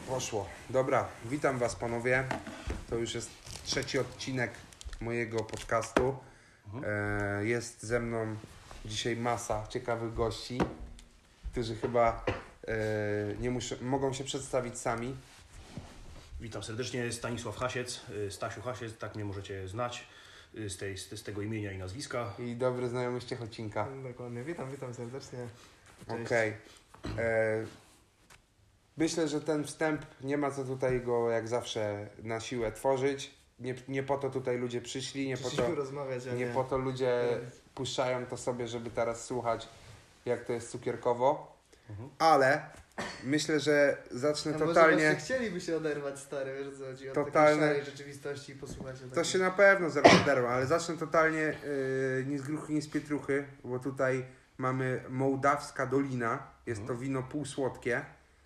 Poszło. Dobra, witam Was panowie. To już jest 3. odcinek mojego podcastu. Jest ze mną dzisiaj masa ciekawych gości, którzy chyba mogą się przedstawić sami. Witam serdecznie, Stanisław Hasiec, Stasiu Hasiec, tak mnie możecie znać z tego imienia i nazwiska. I dobry znajomy z Ciechocinka. Dokładnie, witam serdecznie. Okej. Myślę, że ten wstęp nie ma co tutaj go jak zawsze na siłę tworzyć. Nie po to tutaj ludzie przyszli, nie po to ludzie puszczają to sobie, żeby teraz słuchać, jak to jest cukierkowo. Ale myślę, że zacznę totalnie... Może chcieliby się oderwać, stary, wiesz co chodzi, od totalne... takiej szarej rzeczywistości i posłuchać o To się na pewno zaraz oderwą, ale zacznę totalnie nie z gruchy, nie z pietruchy, bo tutaj mamy Mołdawska Dolina. Jest to wino półsłodkie.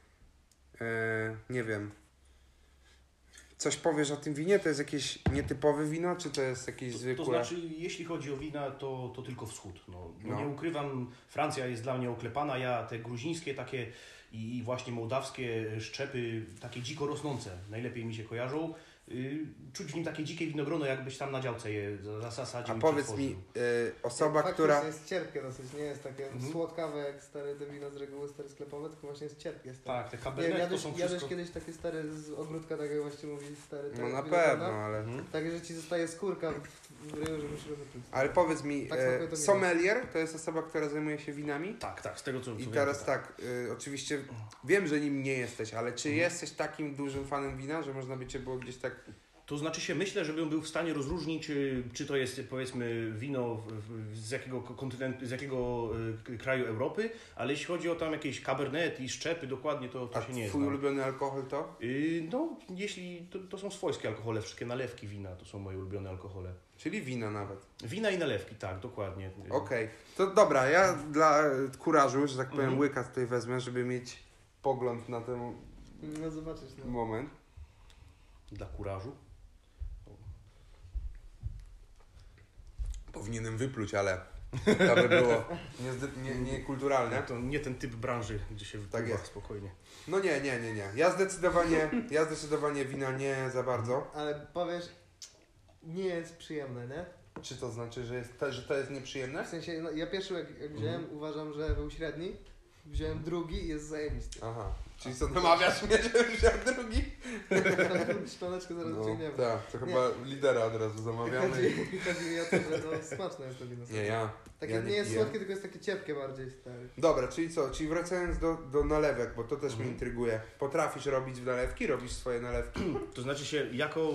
Nie wiem. Coś powiesz o tym winie? To jest jakieś nietypowe wino, czy to jest jakieś zwykłe? To znaczy, jeśli chodzi o wina, to tylko wschód. Nie ukrywam, Francja jest dla mnie oklepana. Ja te gruzińskie takie i właśnie mołdawskie szczepy, takie dziko rosnące, najlepiej mi się kojarzą. Czuć w nim takie dzikie winogrono, jakbyś tam na działce je zasadził. A powiedz mi, osoba, tak, która... jest cierpkie dosyć, nie jest takie słodkawe jak stare te wino z reguły, stare sklepowe, tylko właśnie jest cierpkie. Stare. Tak, te cabernet to są jadłeś kiedyś takie stare z ogródka, tak jak właśnie mówi stary. No na pewno, ale... Tak, że ci zostaje skórka w ryju, że musisz wypluć. Ale powiedz mi, tak sommelier to jest osoba, która zajmuje się winami? Tak, z tego co I teraz tak, oczywiście wiem, że nim nie jesteś, ale czy jesteś takim dużym fanem wina, że można by Cię było gdzieś tak... To znaczy się, myślę, żebym był w stanie rozróżnić, czy to jest powiedzmy wino z jakiego kontynentu, z jakiego kraju Europy, ale jeśli chodzi o tam jakieś cabernet i szczepy, dokładnie to się nie znam. Twój ulubiony alkohol to? No, jeśli to są swojskie alkohole, wszystkie nalewki wina to są moje ulubione alkohole. Czyli wina nawet. Wina i nalewki, tak, dokładnie. Okej. To dobra, ja dla kurażu, że tak powiem, łyka tutaj wezmę, żeby mieć pogląd na ten moment. Dla kurażu? Powinienem wypluć, ale to by było niekulturalne. To nie ten typ branży, gdzie się wypływa jest. Spokojnie. No nie. Ja zdecydowanie wina nie za bardzo. Ale powiesz, nie jest przyjemne, nie? Czy to znaczy, że to jest nieprzyjemne? W sensie, ja pierwszy jak wziąłem, uważam, że był średni. Wziąłem drugi i jest zajebisty. Aha. Czyli co, namawiasz mnie, żebym wziął drugi? Szklaneczkę zaraz wyciągniemy. Tak, to chyba lidera od razu zamawiamy. Chodzi mi o to, że to smaczne jest to wino. Nie jest słodkie, tylko jest takie ciepkie bardziej, stary. Dobra, czyli co? Czyli wracając do nalewek, bo to też mnie intryguje. Potrafisz robić nalewki? Robisz swoje nalewki? To znaczy się, jako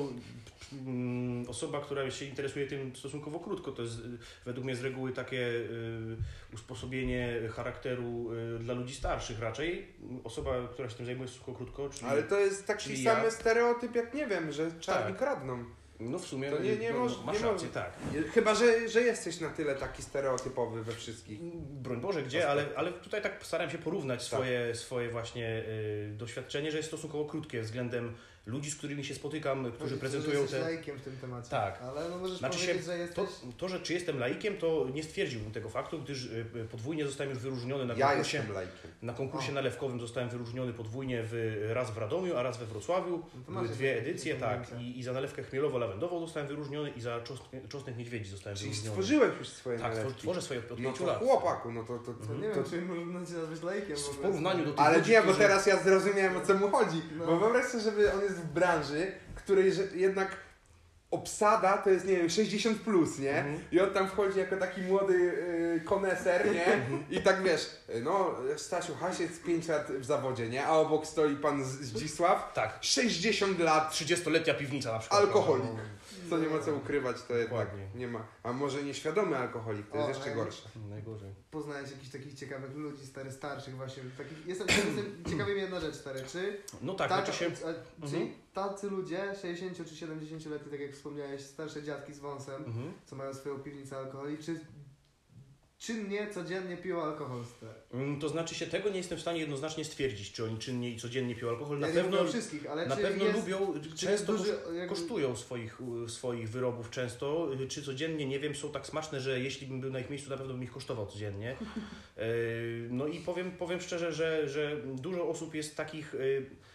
osoba, która się interesuje tym stosunkowo krótko, to jest według mnie z reguły takie usposobienie charakteru dla ludzi starszych raczej. Osoba, która się tym zajmuje stosunkowo krótko. Czyli, ale to jest taki sam stereotyp, jak nie wiem, że czarni kradną. No w sumie to masz rację, tak. Chyba, że jesteś na tyle taki stereotypowy we wszystkich. Broń Boże, gdzie, ale tutaj tak staram się porównać swoje właśnie doświadczenie, że jest stosunkowo krótkie względem ludzi, z którymi się spotykam, którzy prezentują jesteś laikiem w tym temacie. Tak. Ale no możesz powiedzieć, że jesteś... To, że czy jestem laikiem, to nie stwierdziłbym tego faktu, gdyż podwójnie zostałem już wyróżniony na konkursie. Jestem laikiem. Na konkursie nalewkowym zostałem wyróżniony podwójnie raz w Radomiu, a raz we Wrocławiu. Były 2 edycje, tak. I za nalewkę chmielowo-lawendową zostałem wyróżniony i za czosnek niedźwiedzi zostałem wyróżniony. Czyli stworzyłeś już swoje nalewki. Tak, tworzę swoje od 5 lat. Chłopaku, nie wiem, czy można cię nazwać laikiem. W porównaniu do tych ale ludzi, nie, bo teraz ja zrozumiałem, o co mu chodzi. Bo wyobraź sobie, żeby on jest w branży, której jednak obsada to jest, nie wiem, 60 plus, nie? I on tam wchodzi jako taki młody koneser, nie? I tak wiesz, no Stasiu Hasiec 5 lat w zawodzie, nie? A obok stoi pan Zdzisław. Tak. 60 lat. 30-letnia piwnica na przykład. Alkoholik. Co nie ma co ukrywać, to jednak nie ma. A może nieświadomy alkoholik, to jest jeszcze gorsze. Najgorzej. Poznałeś jakichś takich ciekawych ludzi, starszych właśnie. Jestem ciekawy mi jedna rzecz, stary. Czy no tak, znaczy się... Czyli tacy ludzie, 60 czy 70-letni, tak jak wspomniałeś, starsze dziadki z wąsem, co mają swoją piwnicę alkoholi, czy czynnie, codziennie piją alkohol, stary? To znaczy się, tego nie jestem w stanie jednoznacznie stwierdzić, czy oni czynnie i codziennie piją alkohol. Na pewno wszystkich, ale na pewno lubią, często kosztują swoich wyrobów często, czy codziennie, nie wiem, są tak smaczne, że jeśli bym był na ich miejscu, na pewno bym ich kosztował codziennie. No i powiem szczerze, że dużo osób jest takich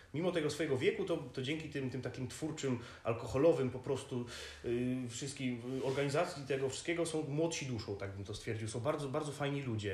mimo tego swojego wieku, to dzięki tym takim twórczym, alkoholowym po prostu wszystkim organizacji tego wszystkiego są młodsi duszą, tak bym to stwierdził. Są bardzo, bardzo fajni ludzie.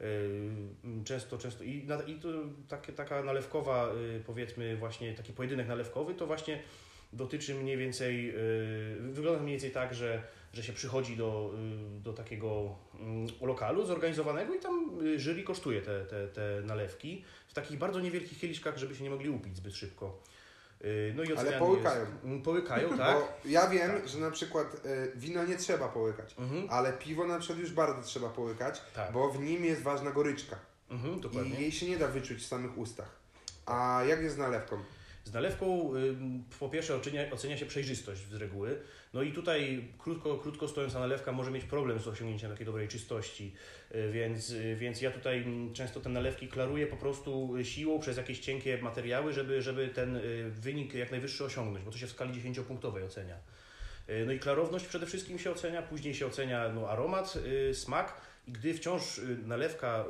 Często i to taka nalewkowa, powiedzmy właśnie taki pojedynek nalewkowy, to właśnie dotyczy mniej więcej, wygląda mniej więcej tak, że się przychodzi do takiego lokalu zorganizowanego i tam jury kosztuje te nalewki w takich bardzo niewielkich kieliszkach, żeby się nie mogli upić zbyt szybko. No i ale połykają. Połykają, tak. Bo ja wiem, że na przykład wino nie trzeba połykać, ale piwo na przykład już bardzo trzeba połykać, bo w nim jest ważna goryczka. Dokładnie. I jej się nie da wyczuć w samych ustach. A jak jest z nalewką? Z nalewką po pierwsze ocenia się przejrzystość z reguły. No i tutaj krótko stojąca nalewka może mieć problem z osiągnięciem takiej dobrej czystości, więc ja tutaj często te nalewki klaruję po prostu siłą przez jakieś cienkie materiały, żeby ten wynik jak najwyższy osiągnąć, bo to się w skali 10-punktowej ocenia. No i klarowność przede wszystkim się ocenia, później się ocenia aromat, smak i gdy wciąż nalewka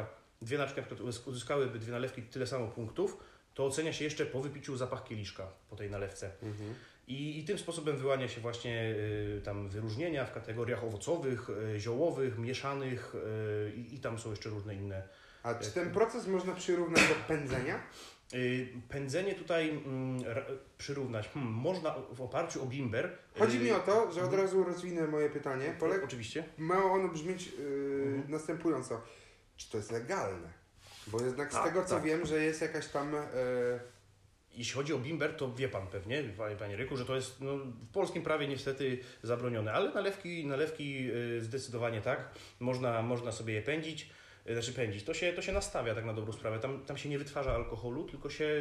uzyskałyby dwie nalewki tyle samo punktów, to ocenia się jeszcze po wypiciu zapach kieliszka po tej nalewce. I tym sposobem wyłania się właśnie tam wyróżnienia w kategoriach owocowych, ziołowych, mieszanych i tam są jeszcze różne inne. A czy ten proces można przyrównać do pędzenia? Pędzenie tutaj przyrównać można w oparciu o bimber. Chodzi mi o to, że od razu rozwinę moje pytanie. Oczywiście. Ma ono brzmieć następująco. Czy to jest legalne? Bo jednak z tego co wiem, że jest jakaś tam... Jeśli chodzi o bimber, to wie Pan pewnie, Panie Ryku, że to jest w polskim prawie niestety zabronione, ale nalewki zdecydowanie tak, można sobie je pędzić, to się nastawia tak na dobrą sprawę, tam się nie wytwarza alkoholu, tylko się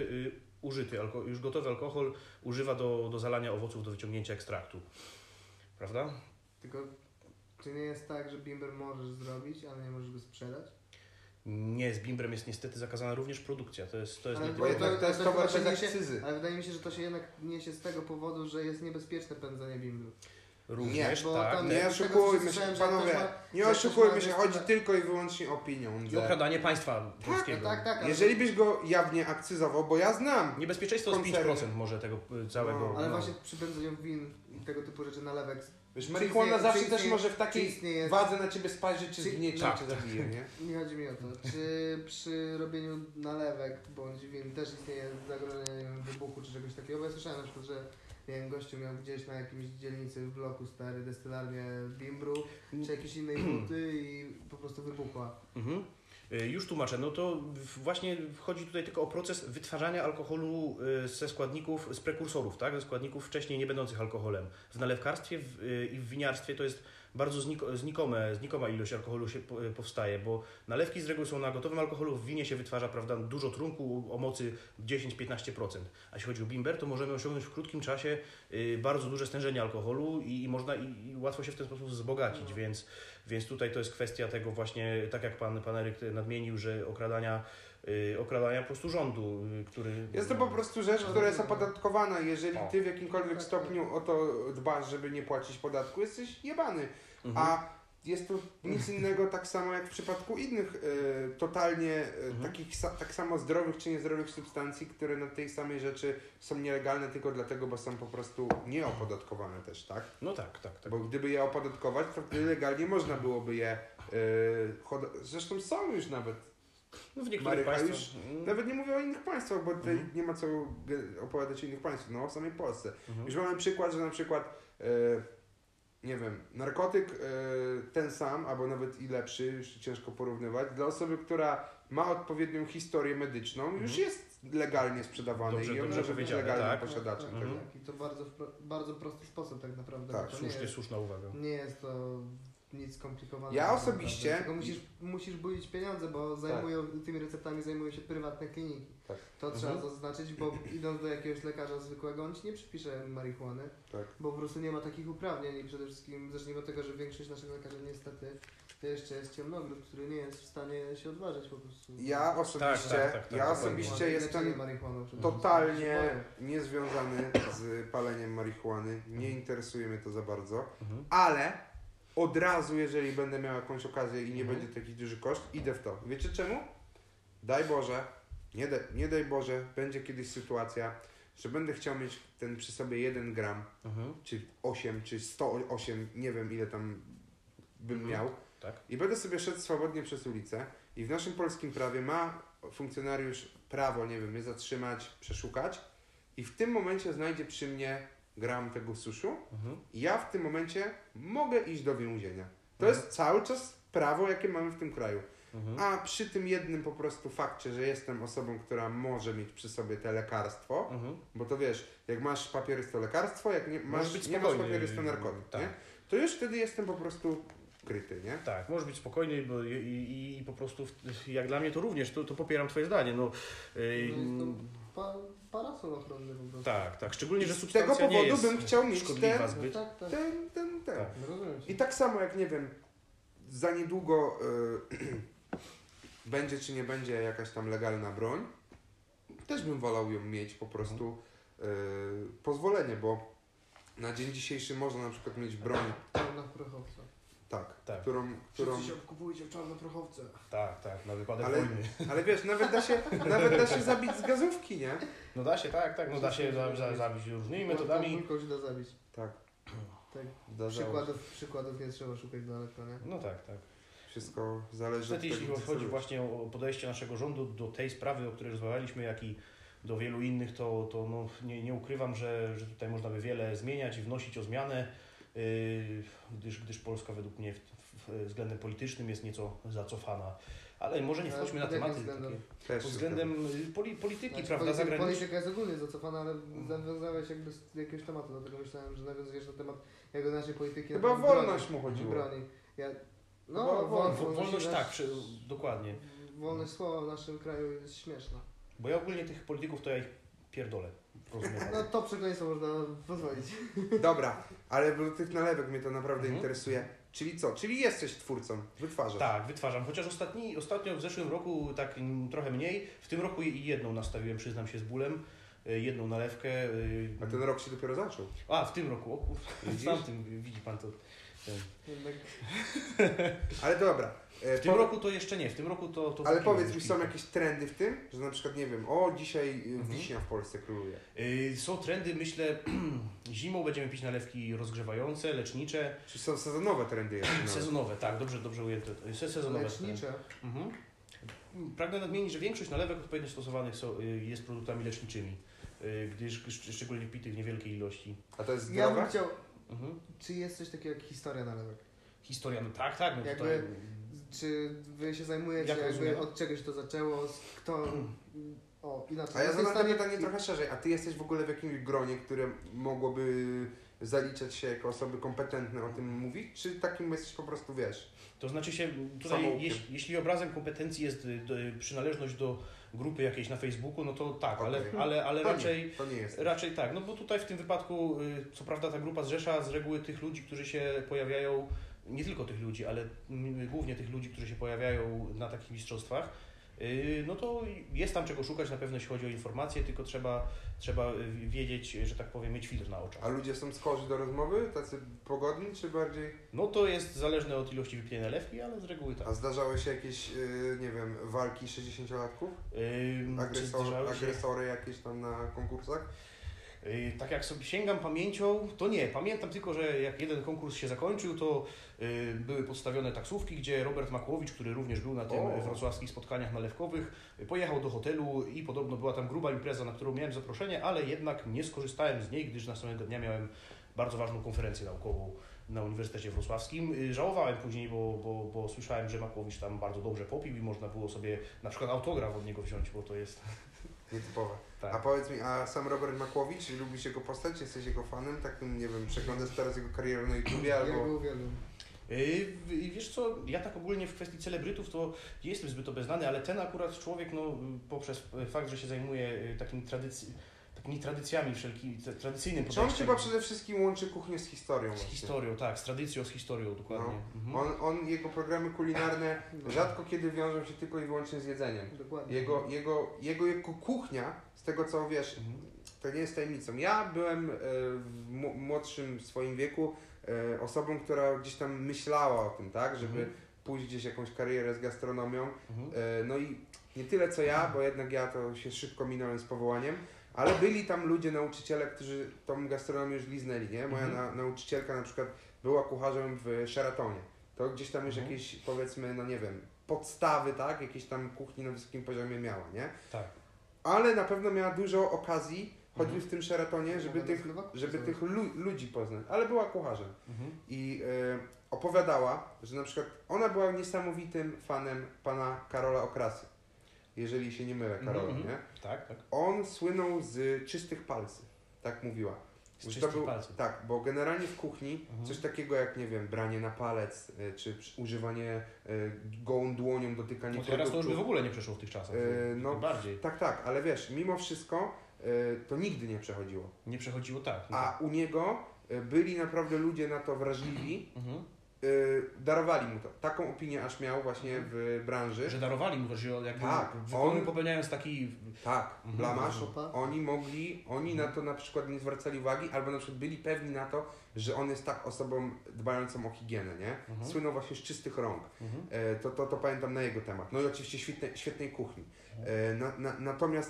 już gotowy alkohol używa do zalania owoców, do wyciągnięcia ekstraktu, prawda? Tylko czy nie jest tak, że bimber możesz zrobić, ale nie możesz go sprzedać? Nie, z bimbrem jest niestety zakazana również produkcja. To jest towar bez akcyzy. Ale wydaje mi się, że to się jednak niesie z tego powodu, że jest niebezpieczne pędzenie bimbru. Również, bo tak. Nie oszukujmy się, panowie. Nie oszukujmy się, chodzi tylko i wyłącznie o pieniądze. I okradanie państwa polskiego. Tak. Jeżeli byś go jawnie akcyzował, bo ja znam. Niebezpieczeństwo z 5% może tego całego. Ale właśnie przy pędzeniu win i tego typu rzeczy, nalewek. Wiesz, marihuana zawsze też może w takiej wadze na ciebie spać, czy zgniecie, tak. czy zabije, nie? Nie chodzi mi o to. Czy przy robieniu nalewek bądź win też istnieje zagrożenie wybuchu czy czegoś takiego? Bo ja słyszałem na przykład, że nie wiem, gościu miał gdzieś na jakimś dzielnicy w bloku stary destylarnię bimbru czy jakiejś innej nuty i po prostu wybuchła. Już tłumaczę, no to właśnie chodzi tutaj tylko o proces wytwarzania alkoholu ze składników, z prekursorów, tak? Ze składników wcześniej nie będących alkoholem. W nalewkarstwie i w winiarstwie to jest bardzo znikoma ilość alkoholu się powstaje, bo nalewki z reguły są na gotowym alkoholu, w winie się wytwarza, prawda, dużo trunku o mocy 10-15%. A jeśli chodzi o bimber, to możemy osiągnąć w krótkim czasie bardzo duże stężenie alkoholu i łatwo się w ten sposób wzbogacić, więc tutaj to jest kwestia tego właśnie, tak jak pan Eryk nadmienił, że okradania po prostu rządu, który... Jest to po prostu rzecz, która jest opodatkowana. Jeżeli ty w jakimkolwiek stopniu o to dbasz, żeby nie płacić podatku, jesteś jebany. A jest to nic innego tak samo jak w przypadku innych totalnie takich tak samo zdrowych czy niezdrowych substancji, które na tej samej rzeczy są nielegalne tylko dlatego, bo są po prostu nieopodatkowane też, tak? No tak. Bo gdyby je opodatkować, to wtedy legalnie można byłoby je zresztą są już nawet. No w niektórych państwach. Nawet nie mówię o innych państwach, bo tutaj nie ma co opowiadać o innych państwach, no o samej Polsce. Już mamy przykład, że na przykład nie wiem, narkotyk ten sam, albo nawet i lepszy, już ciężko porównywać, dla osoby, która ma odpowiednią historię medyczną, już jest legalnie sprzedawany i on może być legalnym posiadaczem. Tak. I to bardzo prosty sposób tak naprawdę. Tak, słuszna uwaga. Nie jest to nic skomplikowanego. Ja osobiście... Tylko musisz budzić pieniądze, bo tymi receptami zajmują się prywatne kliniki. Tak. To trzeba zaznaczyć, bo idąc do jakiegoś lekarza zwykłego, on ci nie przypisze marihuany, bo po prostu nie ma takich uprawnień i przede wszystkim zacznijmy od tego, że większość naszych lekarzy niestety to jeszcze jest ciemnogród, który nie jest w stanie się odważyć po prostu. Ja osobiście jestem totalnie niezwiązany z paleniem marihuany, nie interesuje mnie to za bardzo, ale od razu, jeżeli będę miał jakąś okazję i nie będzie taki duży koszt, idę w to. Wiecie czemu? Daj Boże, nie daj Boże, będzie kiedyś sytuacja, że będę chciał mieć ten przy sobie 1 gram, czy 8, czy 108, nie wiem ile tam bym miał. Tak. I będę sobie szedł swobodnie przez ulicę i w naszym polskim prawie ma funkcjonariusz prawo, nie wiem, mnie zatrzymać, przeszukać i w tym momencie znajdzie przy mnie gram tego suszu i ja w tym momencie mogę iść do więzienia. To jest cały czas prawo, jakie mamy w tym kraju. A przy tym jednym po prostu fakcie, że jestem osobą, która może mieć przy sobie te lekarstwo, bo to wiesz, jak masz papier jest to lekarstwo, jak nie masz papier jest to narkotyk, tak. nie? To już wtedy jestem po prostu kryty, nie? Tak, możesz być spokojny bo i po prostu jak dla mnie to również, to popieram twoje zdanie. Parasol ochronny po prostu. Tak, szczególnie, że z tego substancja nie powodu jest bym chciał mieć szkodliwa zbyt. Tak. ten. Tak. Rozumiem cię. I tak samo jak, nie wiem, za niedługo będzie czy nie będzie jakaś tam legalna broń, też bym wolał ją mieć po prostu pozwolenie, bo na dzień dzisiejszy można na przykład mieć broń, Czarna prochowca. tak. którą... Wszyscy się obkupujcie w czarne prochowce. Tak, na wypadek Ale- wojny. Ale wiesz, nawet da się zabić z gazówki, nie? No da się, tak, no da się zabić różnymi metodami. Kulką się da zabić. Tak. Tak. Zdarzało się. Przykładów nie trzeba szukać daleko, nie? No tak. Wszystko zależy Niestety, od jeśli tego, co chodzi celujesz. właśnie o podejście naszego rządu do tej sprawy, o której rozmawialiśmy, jak i do wielu innych, to no, nie ukrywam, że tutaj można by wiele zmieniać i wnosić o zmianę, gdyż Polska według mnie względem politycznym jest nieco zacofana. Ale może nie wchodźmy na pod jakim tematy względem? takie, Też pod się względem polityki, Znaczy, prawda, zagranicznej. polityka jest ogólnie zacofana, ale nawiązałeś jakby z jakiegoś tematu, dlatego myślałem, że nawiązujesz na temat jakby naszej polityki. Chyba na temat wolność mu chodziło. broni. Chyba Wolność tak, dokładnie. Wolność słowa w naszym kraju jest śmieszna. Bo ja ogólnie tych polityków to ja ich pierdolę. Rozumiem. No to przekleństwo można pozwolić. Dobra, ale do tych nalewek mnie to naprawdę interesuje. Czyli co? Czyli jesteś twórcą, wytwarzasz. Tak, wytwarzam. Chociaż ostatnio w zeszłym roku tak trochę mniej. W tym roku jedną nastawiłem, przyznam się z bólem. Jedną nalewkę. A ten rok się dopiero zaczął. A, w tym roku. O kurwa, Widzisz? w tamtym, widzi pan to. Jednak Ale dobra. W tym roku to jeszcze nie, w tym roku to Ale w powiedz mi, już są kilka. jakieś trendy w tym? Że na przykład, nie wiem, dzisiaj wiśnia w Polsce króluje. Są trendy, myślę, zimą będziemy pić nalewki rozgrzewające, lecznicze. Czy są sezonowe trendy jeszcze? nawet? Sezonowe, tak, dobrze ujęte. Sezonowe. lecznicze. Mhm. Pragnę nadmienić, że większość nalewek odpowiednio stosowanych jest produktami leczniczymi, gdyż szczególnie pitych w niewielkiej ilości. A to jest Ja zdrowe? bym chciał, Mhm. czy jest coś takiego jak historia nalewek? Historia, no tak, no Jakby- tutaj... Czy wy się zajmujecie, Jak jakby rozumiem? od czegoś to zaczęło, kto... O, inaczej. A ja jesteś w zadam to stanie- pytanie trochę szerzej. A ty jesteś w ogóle w jakimś gronie, które mogłoby zaliczać się jako osoby kompetentne o tym mówić? Czy takim jesteś po prostu, wiesz? To znaczy się, tutaj Samoukiem. jeśli obrazem kompetencji jest przynależność do grupy jakiejś na Facebooku, no to tak, Okej. ale To raczej... To nie jest. Raczej tak, no bo tutaj w tym wypadku, co prawda ta grupa zrzesza z reguły tych ludzi, którzy się pojawiają, nie tylko tych ludzi, ale głównie tych ludzi, którzy się pojawiają na takich mistrzostwach, no to jest tam czego szukać na pewno, jeśli chodzi o informacje, tylko trzeba wiedzieć, że tak powiem, mieć filtr na oczach. A ludzie są skorzy do rozmowy? Tacy pogodni, czy bardziej? No to jest zależne od ilości wypitej nalewki, ale z reguły tak. A zdarzały się jakieś, nie wiem, walki 60-latków? Czy zdarzały się- Agresory jakieś tam na konkursach? Tak jak sobie sięgam pamięcią, to nie. Pamiętam tylko, że jak jeden konkurs się zakończył, to były podstawione taksówki, gdzie Robert Makłowicz, który również był na tym wrocławskich spotkaniach nalewkowych, pojechał do hotelu i podobno była tam gruba impreza, na którą miałem zaproszenie, ale jednak nie skorzystałem z niej, gdyż następnego dnia miałem bardzo ważną konferencję naukową na Uniwersytecie Wrocławskim. Żałowałem później, bo słyszałem, że Makłowicz tam bardzo dobrze popił i można było sobie na przykład autograf od niego wziąć, bo to jest... Nietypowe. Tak. A powiedz mi, a sam Robert Makłowicz, lubisz jego postać? Jesteś jego fanem? Takim, nie wiem, przeglądasz teraz jego karierę na YouTubie Ja albo... go uwielbiam. Wiesz co, ja tak ogólnie w kwestii celebrytów to nie jestem zbyt obeznany, ale ten akurat człowiek, no poprzez fakt, że się zajmuje takimi tradycjami wszelkimi, tradycyjnym Czy on podejściem. chyba przede wszystkim łączy kuchnię z historią Z właśnie. historią, tak, z tradycją, z historią, dokładnie. No. Mhm. Jego programy kulinarne rzadko kiedy wiążą się tylko i wyłącznie z jedzeniem. Dokładnie. Jego kuchnia, z tego co wiesz, to nie jest tajemnicą. Ja byłem w młodszym swoim wieku osobą, która gdzieś tam myślała o tym, tak, żeby pójść gdzieś jakąś karierę z gastronomią. No i nie tyle co ja, bo jednak ja to się szybko minąłem z powołaniem, ale byli tam ludzie, nauczyciele, którzy tą gastronomię już liznęli, nie? Moja nauczycielka na przykład była kucharzem w Sheratonie. To gdzieś tam już jakieś, powiedzmy, no nie wiem, podstawy, tak? Jakieś tam kuchni na wysokim poziomie miała, nie? Tak. Ale na pewno miała dużo okazji, choćby w tym Sheratonie, żeby tych ludzi poznać. Ale była kucharzem. I opowiadała, że na przykład ona była niesamowitym fanem pana Karola Okrasy. Jeżeli się nie mylę, Karola, nie? Tak, tak. On słynął z czystych palców, tak mówiła. Z czystych palców. Tak, bo generalnie w kuchni coś takiego jak, nie wiem, branie na palec, czy używanie gołą dłonią, dotykanie produktów. Teraz to już by w ogóle nie przeszło w tych czasach. No, bardziej. Tak, ale wiesz, mimo wszystko to nigdy nie przechodziło. Nie przechodziło, tak. A u niego byli naprawdę ludzie na to wrażliwi, darowali mu to. Taką opinię aż miał właśnie w branży. Że darowali mu to, że jakby popełniając taki... Tak, blamaż, oni na to na przykład nie zwracali uwagi, albo na przykład byli pewni na to, że on jest tak osobą dbającą o higienę, nie? Słynął właśnie z czystych rąk. To pamiętam na jego temat. No i oczywiście świetnej kuchni. Natomiast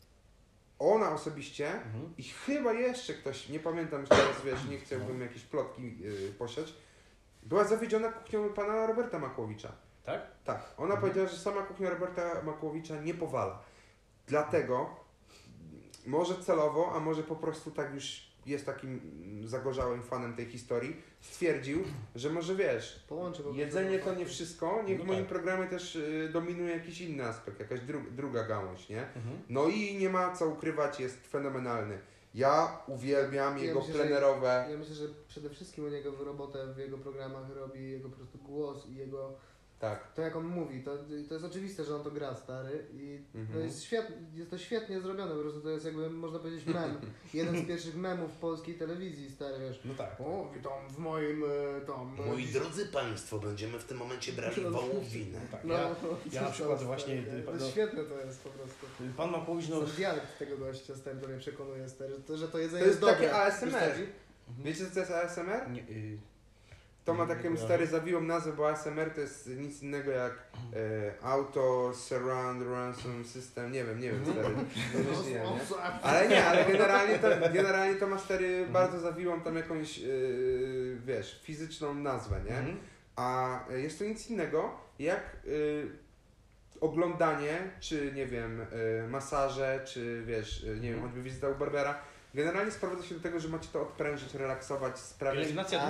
ona osobiście i chyba jeszcze ktoś, nie pamiętam już teraz, wiesz, nie chciałbym jakieś plotki posiać, była zawiedziona kuchnią pana Roberta Makłowicza. Tak? Tak. Ona powiedziała, że sama kuchnia Roberta Makłowicza nie powala. Dlatego, może celowo, a może po prostu tak już jest takim zagorzałym fanem tej historii, stwierdził, że może wiesz, jedzenie to nie wszystko, niech w moim programie też dominuje jakiś inny aspekt, jakaś druga gałąź, nie? No i nie ma co ukrywać, jest fenomenalny. Ja uwielbiam jego plenerowe... Ja myślę, że przede wszystkim u niego robotę w jego programach robi jego po prostu głos i jego... Tak. To jak on mówi, to jest oczywiste, że on to gra, stary, i to jest to świetnie zrobione, po prostu to jest jakby, można powiedzieć, mem. Jeden z pierwszych memów polskiej telewizji, stary, wiesz. No tak. O, witam w moim Moi drodzy Państwo, będziemy w tym momencie brali wołowinę. Tak. Ja na przykład właśnie... świetne to jest po prostu. Pan Makłowicz, dialekt tego gościa, stary, to mnie przekonuje, stary, że to jedzenie to jest dobre. takie ASMR. Wiecie, co to jest ASMR? Nie, To ma taką stary zawiłą nazwę, bo ASMR to jest nic innego jak Auto Surround Ransom System, nie wiem stary. Ale generalnie to ma stary bardzo zawiłą tam jakąś, wiesz, fizyczną nazwę, nie? A jest to nic innego jak oglądanie, czy nie wiem, masaże, czy wiesz, nie wiem, choćby wizyta u barbera. Generalnie sprowadza się do tego, że macie to odprężyć, relaksować, sprawiać...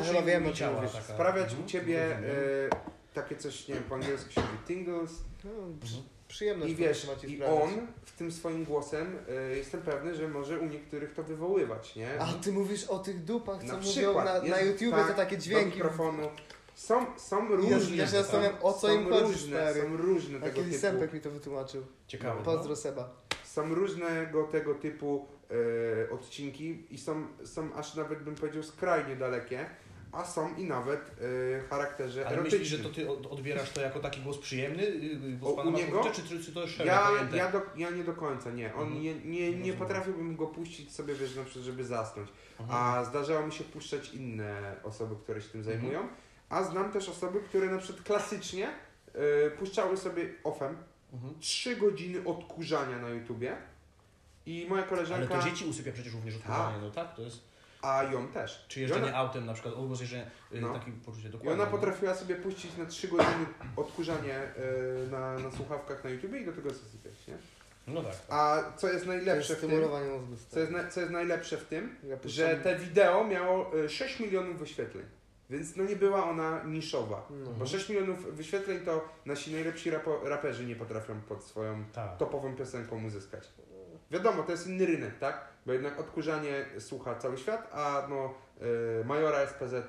Sprawiać u Ciebie takie coś, nie wiem, po angielsku się mówi tingles. Przyjemność. I wiesz, i on w tym swoim głosem, jestem pewny, że może u niektórych to wywoływać, nie? A Ty mówisz o tych dupach, co mówią na YouTubie, to takie dźwięki. Do mikrofonu. Są różne. Ja się zastanawiam, o co im chodzi, są różne tego typu. Kiedyś Sępek mi to wytłumaczył. Ciekawe. Pozdro Seba. Są różnego tego typu odcinki i są aż nawet bym powiedział skrajnie dalekie, a są i nawet charakterze ale erotycznym. myślisz, że to Ty odbierasz to jako taki głos przyjemny, głos pana Makłowicza, czy to jest szereg ja nie do końca, nie. On nie potrafiłbym go puścić sobie, wiesz, na przykład, żeby zasnąć. A zdarzało mi się puszczać inne osoby, które się tym zajmują, a znam też osoby, które na przykład klasycznie puszczały sobie offem 3 godziny odkurzania na YouTubie. I moja koleżanka... Ale to dzieci usypia przecież również odkurzanie, no tak? To jest... A ją też. Czy jeżdżenie autem na przykład, albo jeżdżenie, takie poczucie dokładnie. I ona potrafiła sobie puścić na 3 godziny odkurzanie na słuchawkach na YouTubie i do tego zasypiać, nie? No tak. A co jest najlepsze w tym, co jest najlepsze w tym, że te wideo miało 6 milionów wyświetleń. Więc no nie była ona niszowa. Bo 6 milionów wyświetleń to nasi najlepsi raperzy nie potrafią pod swoją topową piosenką uzyskać. Wiadomo, to jest inny rynek, tak? Bo jednak odkurzanie słucha cały świat, a no Majora SPZ...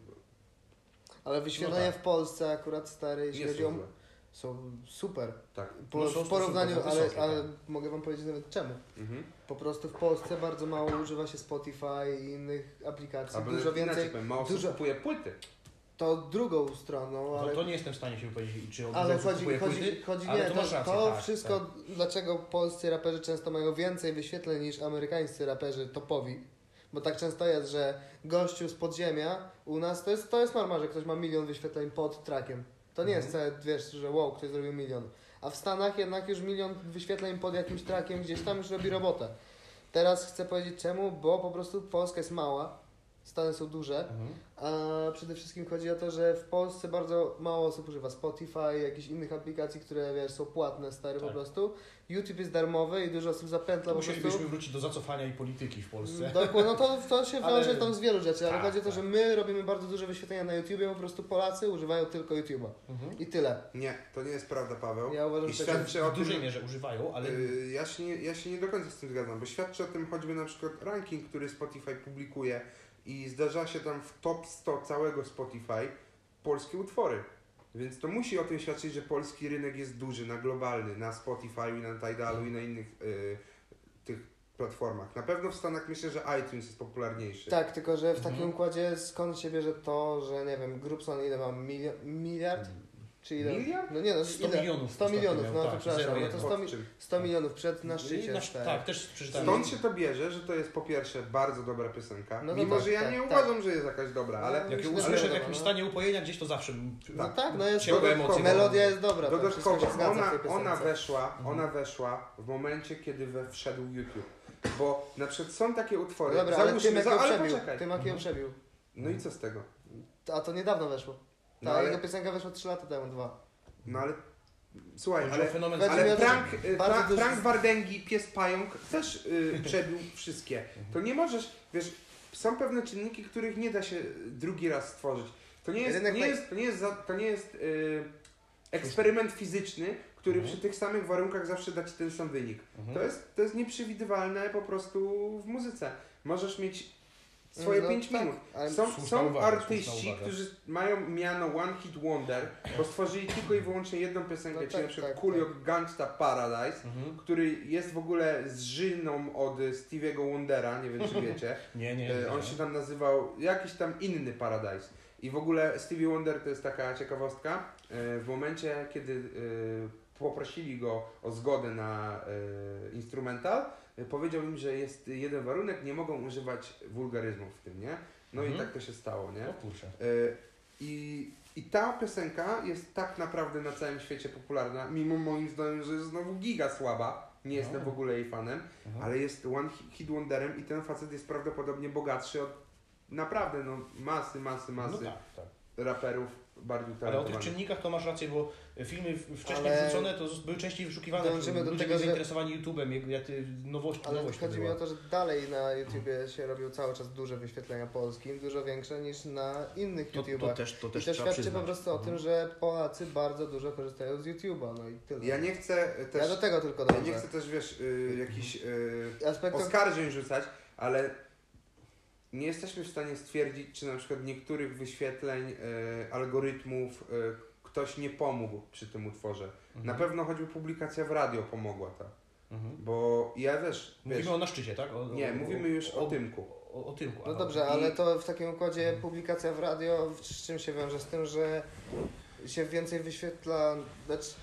Ale wyświetlenia w Polsce akurat, stare, jeśli chodzi o... Są super. Tak. W porównaniu, ale mogę Wam powiedzieć nawet czemu. Po prostu w Polsce bardzo mało używa się Spotify i innych aplikacji. Dużo więcej... Mało kupuje płyty. To drugą stroną, ale... To nie jestem w stanie się wypowiedzieć, czy on kupuje płyty, ale to masz rację, to wszystko, dlaczego polscy raperzy często mają więcej wyświetleń niż amerykańscy raperzy topowi. Bo tak często jest, że gościu z podziemia u nas, to jest norma, że ktoś ma 1 000 000 wyświetleń pod trackiem. To nie jest wcale, wiesz, że wow, ktoś zrobił 1 000 000. A w Stanach jednak już 1 000 000 wyświetleń pod jakimś trackiem gdzieś tam już robi robotę. Teraz chcę powiedzieć czemu, bo po prostu Polska jest mała, Stany są duże, a przede wszystkim chodzi o to, że w Polsce bardzo mało osób używa Spotify, jakichś innych aplikacji, które wiesz, są płatne, stare po prostu. YouTube jest darmowy i dużo osób zapętla po prostu. Musielibyśmy wrócić do zacofania i polityki w Polsce. Dokładnie, no to się wiąże tam z wielu rzeczy, ale Tak, chodzi o to, tak. że my robimy bardzo duże wyświetlenia na YouTubie, po prostu Polacy używają tylko YouTube'a. I tyle. Nie, to nie jest prawda, Paweł. Ja uważam, I że świadczy o W dużej tym, mierze używają, ale ja się nie do końca z tym zgadzam, bo świadczy o tym choćby na przykład ranking, który Spotify publikuje i zdarza się tam w top 100 całego Spotify polskie utwory. Więc to musi o tym świadczyć, że polski rynek jest duży, na globalny, na Spotify, na Tidalu i na innych tych platformach. Na pewno w Stanach myślę, że iTunes jest popularniejszy. Tak, tylko że w takim układzie skąd się bierze to, że nie wiem, Grubson ile ma? Miliard? Czy ile? Miliard? No nie no, 100 ile? milionów 100 milionów, ostatnio no miał, to tak, przepraszam, no 0,1. to 100, Pod czym? 100 milionów przed na szczycie. tak, też przeczytałem. Stąd się to bierze, że to jest po pierwsze bardzo dobra piosenka, No to mimo tak, że ja tak, nie tak. uważam, że jest jakaś dobra, ale No, Jak ją myślę, że usłyszę w wiadomo, jakimś no. stanie upojenia gdzieś, to zawsze No tak, no jest ciągle emocje. melodia jest dobra, to dodatkowo wszystko się zgadza w tej ona piosence. weszła w momencie, kiedy wszedł YouTube. Bo na przykład są takie utwory, No dobra, ale załóżmy, Tymek ją ale przebił, poczekaj. Tymek ją przebił. No i co z tego? A to niedawno weszło. Ta No ale- jego piosenka weszła 3 lata temu, 2. No ale słuchaj, Chodzi o fenomen. Chodzi mi ale o to, że bardzo dużo- Frank Wardęgi, Pies Pająk też przebił wszystkie. To nie możesz, wiesz, są pewne czynniki, których nie da się drugi raz stworzyć. To nie jest eksperyment fizyczny, który przy tych samych warunkach zawsze da ci ten sam wynik. To jest nieprzewidywalne po prostu w muzyce. Możesz mieć swoje No 5 tak, minut. ale Są słuszna uwaga, artyści, słuszna uwaga. którzy mają miano One Hit Wonder, bo stworzyli tylko i wyłącznie jedną piosenkę, No czyli tak, na przykład tak, Coolio Gangsta Paradise, który jest w ogóle zżyną od Stevie'ego Wondera, nie wiem czy wiecie. Nie. On się tam nazywał jakiś tam inny Paradise. I w ogóle Stevie Wonder to jest taka ciekawostka. W momencie, kiedy poprosili go o zgodę na instrumental, powiedział im, że jest jeden warunek, nie mogą używać wulgaryzmów w tym, nie? No i tak to się stało, nie? O kurczę. I ta piosenka jest tak naprawdę na całym świecie popularna, mimo moim zdaniem, że jest znowu giga słaba. Nie jestem w ogóle jej fanem, ale jest One Hit Wonderem i ten facet jest prawdopodobnie bogatszy od naprawdę masy No tak. raperów bardziej Ale o tych utalentowanych. czynnikach to masz rację, bo filmy wcześniej Ale wrzucone to były częściej wyszukiwane. dążymy do Ludzie tego, byli że- zainteresowani YouTube'em, jak nowość Ale to chodzi mi była. o to, że dalej na YouTubie się robią cały czas duże wyświetlenia polskim, dużo większe niż na innych To YouTubach. też I to trzeba świadczy przyznać. po prostu o tym, że Polacy bardzo dużo korzystają z YouTube'a, no i tyle. Ja nie chcę też, Ja do tego tylko ja dążę. nie chcę też wiesz, jakichś Aspektów... oskarżeń rzucać, ale nie jesteśmy w stanie stwierdzić, czy na przykład niektórych wyświetleń, algorytmów ktoś nie pomógł przy tym utworze. Na pewno choćby publikacja w radio pomogła ta. Bo ja też, wiesz, Mówimy o na szczycie, tak? mówimy już o Tymku. O Tymku. No dobrze, I- ale to w takim układzie publikacja w radio, z czym się wiąże? Z tym, że się więcej wyświetla... Znaczy,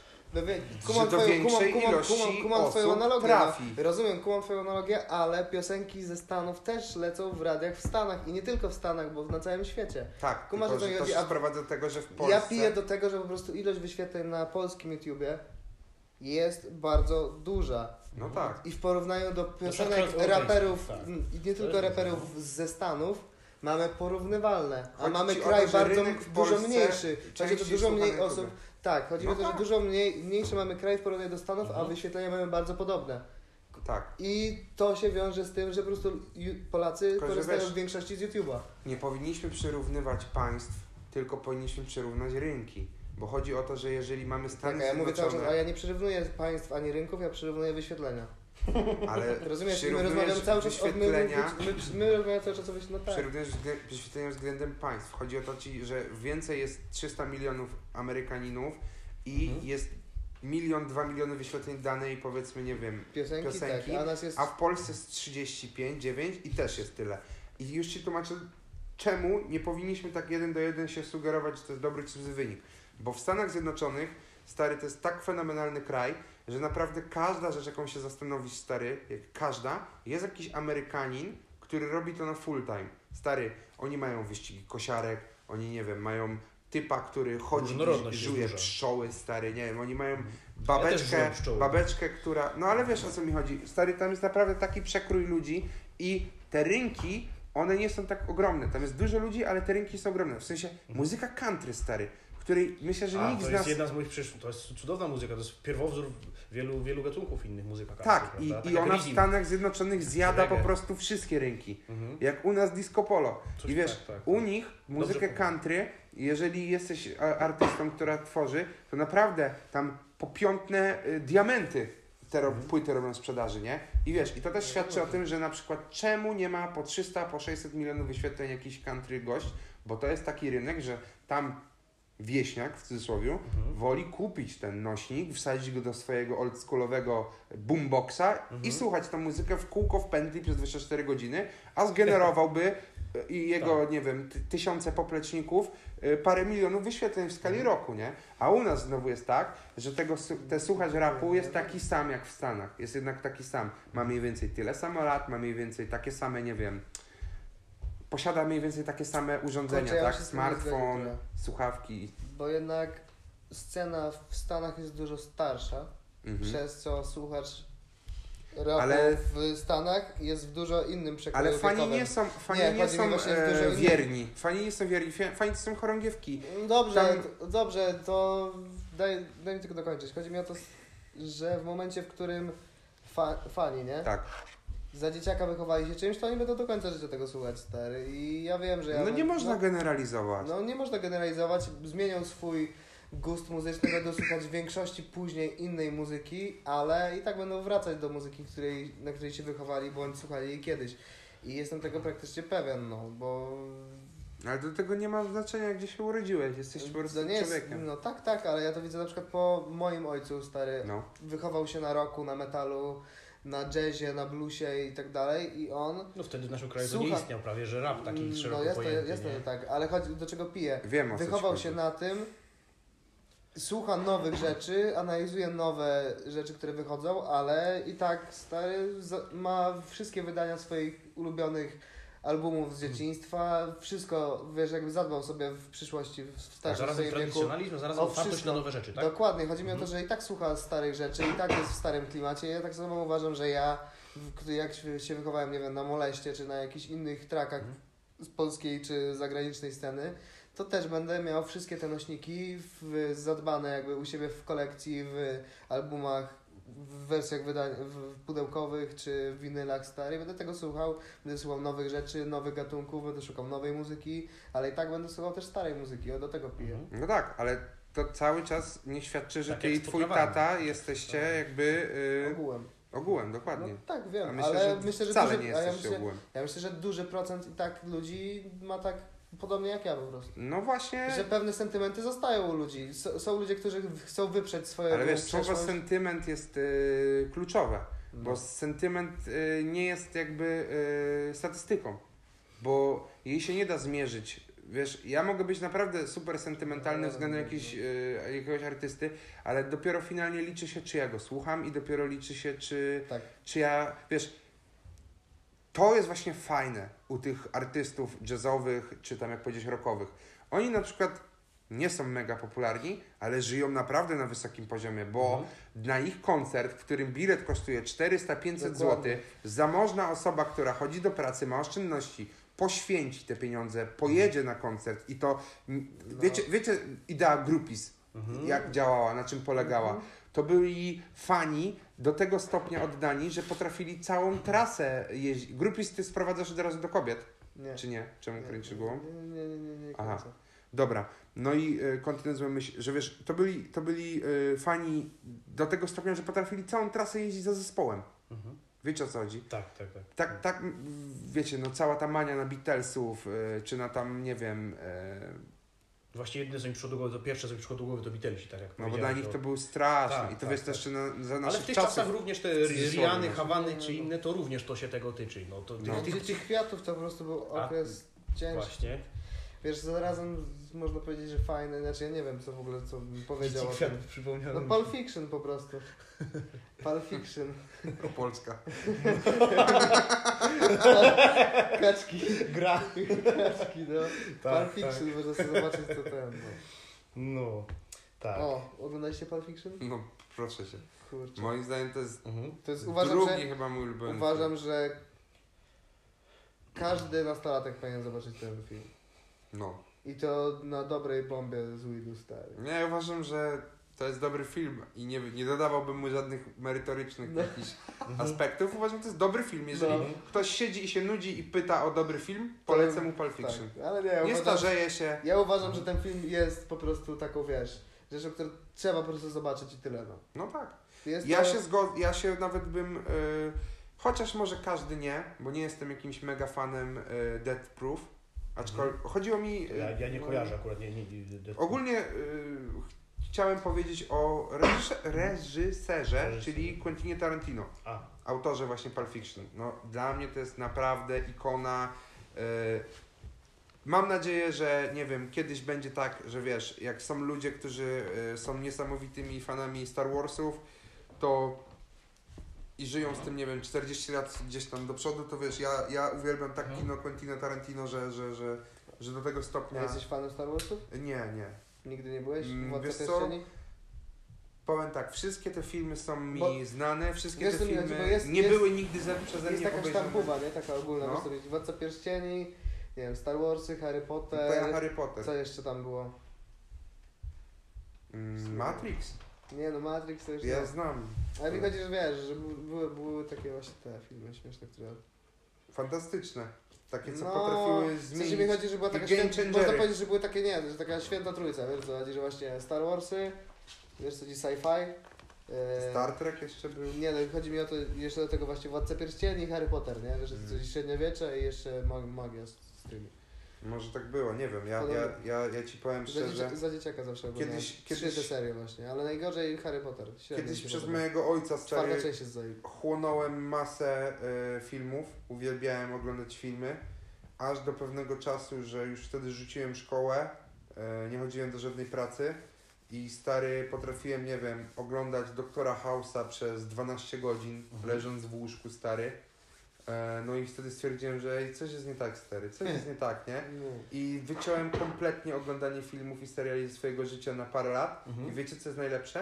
Że do większej ilości kumam twoją osób analogię. trafi. No, rozumiem, kumam twoją analogię, ale piosenki ze Stanów też lecą w radiach w Stanach i nie tylko w Stanach, bo na całym świecie. Tak, Kumasz, tylko, o co mi że to chodzi, się a- sprowadza do tego, że w Polsce... Ja piję do tego, że po prostu ilość wyświetleń na polskim YouTubie jest bardzo duża. No tak. I w porównaniu do piosenek europejskich, raperów, tak. i nie tylko raperów ze Stanów, mamy porównywalne. A Chodzi mamy ci o kraj to, że bardzo rynek w dużo Polsce mniejszy. Chodzi o to, częściej dużo mniej słucha na osób. YouTubie. Tak, chodzi No o to, że tak. dużo mniejszy mamy kraj w porównaniu do Stanów, a wyświetlenia mamy bardzo podobne. Tak. I to się wiąże z tym, że po prostu Polacy Tylko, że korzystają wiesz- w większości z YouTube'a. Nie powinniśmy przyrównywać państw, tylko powinniśmy przyrównać rynki. Bo chodzi o to, że jeżeli mamy Stany Tak, a ja mówię cały czas, Zjednoczone, a ja nie przyrównuję państw ani rynków, ja przyrównuję wyświetlenia. ale Rozumiesz, my przyrównujesz rozmawiamy cały czas wyświetlenia, my rozmawiamy cały czas o wyświetleniach. Tak. przyrównujesz wyświetlenia względem państw. Chodzi o to, że więcej jest 300 milionów Amerykaninów i jest 1-2 miliony wyświetleń danej, powiedzmy, nie wiem, Piosenki, tak, a nas jest... a w Polsce jest 35, 9 i też jest tyle. I już Ci tłumaczę, czemu nie powinniśmy tak 1 do 1 się sugerować, że to jest dobry czy zły wynik. Bo w Stanach Zjednoczonych, stary, to jest tak fenomenalny kraj, że naprawdę każda rzecz, jaką się zastanowić, stary, jak każda, jest jakiś Amerykanin, który robi to na full time. Stary, oni mają wyścigi kosiarek, oni, nie wiem, mają typa, który chodzi i żuje pszczoły, stary, nie wiem, oni mają babeczkę, która... No ale wiesz, o co mi chodzi. Stary, tam jest naprawdę taki przekrój ludzi i te rynki, one nie są tak ogromne. Tam jest dużo ludzi, ale te rynki są ogromne. W sensie muzyka country, stary, której myślę, że nikt z nas... To jest jedna z moich to jest cudowna muzyka, to jest pierwowzór wielu gatunków innych muzyka country. Tak, i ona w Stanach Zjednoczonych zjada po prostu wszystkie rynki. Jak u nas disco polo. I wiesz, u nich muzykę country, jeżeli jesteś artystą, która tworzy, to naprawdę tam popiątne diamenty płyty robią sprzedaży, nie? I wiesz, i to też świadczy o tym, że na przykład czemu nie ma po 300, po 600 milionów wyświetleń jakiś country gość, bo to jest taki rynek, że tam wieśniak, w cudzysłowie, woli kupić ten nośnik, wsadzić go do swojego oldschoolowego boomboxa i słuchać tą muzykę w kółko, w pętli przez 24 godziny, a zgenerowałby i jego, nie wiem, tysiące popleczników, parę milionów wyświetleń w skali roku, nie? A u nas znowu jest tak, że ten słuchacz rapu jest taki sam jak w Stanach. Jest jednak taki sam. Ma mniej więcej tyle samo lat, ma mniej więcej takie same, nie wiem, posiada mniej więcej takie same urządzenia, tak? Smartfon, słuchawki. Bo jednak scena w Stanach jest dużo starsza, przez co słuchacz rapu w Stanach jest w dużo innym przekroju ale fani nie są wierni. Fani nie są wierni, fani to są chorągiewki. Dobrze, to daj mi tylko dokończyć. Chodzi mi o to, że w momencie, w którym fani, nie? Tak. Za dzieciaka wychowali się czymś, to oni będą do końca życia tego słuchać, stary. I ja wiem, że nie można generalizować. No nie można generalizować. Zmienią swój gust muzyczny, będą słuchać w większości później innej muzyki, ale i tak będą wracać do muzyki, na której się wychowali, bądź słuchali jej kiedyś. I jestem tego praktycznie pewien, no, bo... Ale do tego nie ma znaczenia, gdzie się urodziłeś, jesteś po prostu człowiekiem. No tak, ale ja to widzę na przykład po moim ojcu, stary. No. Wychował się na rocku, na metalu, na jazzie, na bluesie i tak dalej i on... No wtedy w naszym kraju to nie istniał prawie, że rap taki szeroko pojęty. Jasne, że tak, ale chodzi do czego piję. Wiem, wychował się na tym, słucha nowych rzeczy, analizuje nowe rzeczy, które wychodzą, ale i tak stary ma wszystkie wydania swoich ulubionych albumów z dzieciństwa, wszystko, wiesz, jakby zadbał sobie w przyszłości, w starszym swoim wieku. Tradycjonalizm, zarazem otwartość na nowe rzeczy, tak? Dokładnie, chodzi mi o to, że i tak słucha starych rzeczy, i tak jest w starym klimacie. Ja tak samo uważam, że ja, jak się wychowałem, nie wiem, na Moleście, czy na jakichś innych trackach z polskiej, czy zagranicznej sceny, to też będę miał wszystkie te nośniki zadbane jakby u siebie w kolekcji, w albumach, w wersjach w pudełkowych czy w winylach starych. Będę tego słuchał, będę słuchał nowych rzeczy, nowych gatunków, będę szukał nowej muzyki, ale i tak będę słuchał też starej muzyki, do tego piję. No tak, ale to cały czas nie świadczy, że ty i twój tata jesteście jakby... Ogółem, dokładnie. No tak, wiem, myślę, ale myślę, że wcale nie jesteście ogółem. Ja myślę, że duży procent i tak ludzi ma tak podobnie jak ja po prostu. No właśnie. Że pewne sentymenty zostają u ludzi. Są ludzie, którzy chcą wyprzeć swoje... Ale wiesz, słowo sentyment jest kluczowe, bo sentyment nie jest jakby statystyką, bo jej się nie da zmierzyć. Wiesz, ja mogę być naprawdę super sentymentalny względem jakiegoś artysty, ale dopiero finalnie liczy się, czy ja go słucham i dopiero liczy się, czy ja... Wiesz, to jest właśnie fajne u tych artystów jazzowych, czy tam jak powiedzieć rockowych. Oni na przykład nie są mega popularni, ale żyją naprawdę na wysokim poziomie, bo na ich koncert, w którym bilet kosztuje 400-500 zł, zamożna osoba, która chodzi do pracy, ma oszczędności, poświęci te pieniądze, pojedzie na koncert i to, wiecie idea groupies, jak działała, na czym polegała. To byli fani do tego stopnia oddani, że potrafili całą trasę jeździć. Groupies ty sprowadzasz od razu do kobiet? Nie. Czy nie? Czemu kręcisz głową? Nie. Aha, dobra. No i kontynuujemy myśl, że wiesz, to byli fani do tego stopnia, że potrafili całą trasę jeździć za zespołem. Wiecie, o co chodzi? Tak, wiecie, no cała ta mania na Beatlesów, czy na tam, nie wiem... Właściwie jedyne, co mi przyszło do głowy, to pierwsze, co mi przyszło do głowy, to Beatlesi, tak jak no bo dla nich to był straszne. Tak, i to wiesz też za naszych ale w tych czasach również te Riany, Hawany czy inne, to również to się tego tyczy. Tych kwiatów to po prostu był okres ciężki. Właśnie. wiesz, zarazem można powiedzieć, że fajne, znaczy ja nie wiem co w ogóle, co bym powiedział o tym. Przypomniałem. No Pulp Fiction po prostu. Pulp Fiction. To Polska. Kaczki. Gra. Kaczki, no. Tak, Pulp Fiction, można sobie zobaczyć co ten, no. No, tak. O, oglądaliście Pulp Fiction? No, proszę cię. Kurczę. Moim zdaniem to jest To jest, uważam, drugi że, chyba mój ulubiony uważam, że każdy nastolatek powinien zobaczyć ten film. No. I to na dobrej bombie z Weedu, stary. Ja uważam, że to jest dobry film i nie dodawałbym mu żadnych merytorycznych jakichś aspektów. Uważam, że to jest dobry film. Jeżeli ktoś siedzi i się nudzi i pyta o dobry film, polecę mu Pulp Fiction. Tak, ale Nie starzeje się. Ja uważam, że ten film jest po prostu taką, wiesz, rzeczą, którą trzeba po prostu zobaczyć i tyle, no. No tak. Jest Ja się nawet bym... chociaż może każdy nie, bo nie jestem jakimś mega fanem Death Proof. Aczkolwiek chodziło mi... Ja nie kojarzę akurat. Ogólnie chciałem powiedzieć o reżyserze, czyli Quentinie Tarantino. Autorze właśnie Pulp Fiction. No, dla mnie to jest naprawdę ikona. Mam nadzieję, że nie wiem, kiedyś będzie tak, że wiesz, jak są ludzie, którzy są niesamowitymi fanami Star Warsów, to i żyją z tym, nie wiem, 40 lat gdzieś tam do przodu, to wiesz, ja uwielbiam tak kino Quentina Tarantino, że do tego stopnia... A jesteś fanem Star Warsów? Nie. Nigdy nie byłeś? Wiesz co? Powiem tak, wszystkie te filmy są mi znane, wszystkie te filmy były nigdy przeze mnie jest taka obejrzane. sztampowa, nie? Taka ogólna, No. Władca Pierścieni, nie wiem, Star Warsy, Harry Potter. To ja Harry Potter. Co jeszcze tam było? Matrix. Nie no, Matrix to już Ja znam. Ale mi chodzi, że wiesz, że były takie właśnie te filmy śmieszne, które... Fantastyczne. Takie, co No, potrafiły w zmienić. sensie mi chodzi, że była taka game święta, changery. można powiedzieć, że były takie, nie, że taka święta trójca, wiesz co chodzi, że właśnie Star Warsy, wiesz co chodzi, sci-fi. Star Trek jeszcze był. Nie no, chodzi mi o to, jeszcze do tego właśnie Władca Pierścieni i Harry Potter, nie? Wiesz, coś średniowiecze i jeszcze magia z tym. Może tak było, nie wiem, ja ci powiem szczerze. Za dzieciaka zawsze oglądałem. Trzy te serie właśnie, ale najgorzej Harry Potter. Kiedyś przez mojego ojca stary część jest zajebista. chłonąłem masę filmów, uwielbiałem oglądać filmy, aż do pewnego czasu, że już wtedy rzuciłem szkołę, nie chodziłem do żadnej pracy i stary potrafiłem, nie wiem, oglądać Doktora House'a przez 12 godzin, leżąc w łóżku, stary. No i wtedy stwierdziłem, że coś jest nie tak, stary, coś jest nie tak, nie? I wyciąłem kompletnie oglądanie filmów i seriali ze swojego życia na parę lat. I wiecie, co jest najlepsze?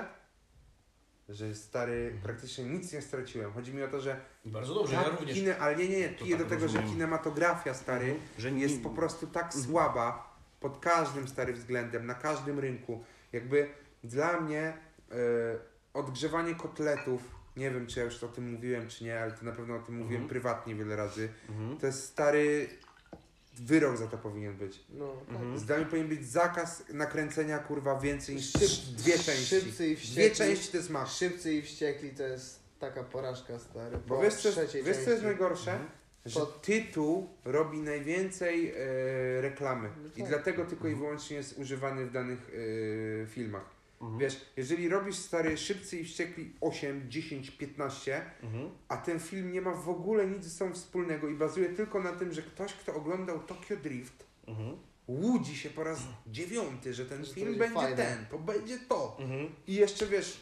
Że stary, praktycznie nic nie straciłem. Chodzi mi o to, że... Bardzo dobrze, ja również. Ale nie, piję do tego, że kinematografia, stary, że jest po prostu tak słaba pod każdym, stary, względem, na każdym rynku. Jakby dla mnie odgrzewanie kotletów, nie wiem, czy ja już o tym mówiłem, czy nie, ale to na pewno o tym mówiłem prywatnie wiele razy. To jest stary... Wyrok za to powinien być. No, tak. Dla mnie powinien być zakaz nakręcenia, kurwa, więcej niż dwie części. Szybcy i wściekli. Dwie części to jest max. Szybcy i wściekli to jest taka porażka, stary. Bo wiesz co jest najgorsze? Że tytuł robi najwięcej reklamy. I dlatego tylko i wyłącznie jest używany w danych filmach. Wiesz, jeżeli robisz stary Szybcy i Wściekli 8, 10, 15, a ten film nie ma w ogóle nic ze sobą wspólnego i bazuje tylko na tym, że ktoś, kto oglądał Tokyo Drift, łudzi się po raz 9, że ten film będzie fajny. To będzie to. I jeszcze wiesz,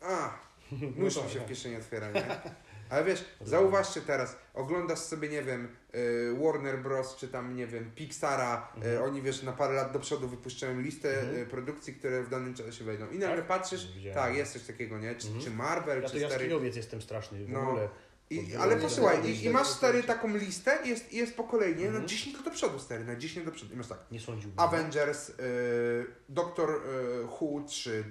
nóż mi się w kieszeni otwiera, nie? Ale wiesz, zauważcie teraz, oglądasz sobie, nie wiem, Warner Bros. Czy tam, nie wiem, Pixara, oni, wiesz, na parę lat do przodu wypuszczają listę produkcji, które w danym czasie wejdą. I nagle patrzysz, tak, jest coś takiego, nie? Czy Marvel, ja czy to stary... jaskiniowiec jestem straszny w ogóle. Ale posłuchaj, i masz stary taką listę i jest po kolei, nie? Na 10 lat do przodu, stary, na 10 lat do przodu. I masz tak, nie sądziłbym. Avengers, Doctor Who 3,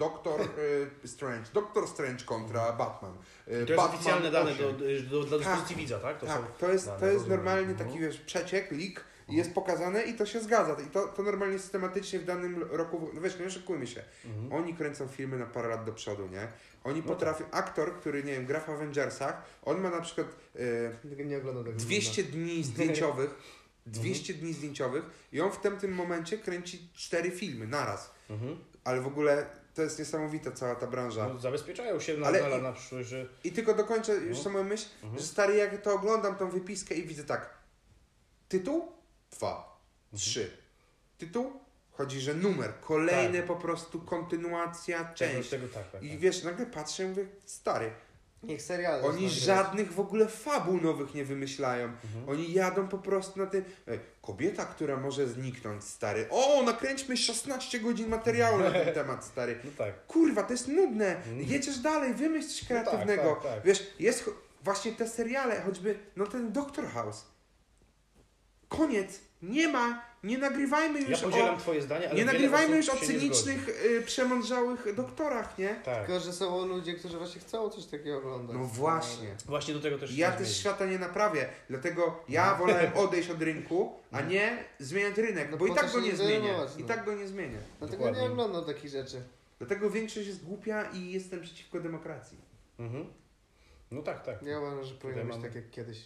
Doctor Strange kontra Batman. To jest Batman oficjalne dane 8. dla dyspozycji widza, tak? To jest normalnie taki, wiesz, przeciek, leak, jest pokazane i to się zgadza. I to normalnie systematycznie w danym roku, no wiesz, nie oszukujmy się. Oni kręcą filmy na parę lat do przodu, nie? Oni potrafią, aktor, który, nie wiem, gra w Avengersach, on ma na przykład 200 dni zdjęciowych, 200 dni zdjęciowych i on w tym momencie kręci 4 filmy naraz. Ale w ogóle to jest niesamowita cała ta branża. No, zabezpieczają się na przyszłość, że... I tylko dokończę już samą myśl, że stary, jak to oglądam tą wypiskę i widzę tak, tytuł 2, 3, tytuł, chodzi, że numer, kolejny po prostu kontynuacja, część. Tak. I wiesz, nagle patrzę i mówię, stary, Niech seriale oni żadnych w ogóle fabuł nowych nie wymyślają. Oni jadą po prostu na tym. Kobieta, która może zniknąć, stary. O, nakręćmy 16 godzin materiału na ten temat, stary. No tak. Kurwa, to jest nudne. Jedziesz dalej, wymyśl coś kreatywnego. tak. Wiesz, jest właśnie te seriale, choćby, no ten Doctor House. Koniec. Nie nagrywajmy już Ja podzielam twoje zdanie, ale nie nagrywajmy już o się nie cynicznych, przemądrzałych doktorach, nie? Tak. Tylko, że są ludzie, którzy właśnie chcą coś takiego oglądać. No właśnie. Właśnie do tego też Ja chcę też zmierzyć. świata nie naprawię, dlatego ja wolałem odejść od rynku, a nie zmieniać rynek, No bo i po tak to go się nie nie zmienię. zajmować, no. I tak go nie zmienię. Dlatego Dokładnie. nie oglądam takich rzeczy. Dlatego większość jest głupia i jestem przeciwko demokracji. No tak. Ja uważam, że powinno być mamy- tak jak kiedyś.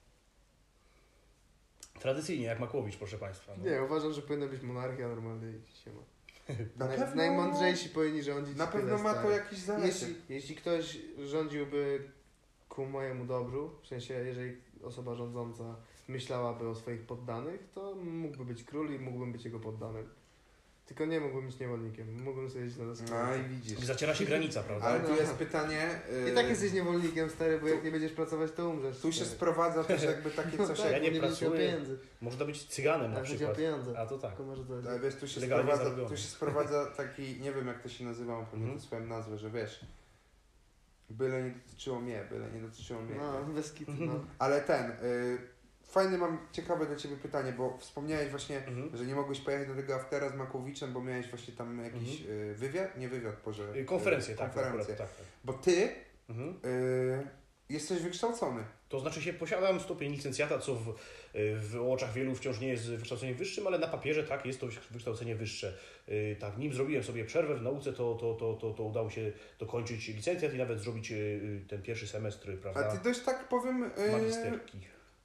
Tradycyjnie, jak Makłowicz, proszę Państwa. No. Nie, uważam, że powinna być monarchia normalnie i się ma. Na pewno, Najmądrzejsi powinni rządzić. na i tyle, pewno ma to stary. jakieś zalety. Jeśli ktoś rządziłby ku mojemu dobru, w sensie jeżeli osoba rządząca myślałaby o swoich poddanych, to mógłby być król i mógłbym być jego poddanym. Tylko nie mógłbym być niewolnikiem, mógłbym siedzieć na desce. No i widzisz. Zaciera się granica, prawda? Ale tu jest pytanie... I tak jesteś niewolnikiem, stary, bo jak nie będziesz pracować, to umrzesz. Tu się stary. sprowadza też jakby takie No coś tak, Ja jak... nie nie będziesz miał pracuję. pieniędzy. Można być cyganem na Tak, chodzi o przykład. pieniądze. A to tak. Tylko może to Ale wiesz, tu się Legalnie zarobione. tu się sprowadza taki, nie wiem jak to się nazywa, mam pewnie swoją nazwę, że wiesz, byle nie dotyczyło mnie. No, bez kitu, no. Ale fajne mam, ciekawe dla Ciebie pytanie, bo wspomniałeś właśnie, że nie mogłeś pojechać do tego aftera z Makowiczem, bo miałeś właśnie tam jakiś wywiad, nie wywiad, Boże. Konferencję, tak. konferencję. Tak. Bo Ty jesteś wykształcony. To znaczy się posiadam stopień licencjata, co w oczach wielu wciąż nie jest wykształceniem wyższym, ale na papierze tak, jest to wykształcenie wyższe. Tak, nim zrobiłem sobie przerwę w nauce, to udało się dokończyć licencjat i nawet zrobić ten pierwszy semestr, A prawda, Ty dość tak powiem, magisterki.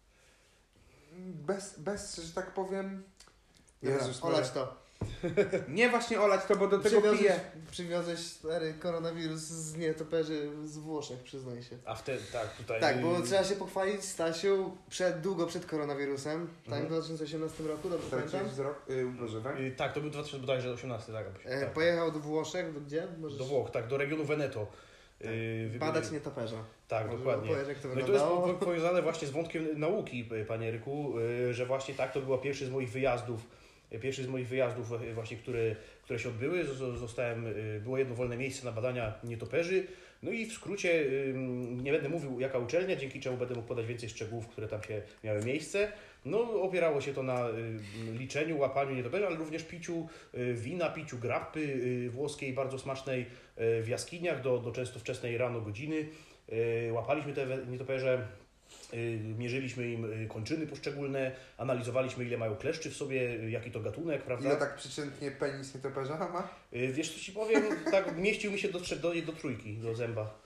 bez, że tak powiem, Dobra, Jezus, olać to. nie właśnie olać to, bo do tego piję. Przywiozłeś stary koronawirus z nietoperzy z Włoszech, przyznaj się. A wtedy, tak, tutaj... Tak, bo trzeba się pochwalić, Stasiu, długo przed koronawirusem, tak, w 2018 roku, dobrze Straciłeś pamiętam? wzrok, Boże, tak? Tak, to był 2018, tak. Tak. Pojechał do Włoszech, do gdzie? Możesz Do Włoch, tak, do regionu Veneto. badać nietoperza. Tak, Może dokładnie. opowiesz, jak to No i to jest wyglądało? powiązane właśnie z wątkiem nauki, panie Eryku, że właśnie tak, to był pierwszy z moich wyjazdów właśnie, które się odbyły. Było jedno wolne miejsce na badania nietoperzy. No i w skrócie, nie będę mówił jaka uczelnia, dzięki czemu będę mógł podać więcej szczegółów, które tam się miały miejsce. No opierało się to na liczeniu, łapaniu nietoperzy, ale również piciu wina, piciu grappy włoskiej, bardzo smacznej w jaskiniach do często wczesnej rano godziny. Łapaliśmy te nietoperze, mierzyliśmy im kończyny poszczególne, analizowaliśmy ile mają kleszczy w sobie, jaki to gatunek, prawda? Ile tak przeciętnie penis nietoperza ma? Wiesz co ci powiem, tak mieścił mi się do trójki, do zęba.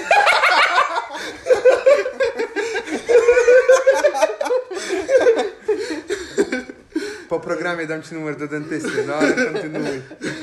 Po programie dam Ci numer do dentysty, no ale kontynuuj.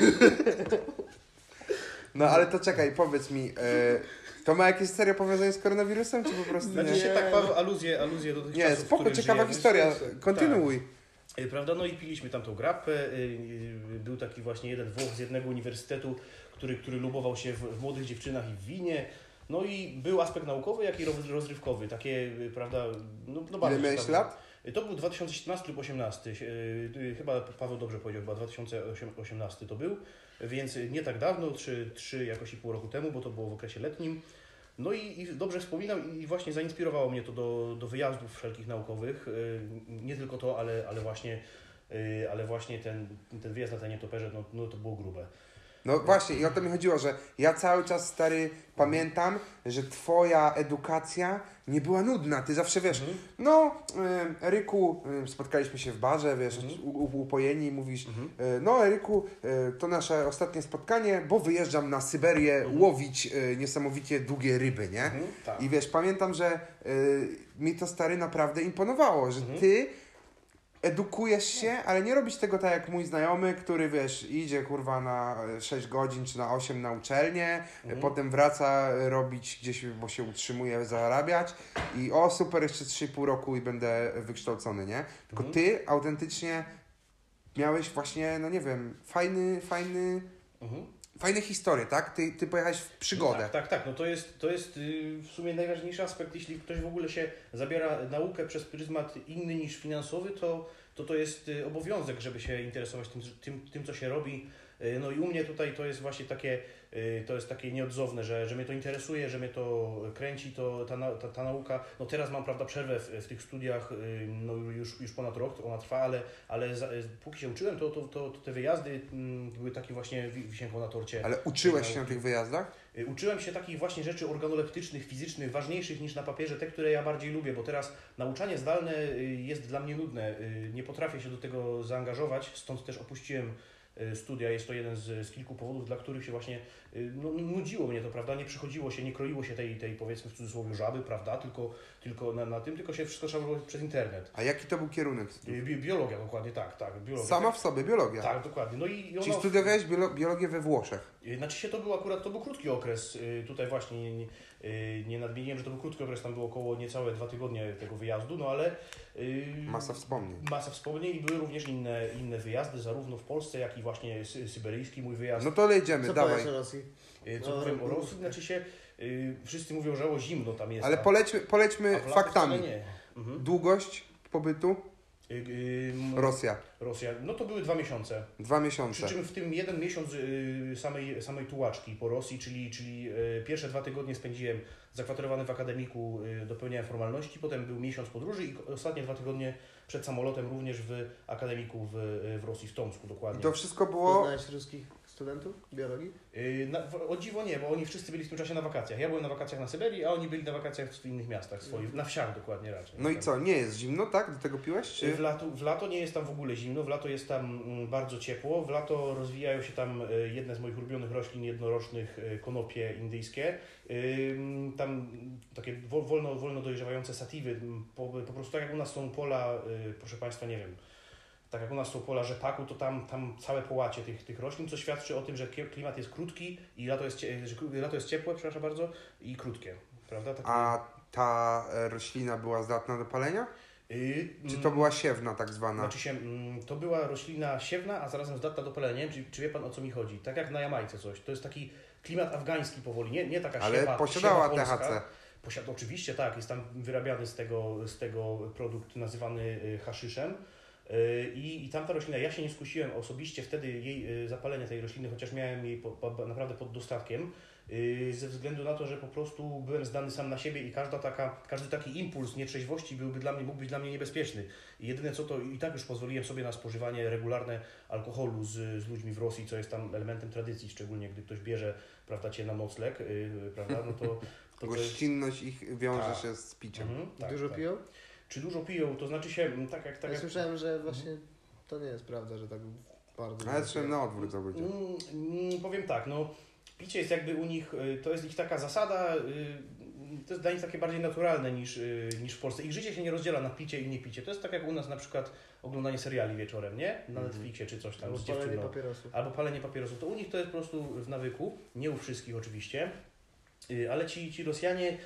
No ale to czekaj, powiedz mi, to ma jakieś serio powiązanie z koronawirusem, czy po prostu Znaczy nie? się tak, Paweł, aluzje do tych Nie, czasów, w spoko, których ciekawa żyjemy. historia, kontynuuj. Prawda, no i piliśmy tam tą grappę. Był taki właśnie jeden Włoch z jednego uniwersytetu, który lubował się w młodych dziewczynach i w winie. No i był aspekt naukowy, jak i rozrywkowy. Takie, prawda, no bardzo Ile miałeś ciekawe. lat? To był 2017 lub 2018. Chyba Paweł dobrze powiedział, chyba 2018 to był. Więc nie tak dawno, 3 jakoś i pół roku temu, bo to było w okresie letnim. No i dobrze wspominam i właśnie zainspirowało mnie to do wyjazdów wszelkich naukowych. Nie tylko to, ale właśnie ten wyjazd na te nietoperze, no to było grube. No właśnie i o to mi chodziło, że ja cały czas, stary, pamiętam, że Twoja edukacja nie była nudna. Ty zawsze, wiesz, Eryku, spotkaliśmy się w barze, wiesz, upojeni, mówisz, no Eryku, to nasze ostatnie spotkanie, bo wyjeżdżam na Syberię łowić niesamowicie długie ryby, nie? Tak. I wiesz, pamiętam, że mi to, stary, naprawdę imponowało, że Ty edukujesz się, ale nie robisz tego tak jak mój znajomy, który, wiesz, idzie kurwa na 6 godzin czy na 8 na uczelnię, potem wraca robić gdzieś, bo się utrzymuje, zarabiać i super, jeszcze 3,5 roku i będę wykształcony, nie? Tylko Ty autentycznie miałeś właśnie, no nie wiem, fajne historie, tak? Ty pojechałeś w przygodę. No tak. No to jest w sumie najważniejszy aspekt. Jeśli ktoś w ogóle się zabiera naukę przez pryzmat inny niż finansowy, to jest obowiązek, żeby się interesować tym, co się robi. No i u mnie tutaj to jest właśnie takie nieodzowne, że mnie to interesuje, że mnie to kręci, ta nauka. No teraz mam, prawda, przerwę w tych studiach, no już ponad rok ona trwa, ale póki się uczyłem, to te wyjazdy były takie właśnie wisienką na torcie. Ale uczyłeś się na tych wyjazdach? Uczyłem się takich właśnie rzeczy organoleptycznych, fizycznych, ważniejszych niż na papierze, te, które ja bardziej lubię, bo teraz nauczanie zdalne jest dla mnie nudne. Nie potrafię się do tego zaangażować, stąd też opuściłem studia. Jest to jeden z kilku powodów, dla których się właśnie nudziło mnie to, prawda? Nie przychodziło się, nie kroiło się tej powiedzmy w cudzysłowie żaby, prawda? Tylko na tym, tylko się wszystko trzeba było przez internet. A jaki to był kierunek? Biologia, dokładnie, tak. Biologia. Sama w sobie biologia? Tak, dokładnie. No i Czyli studiowałeś biologię we Włoszech? Znaczy się to był krótki okres. Tutaj właśnie nie nadmieniłem, że to był krótki okres, tam było około niecałe 2 tygodnie tego wyjazdu, no ale Masa wspomnień i były również inne wyjazdy, zarówno w Polsce, jak i właśnie syberyjski mój wyjazd. No to jedziemy, Co dawaj. powiesz o Rosji? Co powiem o Rosji? Znaczy się, wszyscy mówią, że o zimno tam jest. Ale polećmy faktami. Nie. Długość pobytu? Rosja, no to były 2 miesiące. 2 miesiące. Przy czym w tym 1 miesiąc samej tułaczki po Rosji, czyli pierwsze 2 tygodnie spędziłem zakwaterowany w akademiku, dopełniałem formalności, potem był miesiąc podróży i ostatnie 2 tygodnie przed samolotem również w akademiku w Rosji, w Tomsku dokładnie. I to wszystko było... Poznałeś ruskich studentów biologii? O dziwo nie, bo oni wszyscy byli w tym czasie na wakacjach. Ja byłem na wakacjach na Syberii, a oni byli na wakacjach w innych miastach swoich, na wsiach dokładnie raczej. No i co, nie jest zimno, tak? Do tego piłeś? Czy... W lato nie jest tam w ogóle zimno, w lato jest tam bardzo ciepło, w lato rozwijają się tam jedne z moich ulubionych roślin jednorocznych, konopie indyjskie. Tam takie wolno dojrzewające satiwy, po prostu tak jak u nas są pola, proszę Państwa, nie wiem, tak jak u nas są pola rzepaku, to tam całe połacie tych roślin, co świadczy o tym, że klimat jest krótki i lato jest ciepłe, przepraszam bardzo, i krótkie, prawda? A ta roślina była zdatna do palenia? Czy to była siewna tak zwana? Znaczy się, to była roślina siewna, a zarazem zdatna do palenia. Nie wiem, czy wie Pan, o co mi chodzi? Tak jak na Jamajce coś. To jest taki klimat afgański powoli, nie taka ale siewa. Ale posiadała siewa THC. Oczywiście tak, jest tam wyrabiany z tego produkt nazywany haszyszem. I tamta roślina, ja się nie skusiłem osobiście wtedy jej zapalenia tej rośliny, chociaż miałem jej naprawdę pod dostatkiem, ze względu na to, że po prostu byłem zdany sam na siebie i każdy taki impuls nietrzeźwości mógł być dla mnie niebezpieczny. I jedyne co to, i tak już pozwoliłem sobie na spożywanie regularne alkoholu z ludźmi w Rosji, co jest tam elementem tradycji, szczególnie gdy ktoś bierze, prawda, Cię na nocleg, prawda, no to gościnność ich wiąże się z piciem. Dużo piją? Czy dużo piją, to znaczy się Ja słyszałem, że właśnie to nie jest prawda, że tak bardzo... Ale słyszałem na odwrót zawrócił. Powiem tak, no picie jest jakby u nich, to jest ich taka zasada, to jest dla nich takie bardziej naturalne niż w Polsce. Ich życie się nie rozdziela na picie i nie picie. To jest tak jak u nas na przykład oglądanie seriali wieczorem, nie? Na Netflixie czy coś tam albo z dziewczyną. Palenie papierosów. Albo palenie papierosów. To u nich to jest po prostu w nawyku, nie u wszystkich oczywiście, ale ci Rosjanie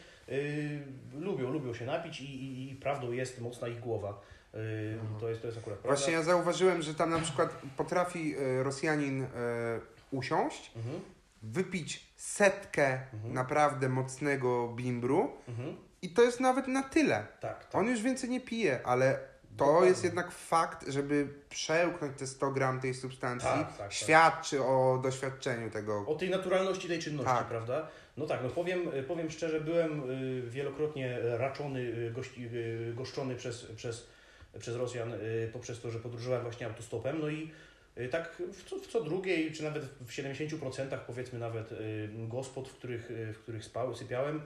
lubią się napić i prawdą jest mocna ich głowa. To jest akurat prawda. Właśnie ja zauważyłem, że tam na przykład potrafi Rosjanin usiąść, wypić 100 naprawdę mocnego bimbru i to jest nawet na tyle. Tak. On już więcej nie pije, ale to jest jednak fakt, żeby przełknąć te 100 gram tej substancji, świadczy o doświadczeniu tego. O tej naturalności tej czynności, prawda? No tak, no powiem szczerze, byłem wielokrotnie raczony, goszczony przez Rosjan poprzez to, że podróżowałem właśnie autostopem, no i tak w co drugiej, czy nawet w 70% powiedzmy nawet gospod, w których sypiałem,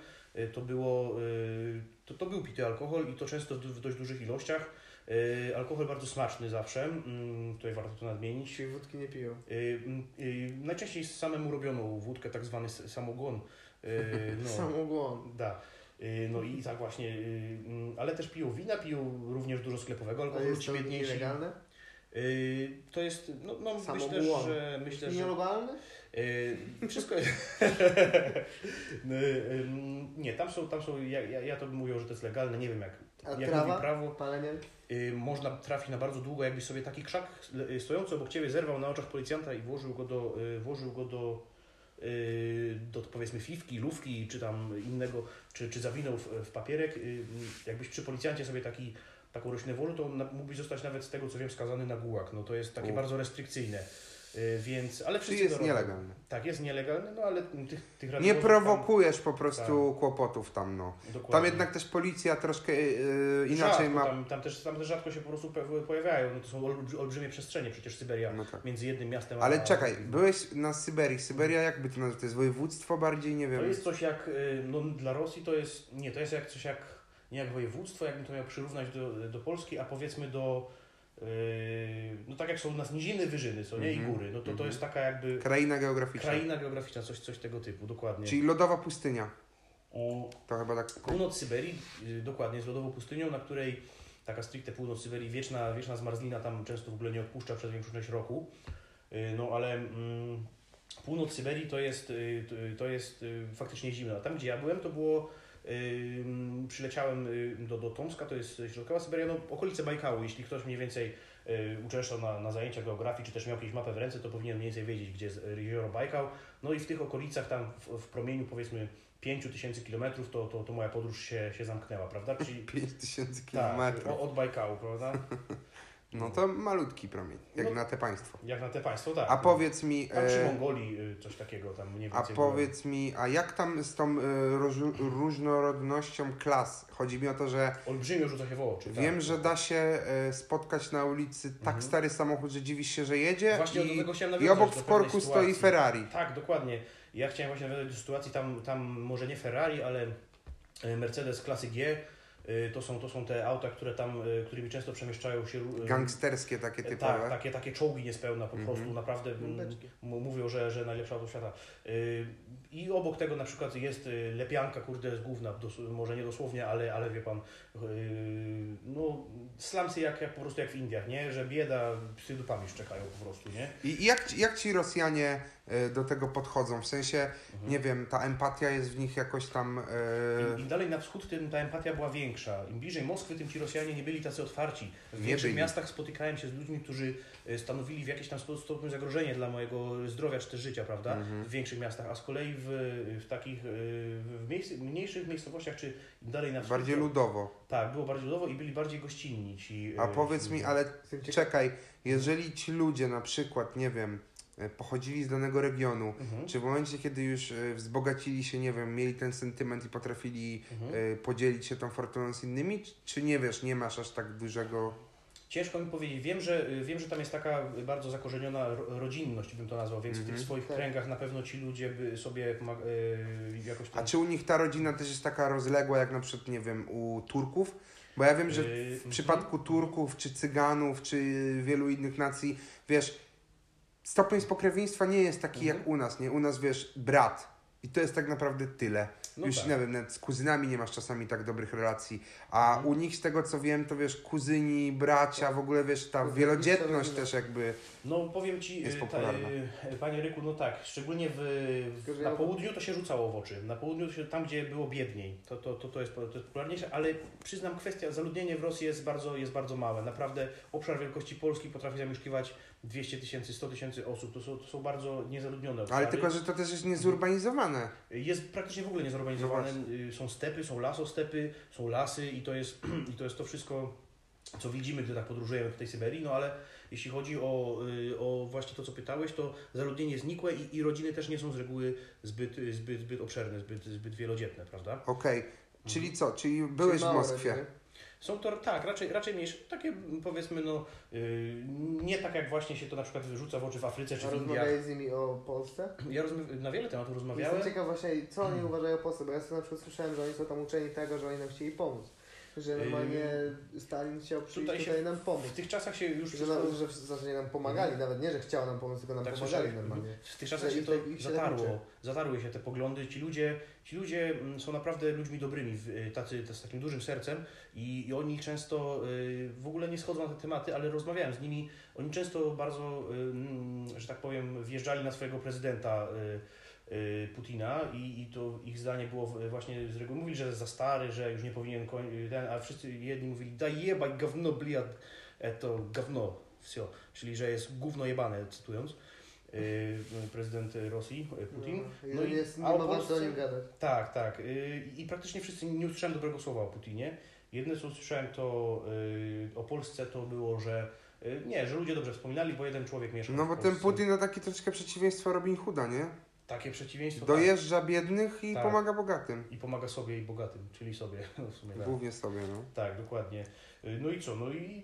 to był pity alkohol i to często w dość dużych ilościach. Alkohol bardzo smaczny zawsze, tutaj warto to nadmienić. Czyli wódki nie piją? Najczęściej samemu robioną wódkę, tak zwany samogon. Samogon. Da. No i tak właśnie, ale też piją wina, piją również dużo sklepowego alkoholu. A jest to nielegalne? To jest, myślę, że nielegalny? Wszystko nie, tam są ja to bym mówił, że to jest legalne, nie wiem jak trawa? mówi prawo. Palenie? Można trafić na bardzo długo, jakbyś sobie taki krzak stojący obok Ciebie zerwał na oczach policjanta i włożył go do powiedzmy fifki, lufki, czy tam innego, czy zawinął w papierek. Jakbyś przy policjancie sobie taką roślinę włożył, to mógłbyś zostać nawet z tego co wiem skazany na gułag. No to jest takie bardzo restrykcyjne. Więc, ale Czyli jest nielegalne. Tak, jest nielegalne, no ale tych nie prowokujesz po prostu kłopotów tam, no. Dokładnie. Tam jednak też policja troszkę inaczej rzadko, ma... Tam też rzadko się po prostu pojawiają, no to są olbrzymie przestrzenie przecież Syberia, no tak. Między jednym miastem Ale czekaj, byłeś na Syberii. Syberia jakby to nazywa? To jest województwo bardziej, nie wiem. To jest coś jak, no dla Rosji to jest jak coś jak, nie jak województwo, jakbym to miał przyrównać do Polski, a powiedzmy no tak jak są u nas niziny, wyżyny, co nie? I góry, no to jest taka jakby... Kraina geograficzna, coś tego typu, dokładnie. Czyli lodowa pustynia. To chyba tak... Północ Syberii, dokładnie, z lodową pustynią, na której taka stricte północ Syberii, wieczna zmarzlina tam często w ogóle nie odpuszcza przez większą część roku. No ale północ Syberii to jest faktycznie zimno. Tam gdzie ja byłem to było... Przyleciałem do Tomska, to jest środkowa Syberia, no okolice Bajkału. Jeśli ktoś mniej więcej uczęszczał na zajęcia geografii, czy też miał jakąś mapę w ręce, to powinien mniej więcej wiedzieć, gdzie jest jezioro Bajkał. No i w tych okolicach tam w promieniu powiedzmy 5000 km to moja podróż się zamknęła, prawda? Czyli 5000 km. Tak, od Bajkału, prawda? No to malutki promień, jak na te państwo. Jak na te państwo, tak. A powiedz mi... Tam przy Mongolii coś takiego tam mniej więcej. A powiedz mi, a jak tam z tą różnorodnością klas? Chodzi mi o to, że... Olbrzymio rzuca się w oczy. Wiem, że da się spotkać na ulicy tak stary samochód, że dziwisz się, że jedzie. Właśnie do tego chciałem i obok w korku stoi Ferrari. Tak, dokładnie. Ja chciałem właśnie nawiązać do sytuacji, tam może nie Ferrari, ale Mercedes klasy G. To są te auta, którymi często przemieszczają się... Gangsterskie takie typowe. Tak, takie czołgi niespełna po prostu, naprawdę mówią, że najlepsze auto świata. I obok tego na przykład jest lepianka, kurde, z gówna, może nie dosłownie, ale wie pan, no slumsy jak po prostu jak w Indiach, nie? Że bieda, psy dupami szczekają po prostu, nie? I jak ci Rosjanie do tego podchodzą? W sensie, nie wiem, ta empatia jest w nich jakoś tam... Im dalej na wschód, tym ta empatia była większa. Im bliżej Moskwy, tym ci Rosjanie nie byli tacy otwarci. W większych miastach spotykałem się z ludźmi, którzy stanowili w jakiś tam stopniu zagrożenie dla mojego zdrowia czy też życia, prawda? W większych miastach, a z kolei w takich mniejszych miejscowościach, czy im dalej na wschód... Bardziej ludowo. Tak, było bardziej ludowo i byli bardziej gościnni ci... A powiedz mi, ale czekaj, jeżeli ci ludzie na przykład, nie wiem, pochodzili z danego regionu, czy w momencie, kiedy już wzbogacili się, nie wiem, mieli ten sentyment i potrafili podzielić się tą fortuną z innymi, czy nie wiesz, nie masz aż tak dużego... Ciężko mi powiedzieć. Wiem, że tam jest taka bardzo zakorzeniona rodzinność, bym to nazwał, więc w tych swoich kręgach na pewno ci ludzie by sobie jakoś tam... A czy u nich ta rodzina też jest taka rozległa, jak na przykład, nie wiem, u Turków? Bo ja wiem, że w przypadku Turków, czy Cyganów, czy wielu innych nacji, wiesz, stopień spokrewieństwa nie jest taki jak u nas, nie? U nas, wiesz, brat. I to jest tak naprawdę tyle. No już tak. nie wiem, nawet z kuzynami nie masz czasami tak dobrych relacji. A u nich, z tego co wiem, to wiesz, kuzyni, bracia, w ogóle wiesz, ta wielodzietność też jakby no powiem Ci, jest popularna. Panie Ryku, no tak, szczególnie na południu to się rzucało w oczy. Na południu, tam gdzie było biedniej, to jest popularniejsze, ale przyznam, kwestia zaludnienia w Rosji jest bardzo małe. Naprawdę obszar wielkości Polski potrafi zamieszkiwać 200 000, 100 000 osób. To są bardzo niezaludnione obszary. Ale tylko, że to też jest niezurbanizowane. Jest praktycznie w ogóle niezurbanizowane. Są stepy, są lasostepy, są lasy i to jest to wszystko, co widzimy, gdy tak podróżujemy po tej Syberii, no ale jeśli chodzi o właśnie to, co pytałeś, to zaludnienie jest nikłe i rodziny też nie są z reguły zbyt obszerne, zbyt wielodzietne, prawda? Okej. Czyli co? Czyli byłeś w Moskwie? Rodziny. Są to, tak, raczej mniejsze, takie powiedzmy, no nie tak jak właśnie się to na przykład wyrzuca w oczy w Afryce czy w Indiach. Rozmawiałeś z nimi o Polsce? Ja na wiele tematów rozmawiałem. Jestem ciekaw właśnie, co oni uważają o Polsce, bo ja sobie na przykład słyszałem, że oni są tam uczeni tego, że oni nam chcieli pomóc. Że normalnie Stalin chciał przyjść Tutaj tutaj nam pomóc. W tych czasach się już... Że w zasadzie nam pomagali, nawet nie, że chciał nam pomóc, tylko nam Tak, pomagali normalnie. w tych czasach Że się ich to tak- ich się tak uczy. zatarły się te poglądy. Ci ludzie są naprawdę ludźmi dobrymi, tacy z takim dużym sercem i oni często w ogóle nie schodzą na te tematy, ale rozmawiałem z nimi. Oni często bardzo, że tak powiem, wjeżdżali na swojego prezydenta Putina i to ich zdanie było właśnie z reguły, mówili, że jest za stary, że już nie powinien, a wszyscy jedni mówili, daj jebaj gówno bliad, to gówno, wsio, czyli że jest gówno jebane, cytując prezydent Rosji, Putin. No i jest, nie ma warto o nim gadać. Tak. I praktycznie wszyscy, nie usłyszałem dobrego słowa o Putinie. Jedyne co usłyszałem to o Polsce to było, że że ludzie dobrze wspominali, bo jeden człowiek mieszkał No w bo Polsce. ten Putin to takie troszeczkę przeciwieństwo Robin Hooda, nie? Takie przeciwieństwo. Dojeżdża biednych i Tak. pomaga bogatym. I pomaga sobie i bogatym, czyli sobie w sumie. Tak. Głównie sobie, no. Tak, dokładnie. No i co? No i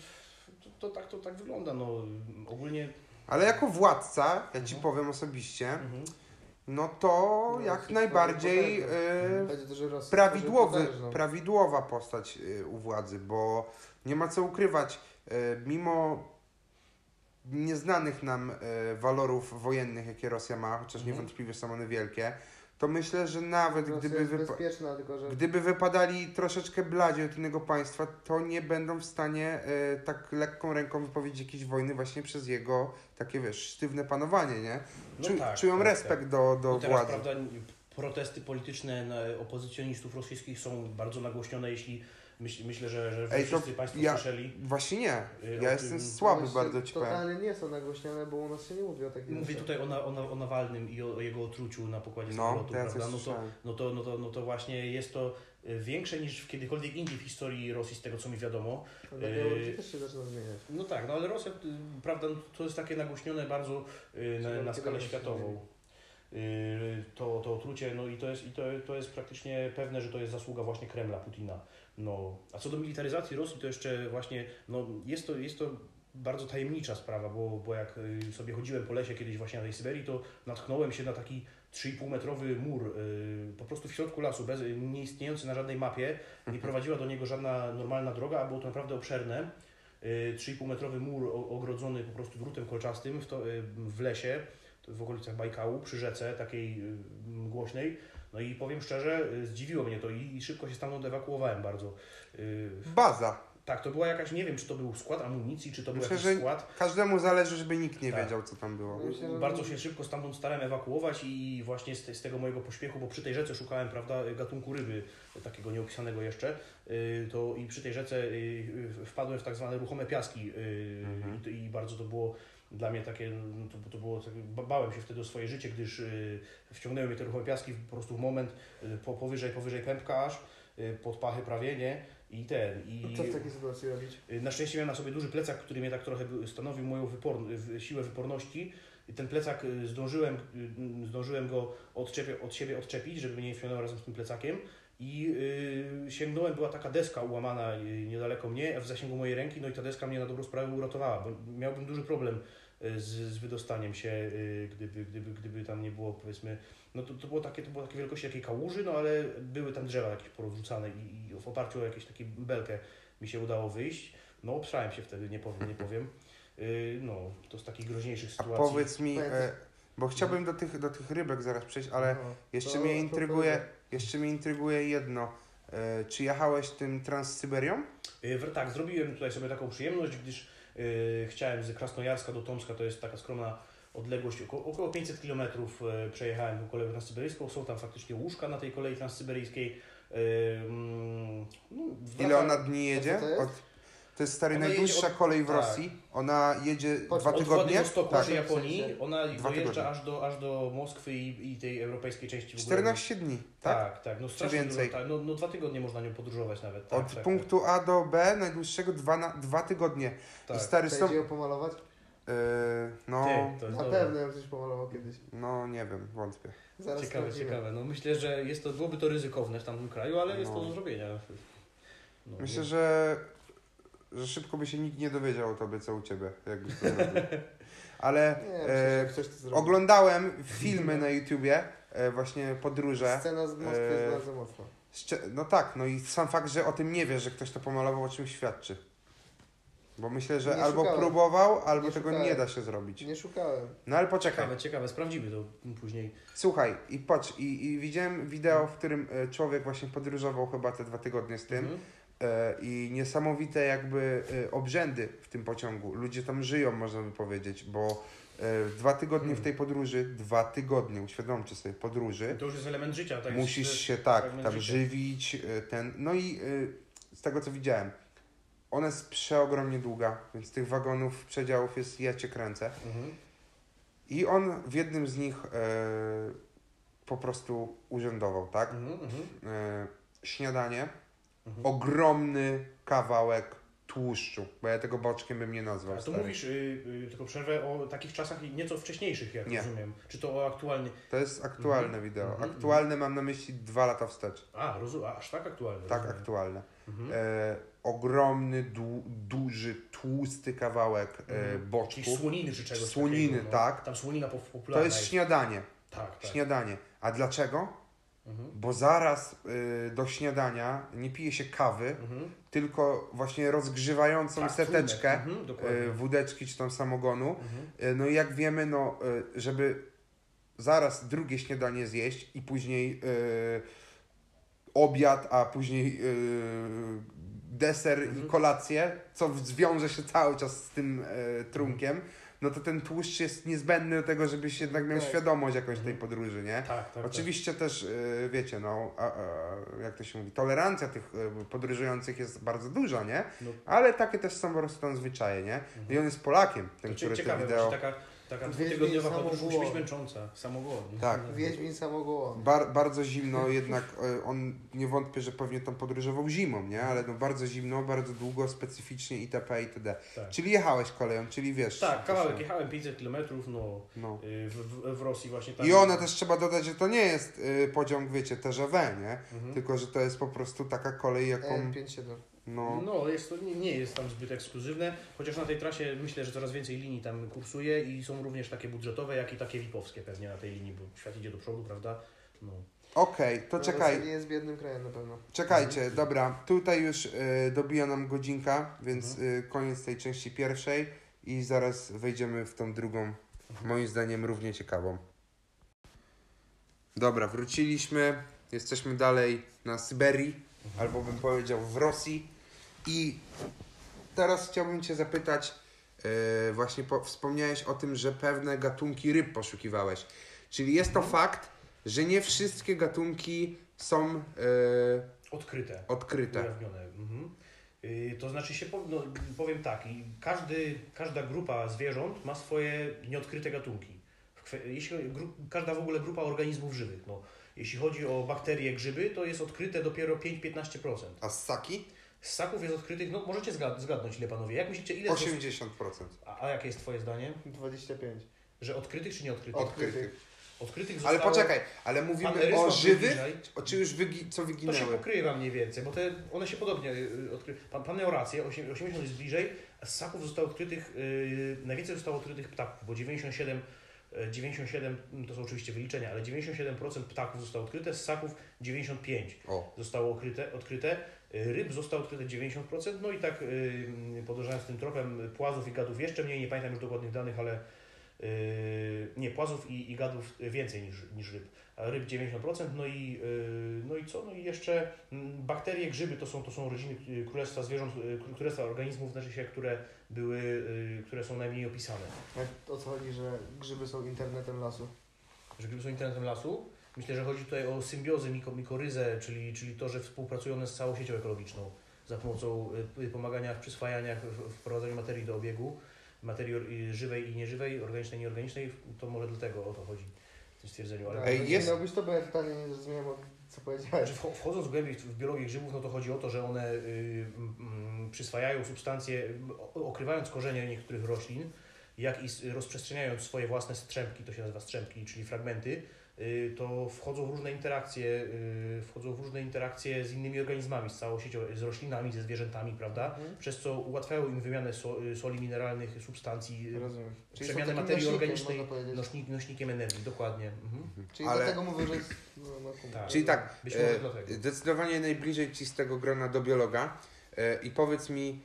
to tak wygląda. No ogólnie. Ale jako władca, ja ci Mhm. powiem osobiście, Mhm. no to No, jak wszystko najbardziej potężne. Będzie to, że Rosja prawidłowa postać u władzy, bo nie ma co ukrywać, mimo nieznanych nam walorów wojennych, jakie Rosja ma, chociaż niewątpliwie są one wielkie, to myślę, że nawet Rosja jest bezpieczna, tylko że... gdyby wypadali troszeczkę bladzie od innego państwa, to nie będą w stanie tak lekką ręką wypowiedzieć jakiejś wojny właśnie przez jego takie, wiesz, sztywne panowanie, nie? No tak, Czują tak, respekt tak. do I teraz, władzy. prawda, protesty polityczne opozycjonistów rosyjskich są bardzo nagłośnione, jeśli myślę, że wszyscy Państwo słyszeli. Właśnie nie. Ja o jestem tym- słaby Właśnie bardzo ci powiem. totalnie nie są nagłośnione, bo u nas się nie mówi o takich Mówię rzeczach. tutaj o Nawalnym i o jego otruciu na pokładzie No, samolotu, to ja coś prawda? słyszałem. No to właśnie jest to większe niż kiedykolwiek indziej w historii Rosji, z tego co mi wiadomo. No, takie ludzi też się zaczyna zmieniać. No tak, no ale Rosja, prawda, no to jest takie nagłośnione bardzo na skalę światową. To otrucie, no i to jest praktycznie pewne, że to jest zasługa właśnie Kremla, Putina. No, a co do militaryzacji Rosji, to jeszcze właśnie, no jest to bardzo tajemnicza sprawa, bo jak sobie chodziłem po lesie kiedyś właśnie na tej Syberii, to natknąłem się na taki 3,5-metrowy mur, po prostu w środku lasu, nie istniejący na żadnej mapie, nie prowadziła do niego żadna normalna droga, a było to naprawdę obszerne. 3,5-metrowy mur ogrodzony po prostu drutem kolczastym w lesie, w okolicach Bajkału, przy rzece takiej głośnej. No i powiem szczerze, zdziwiło mnie to i szybko się stamtąd ewakuowałem bardzo. Baza. Tak, to była jakaś, nie wiem, czy to był skład amunicji, czy to był Myślę, jakiś że skład. każdemu zależy, żeby nikt nie Tak. wiedział, co tam było. Myślę, że- Bardzo się szybko stamtąd starałem ewakuować i właśnie z tego mojego pośpiechu, bo przy tej rzece szukałem, prawda, gatunku ryby, takiego nieopisanego jeszcze, to i przy tej rzece wpadłem w tak zwane ruchome piaski i bardzo to było dla mnie takie, to było, bałem się wtedy o swoje życie, gdyż wciągnęły mnie te ruchome piaski po prostu w moment powyżej pępka aż, pod pachy prawie, nie? I Co w takiej sytuacji robić? na szczęście miałem na sobie duży plecak, który mnie tak trochę stanowił moją siłę wyporności. I ten plecak zdążyłem go od siebie odczepić, żeby mnie nie wciągnęło razem z tym plecakiem. I sięgnąłem, była taka deska ułamana niedaleko mnie, w zasięgu mojej ręki, no i ta deska mnie na dobrą sprawę uratowała, bo miałbym duży problem z wydostaniem się, gdyby tam nie było, powiedzmy, no to było takie wielkości jakiej kałuży, no ale były tam drzewa jakieś porozrzucane i w oparciu o jakąś taką belkę mi się udało wyjść. No obsrałem się wtedy, nie powiem. No, to z takich groźniejszych A sytuacji. powiedz mi, bo chciałbym do tych rybek zaraz przejść, ale jeszcze mnie intryguje jedno. Czy jechałeś tym Transsyberią? Tak, zrobiłem tutaj sobie taką przyjemność, gdyż chciałem z Krasnojarska do Tomska, to jest taka skromna odległość, około 500 km przejechałem tą koleją transsyberyjską. Są tam faktycznie łóżka na tej kolei transsyberyjskiej. Ile ona dni jedzie? Co to jest? To jest stary Ona najdłuższa jedzie kolej w tak. Rosji. Ona jedzie 2 Od tygodnie. Władywostoku Tak. przy Japonii, W sensie ona 2 dojeżdża tygodnie. aż do Moskwy i tej europejskiej części w ogóle. 14 dni, tak? Tak, no strasznie więcej? dużo, tak, no 2 tygodnie można nią podróżować nawet. Tak, Od tak, punktu A do B najdłuższego 2 tygodnie. tak. I stary są... Chcecie ją pomalować? No, Ty, to jest Na dobre. pewno ją coś pomalował kiedyś. no nie wiem, wątpię. Zaraz sprawdzimy. Ciekawe. No myślę, że byłoby to ryzykowne w tamtym kraju, ale jest to No. do zrobienia. No, Myślę, że szybko by się nikt nie dowiedział o tobie, co u ciebie, jakbyś to zrobił. Ale Nie, myślę, że ktoś to zrobi. oglądałem filmy na YouTubie, właśnie podróże. Scena z Moskwy e, jest bardzo mocna. No tak, no i sam fakt, że o tym nie wiesz, że ktoś to pomalował, o czym świadczy. Bo myślę, że Nie albo szukałem. próbował, albo Nie tego szukałem. nie da się zrobić. Nie szukałem. No ale poczekaj. Ciekawe, sprawdzimy to później. Słuchaj, i patrz, i widziałem wideo, w którym człowiek właśnie podróżował chyba te 2 tygodnie z tym i niesamowite jakby obrzędy w tym pociągu. Ludzie tam żyją, można by powiedzieć, bo 2 tygodnie w tej podróży, 2 tygodnie, uświadomcie sobie, podróży. To już jest element życia. Tak? Musisz jest, się fragment tam życia. żywić, no i z tego co widziałem, ona jest przeogromnie długa, więc tych wagonów, przedziałów jest, ja cię kręcę. I on w jednym z nich po prostu urzędował, tak? Śniadanie, ogromny kawałek tłuszczu, bo ja tego boczkiem bym nie nazwał. A to stary. mówisz, tylko przerwę, o takich czasach i nieco wcześniejszych, jak Nie. rozumiem. Czy to o aktualnych? To jest aktualne wideo. Aktualne mam na myśli 2 lata wstecz. Aż tak aktualne. Tak, rozumiem. aktualne. Ogromny, duży, tłusty kawałek boczku. Jakieś słoniny czy czegoś Słoniny, takiego, no. tak. Tam słonina popularna To jest śniadanie. Tak, tak. Śniadanie. A dlaczego? Bo zaraz do śniadania nie pije się kawy, tylko właśnie rozgrzewającą Tak, seteczkę dokładnie. wódeczki czy tam samogonu. No i jak wiemy, no, żeby zaraz drugie śniadanie zjeść i później obiad, a później deser i kolację, co zwiąże się cały czas z tym trunkiem, no to ten tłuszcz jest niezbędny do tego, żebyś jednak miał świadomość jakąś tej podróży, nie? Tak. Oczywiście też, wiecie, no, jak to się mówi, tolerancja tych podróżujących jest bardzo duża, nie? No. Ale takie też są po prostu tam zwyczaje, nie? I on jest Polakiem, ten, To który ciekawe, te wideo... właśnie taka Wiedźmin dwutygodniowa podróż musi być samogłon. męcząca. Samogłon. Tak. Wiedźmin samogołon. Bardzo zimno, jednak on nie wątpię, że pewnie tam podróżował zimą, nie? Ale no bardzo zimno, bardzo długo, specyficznie itp. itd. Tak. Czyli jechałeś koleją, czyli wiesz... Tak, to kawałek się- jechałem 500 km, No. w Rosji właśnie tam. I ona też trzeba dodać, że to nie jest pociąg, wiecie, TGV, nie? Tylko, że to jest po prostu taka kolej, jaką... N57. No, No, nie jest tam zbyt ekskluzywne, chociaż na tej trasie myślę, że coraz więcej linii tam kursuje i są również takie budżetowe, jak i takie VIP-owskie pewnie na tej linii, bo świat idzie do przodu, prawda? No. Okej, to No, czekaj. Rosja nie jest biednym krajem na pewno. Czekajcie, dobra, tutaj już dobija nam godzinka, więc koniec tej części pierwszej i zaraz wejdziemy w tą drugą, moim zdaniem równie ciekawą. Dobra, wróciliśmy, jesteśmy dalej na Syberii, albo bym powiedział w Rosji i teraz chciałbym Cię zapytać, właśnie wspomniałeś o tym, że pewne gatunki ryb poszukiwałeś, czyli jest to fakt, że nie wszystkie gatunki są odkryte. Ujawnione. To znaczy się, powiem tak, każda grupa zwierząt ma swoje nieodkryte gatunki. Każda w ogóle grupa organizmów żywych. No, jeśli chodzi o bakterie, grzyby, to jest odkryte dopiero 5-15%. A ssaki? Ssaków jest odkrytych, no możecie zgadnąć ile panowie. Jak myślicie, ile 80%. A jakie jest twoje zdanie? 25. Że odkrytych czy nieodkrytych? Odkrytych Ale zostało... poczekaj, ale mówimy Amerysła o żywych, bliżej. czy już co To się wyginęły? pokrywa mniej więcej, bo one się podobnie odkryły. Pan miał rację, 80 jest bliżej, a z ssaków zostało odkrytych, najwięcej zostało odkrytych ptaków, bo 97 to są oczywiście wyliczenia, ale 97% ptaków zostało odkryte, ssaków 95% zostało odkryte, ryb zostało odkryte 90%, no i tak podążając tym tropem płazów i gadów jeszcze mniej, nie pamiętam już dokładnych danych, ale nie, płazów i gadów więcej niż ryb. A ryb 90%, no i co? No i jeszcze bakterie, grzyby to są rodziny królestwa zwierząt, królestwa organizmów, znaczy się, które są najmniej opisane. O co chodzi, że grzyby są internetem lasu? Że grzyby są internetem lasu? Myślę, że chodzi tutaj o symbiozy, mikoryzę, czyli to, że współpracują one z całą siecią ekologiczną za pomocą pomagania w przyswajaniach, w wprowadzaniu materii do obiegu, materii żywej i nieżywej, organicznej i nieorganicznej, to może dlatego o to chodzi w tym stwierdzeniu. Ale Miałbyś to, bo ja totalnie nie zrozumiałem, co powiedziałeś. wchodząc głębiej w biologię grzybów, no to chodzi o to, że one przyswajają substancje, okrywając korzenie niektórych roślin, jak i rozprzestrzeniając swoje własne strzępki, to się nazywa strzępki, czyli fragmenty, to wchodzą w różne interakcje z innymi organizmami, z całą siecią, z roślinami, ze zwierzętami, prawda? Przez co ułatwiają im wymianę soli mineralnych, substancji, Rozumiem. Czyli przemianę materii organicznej nośnikiem energii, dokładnie. Czyli do tego mówię, że jest... Tak. Czyli tak, Być może dlatego. zdecydowanie najbliżej ci z tego grona do biologa i powiedz mi,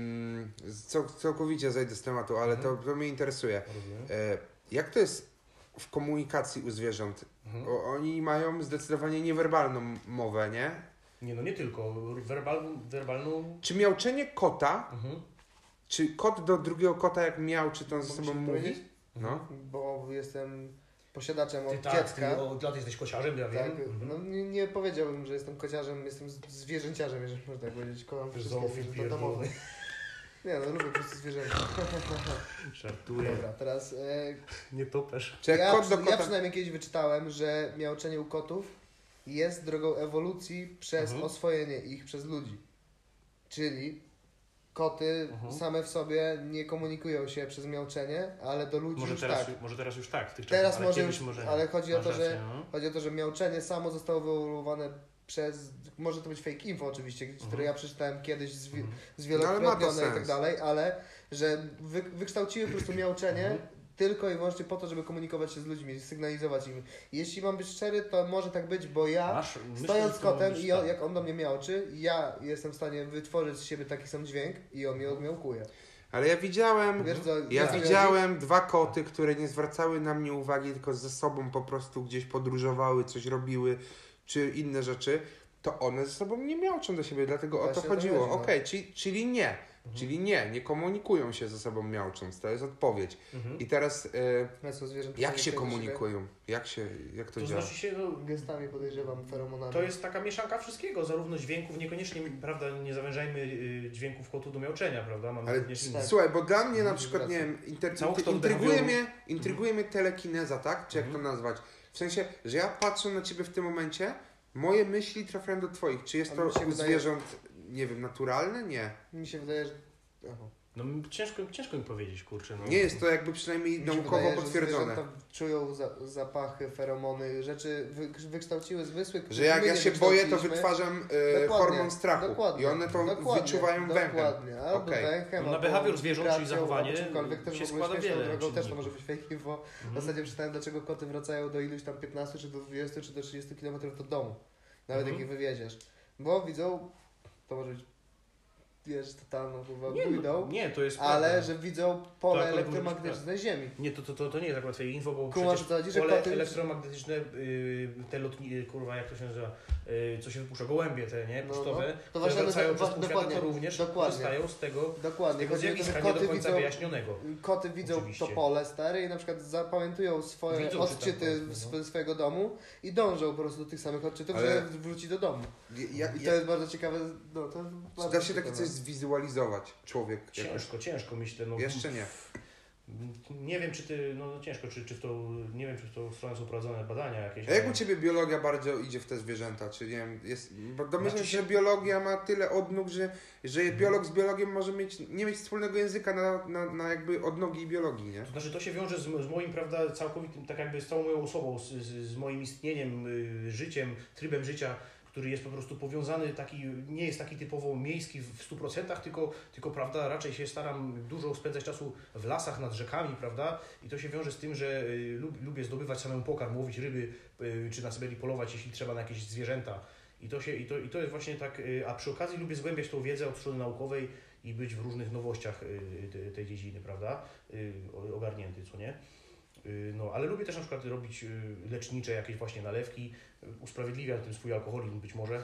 całkowicie zejdę z tematu, ale to mnie interesuje. Jak to jest w komunikacji u zwierząt? Oni mają zdecydowanie niewerbalną mowę, nie? Nie, no nie tylko. Werbalną... Czy miauczenie kota, czy kot do drugiego kota jak miał, czy to ze sobą mówi? No. Bo jestem posiadaczem od Tak, dziecka. ty od lat jesteś kosiarzem, ja Tak, wiem. no nie powiedziałbym, że jestem kociarzem, jestem zwierzęciarzem, jeżeli można tak powiedzieć. Kocham wszystkie to domowe. Nie, no lubię po prostu zwierzęta. Żartuję. Dobra, teraz... Nie topesz. Czy jak kot do kota... Ja przynajmniej kiedyś wyczytałem, że miauczenie u kotów jest drogą ewolucji przez oswojenie ich przez ludzi. Czyli koty same w sobie nie komunikują się przez miauczenie, ale do ludzi może już teraz, tak. Może teraz już tak. W tych Teraz czasach, może już, ale chodzi o to, rację, że chodzi o to, że miauczenie samo zostało wyewoluowane przez, może to być fake info oczywiście, które ja przeczytałem kiedyś zwielokrotnione i tak dalej, ale że wykształciły po prostu miauczenie tylko i wyłącznie po to, żeby komunikować się z ludźmi, sygnalizować im. Jeśli mam być szczery, to może tak być, bo ja stojąc z kotem i jak on do mnie miauczy, ja jestem w stanie wytworzyć z siebie taki sam dźwięk i on mnie odmiałkuje. Ale ja widziałem, widziałem 2 koty, które nie zwracały na mnie uwagi, tylko ze sobą po prostu gdzieś podróżowały, coś robiły, czy inne rzeczy, to one ze sobą nie miauczą do siebie, dlatego o to chodziło. Okej, czyli nie. Czyli nie komunikują się ze sobą miaucząc, to jest odpowiedź. I teraz jak się komunikują? Jak to działa? Znaczy się, gestami podejrzewam, feromonami. To jest taka mieszanka wszystkiego, zarówno dźwięków, niekoniecznie, prawda, nie zawężajmy dźwięków kotu do miauczenia, prawda? Mamy ale słuchaj, bo dla mnie na przykład, nie wiem, intryguje mnie telekineza, tak? Czy jak to nazwać? W sensie, że ja patrzę na ciebie w tym momencie, moje myśli trafiają do twoich. Czy jest to u zwierząt, nie wiem, naturalne? Nie. Mi się wydaje, że... No ciężko mi powiedzieć, kurczę. No. Nie jest to jakby przynajmniej naukowo potwierdzone. Że czują zapachy, feromony, rzeczy wykształciły zmysły, że jak ja się boję, to wytwarzam hormon strachu. I one to wyczuwają węchem. Dokładnie. Albo węchem, na behawior zwierząt, czyli zachowanie też się składa wiele. Też to może być fake info. Ostatnio czytałem, dlaczego koty wracają do iluś tam 15, czy do 20, czy do 30 km do domu. Nawet jak ich wywieziesz. Bo widzą, to może być wiesz, totalną bójdą, nie, to jest ale prawda. że widzą pole elektromagnetyczne Ziemi. Nie, to nie jest akurat twoje info, bo przecież pole elektromagnetyczne, te kurwa, jak to się nazywa, co się wypuszcza, gołębie te, nie, pocztowe, to właśnie wracają przez pół świata, to również korzystają z tego zjawiska nie do końca wyjaśnionego. Koty widzą oczywiście. to pole stare i na przykład zapamiętują swoje odczyty swojego domu i dążą po prostu do tych samych odczytów, żeby wrócić do domu. I to jest bardzo ciekawe. Da się takie coś zwizualizować człowiek? Ciężko myślę. No, jeszcze nie. Nie wiem, czy ty, ciężko, czy w to, nie wiem, czy w tą stronę są prowadzone badania jakieś. A jak u Ciebie biologia bardzo idzie w te zwierzęta? Czy nie wiem, bo domyślam się, że biologia ma tyle odnóg, że biolog z biologiem może nie mieć wspólnego języka na jakby odnogi biologii, nie? To znaczy, to się wiąże z moim, prawda, całkowitym, tak jakby z całą moją osobą, z moim istnieniem, życiem, trybem życia, który jest po prostu powiązany, nie jest taki typowo miejski w 100%, tylko prawda, raczej się staram dużo spędzać czasu w lasach, nad rzekami, prawda, i to się wiąże z tym, że lubię zdobywać samemu pokarm, łowić ryby, czy na Syberii polować, jeśli trzeba, na jakieś zwierzęta. I to jest właśnie tak, a przy okazji lubię zgłębiać tą wiedzę od strony naukowej i być w różnych nowościach tej dziedziny, prawda, ogarnięty, co nie? No, ale lubię też na przykład robić lecznicze jakieś właśnie nalewki, usprawiedliwiam tym swój alkoholizm być może,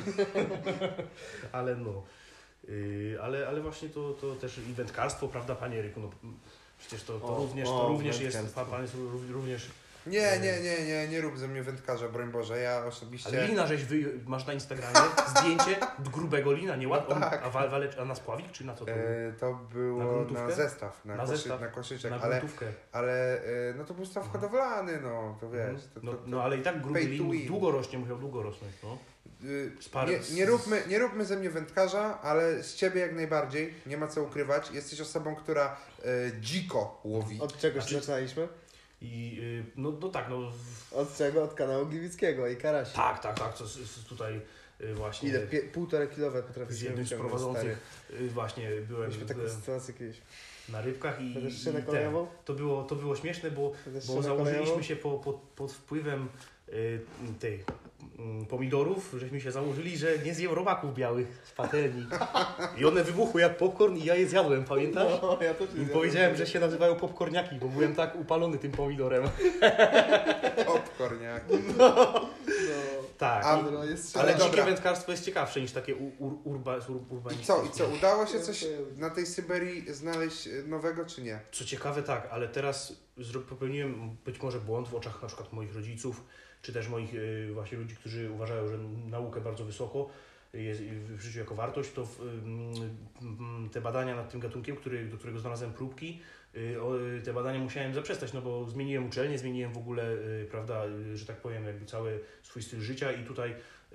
ale ale właśnie to też i wędkarstwo, prawda, panie Eryku, no przecież to również jest, pan jest również... Nie rób ze mnie wędkarza, broń Boże, ja osobiście... Ale lina masz na Instagramie, zdjęcie grubego lina, nie ładnie, tak. A na spławik, czy na co to było? To było na zestaw, na koszyczek, ale no to był staw hodowlany, no to wiesz. Ale i tak gruby lin długo rośnie, musiał długo rosnąć, no. Nie róbmy ze mnie wędkarza, ale z Ciebie jak najbardziej, nie ma co ukrywać, jesteś osobą, która dziko łowi. Od czego zaczynaliśmy? I no tak, no... Od czego? Od kanału Gliwickiego i Karasi. Tak, co tutaj właśnie... Ile? 1,5 kilowe potrafi z jednym z prowadzących właśnie byłem taką sytuację kiedyś. na rybkach i to było śmieszne, bo założyliśmy się pod wpływem tej pomidorów, żeśmy się założyli, że nie zjem robaków białych z patelni. I one wybuchły jak popcorn i ja je zjadłem, pamiętasz? No, ja też I powiedziałem, że się nazywają popcorniaki, bo byłem tak upalony tym pomidorem. Popcorniaki. Tak. Ale dzikie wędkarstwo jest ciekawsze niż takie urbanistyczne. I co, udało się coś na tej Syberii znaleźć nowego, czy nie? Co ciekawe, tak, ale teraz popełniłem być może błąd w oczach na przykład moich rodziców, czy też moich właśnie ludzi, którzy uważają, że naukę bardzo wysoko jest w życiu jako wartość, to te badania nad tym gatunkiem, do którego znalazłem próbki, te badania musiałem zaprzestać, no bo zmieniłem uczelnię, zmieniłem w ogóle, prawda, że tak powiem, jakby cały swój styl życia i tutaj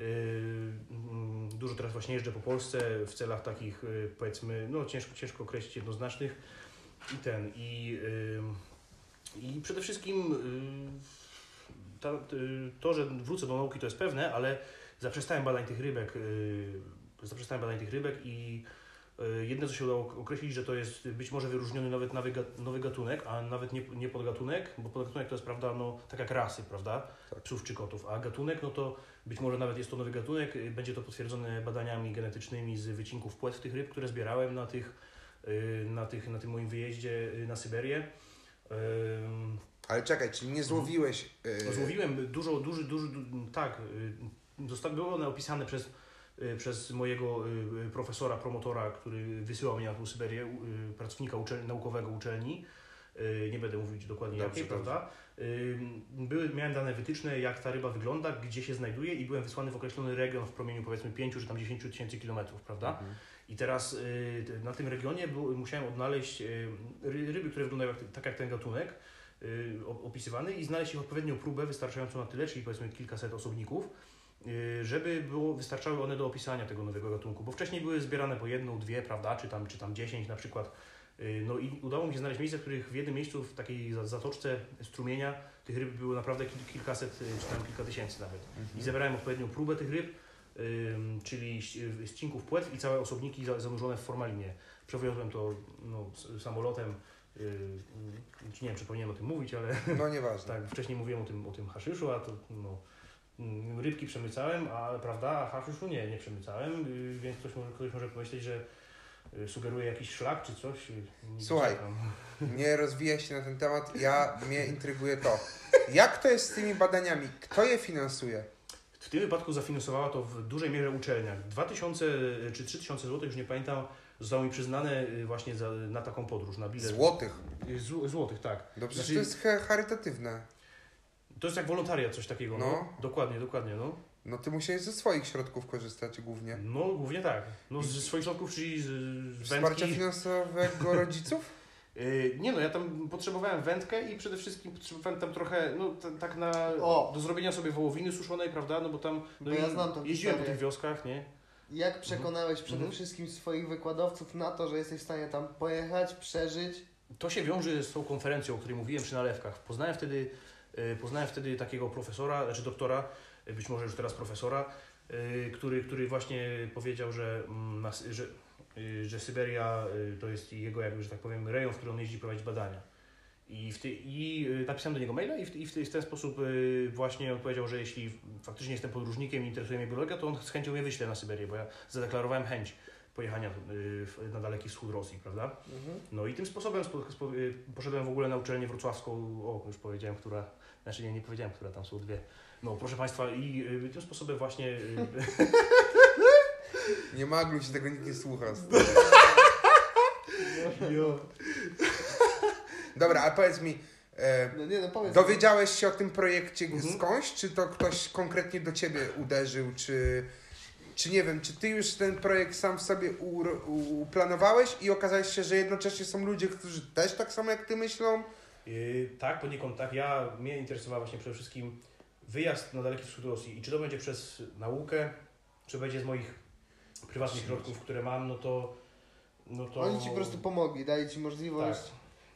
dużo teraz właśnie jeżdżę po Polsce w celach takich, powiedzmy, no ciężko określić jednoznacznych i przede wszystkim to, że wrócę do nauki, to jest pewne, ale zaprzestałem badań tych rybek i jedno, co się udało określić, że to jest być może wyróżniony nawet nowy gatunek, a nawet nie podgatunek, bo podgatunek to jest, prawda, no tak jak rasy, prawda, psów czy kotów, a gatunek, no to być może nawet jest to nowy gatunek, będzie to potwierdzone badaniami genetycznymi z wycinków płetw tych ryb, które zbierałem na tym moim wyjeździe na Syberię. Ale czekaj, czyli nie złowiłeś... Złowiłem dużo, tak. Były one opisane przez mojego profesora, promotora, który wysyłał mnie na tą Syberię, pracownika naukowego uczelni. Nie będę mówić dokładnie jakiej, prawda? Miałem dane wytyczne, jak ta ryba wygląda, gdzie się znajduje i byłem wysłany w określony region w promieniu powiedzmy 5 czy tam 10 tysięcy kilometrów, prawda? Mhm. I teraz na tym regionie musiałem odnaleźć ryby, które wyglądają tak jak ten gatunek opisywany i znaleźć ich odpowiednią próbę wystarczającą na tyle, czyli powiedzmy kilkaset osobników, żeby wystarczały one do opisania tego nowego gatunku, bo wcześniej były zbierane po jedną, dwie, prawda, czy tam 10 na przykład. No i udało mi się znaleźć miejsca, w których w jednym miejscu, w takiej zatoczce strumienia, tych ryb było naprawdę kilkaset, czy tam kilka tysięcy nawet. I zebrałem odpowiednią próbę tych ryb, czyli ścinków płetw i całe osobniki zanurzone w formalinie. Przewiozłem to samolotem. Nie wiem, czy powinienem o tym mówić, ale no nieważne. Tak, wcześniej mówiłem o tym haszyszu, a to rybki przemycałem, a haszyszu nie przemycałem, więc ktoś może pomyśleć, że sugeruje jakiś szlak czy coś. Słuchaj, nie rozwijaj się na ten temat, mnie intryguje to. Jak to jest z tymi badaniami? Kto je finansuje? W tym wypadku zafinansowała to w dużej mierze uczelnia. 2000 czy 3000 zł, już nie pamiętam, zostało mi przyznane właśnie na taką podróż, na bilet. Złotych? Złotych, tak. Dobrze, znaczy, to jest charytatywne. To jest jak wolontariat, coś takiego. No. Dokładnie, no. No ty musiałeś ze swoich środków korzystać głównie. No, głównie tak. No, ze swoich środków, czyli z wędki. Wsparcia finansowego rodziców? Nie no, ja tam potrzebowałem wędkę i przede wszystkim potrzebowałem tam trochę, tak do zrobienia sobie wołowiny suszonej, prawda, no bo tam ja znam tą jeździłem po tych wioskach, nie? Jak przekonałeś przede wszystkim swoich wykładowców na to, że jesteś w stanie tam pojechać, przeżyć? To się wiąże z tą konferencją, o której mówiłem przy nalewkach. Poznałem wtedy takiego profesora, znaczy doktora, być może już teraz profesora, który właśnie powiedział, że Syberia to jest jego, jakby, że tak powiem, rejon, w którym on jeździ prowadzić badania. I napisałem do niego maila i w ten sposób właśnie on powiedział, że jeśli faktycznie jestem podróżnikiem i interesuje mnie biologia, to on z chęcią mnie wyśle na Syberię, bo ja zadeklarowałem chęć pojechania na daleki wschód Rosji, prawda? No i tym sposobem poszedłem w ogóle na uczelnię wrocławską, już powiedziałem, która, znaczy nie powiedziałem, która, tam są dwie. No proszę Państwa i tym sposobem właśnie... Nie magluj się, tego nikt nie słucha. Dobra, a powiedz mi, dowiedziałeś się o tym projekcie skądś, czy to ktoś konkretnie do Ciebie uderzył, czy nie wiem, czy Ty już ten projekt sam w sobie uplanowałeś i okazałeś się, że jednocześnie są ludzie, którzy też tak samo jak Ty myślą? Tak, poniekąd tak. Mnie interesowała właśnie przede wszystkim wyjazd na daleki wschód Rosji i czy to będzie przez naukę, czy będzie z moich prywatnych środków, które mam, no to... Oni Ci po prostu pomogli, dali Ci możliwość... Tak.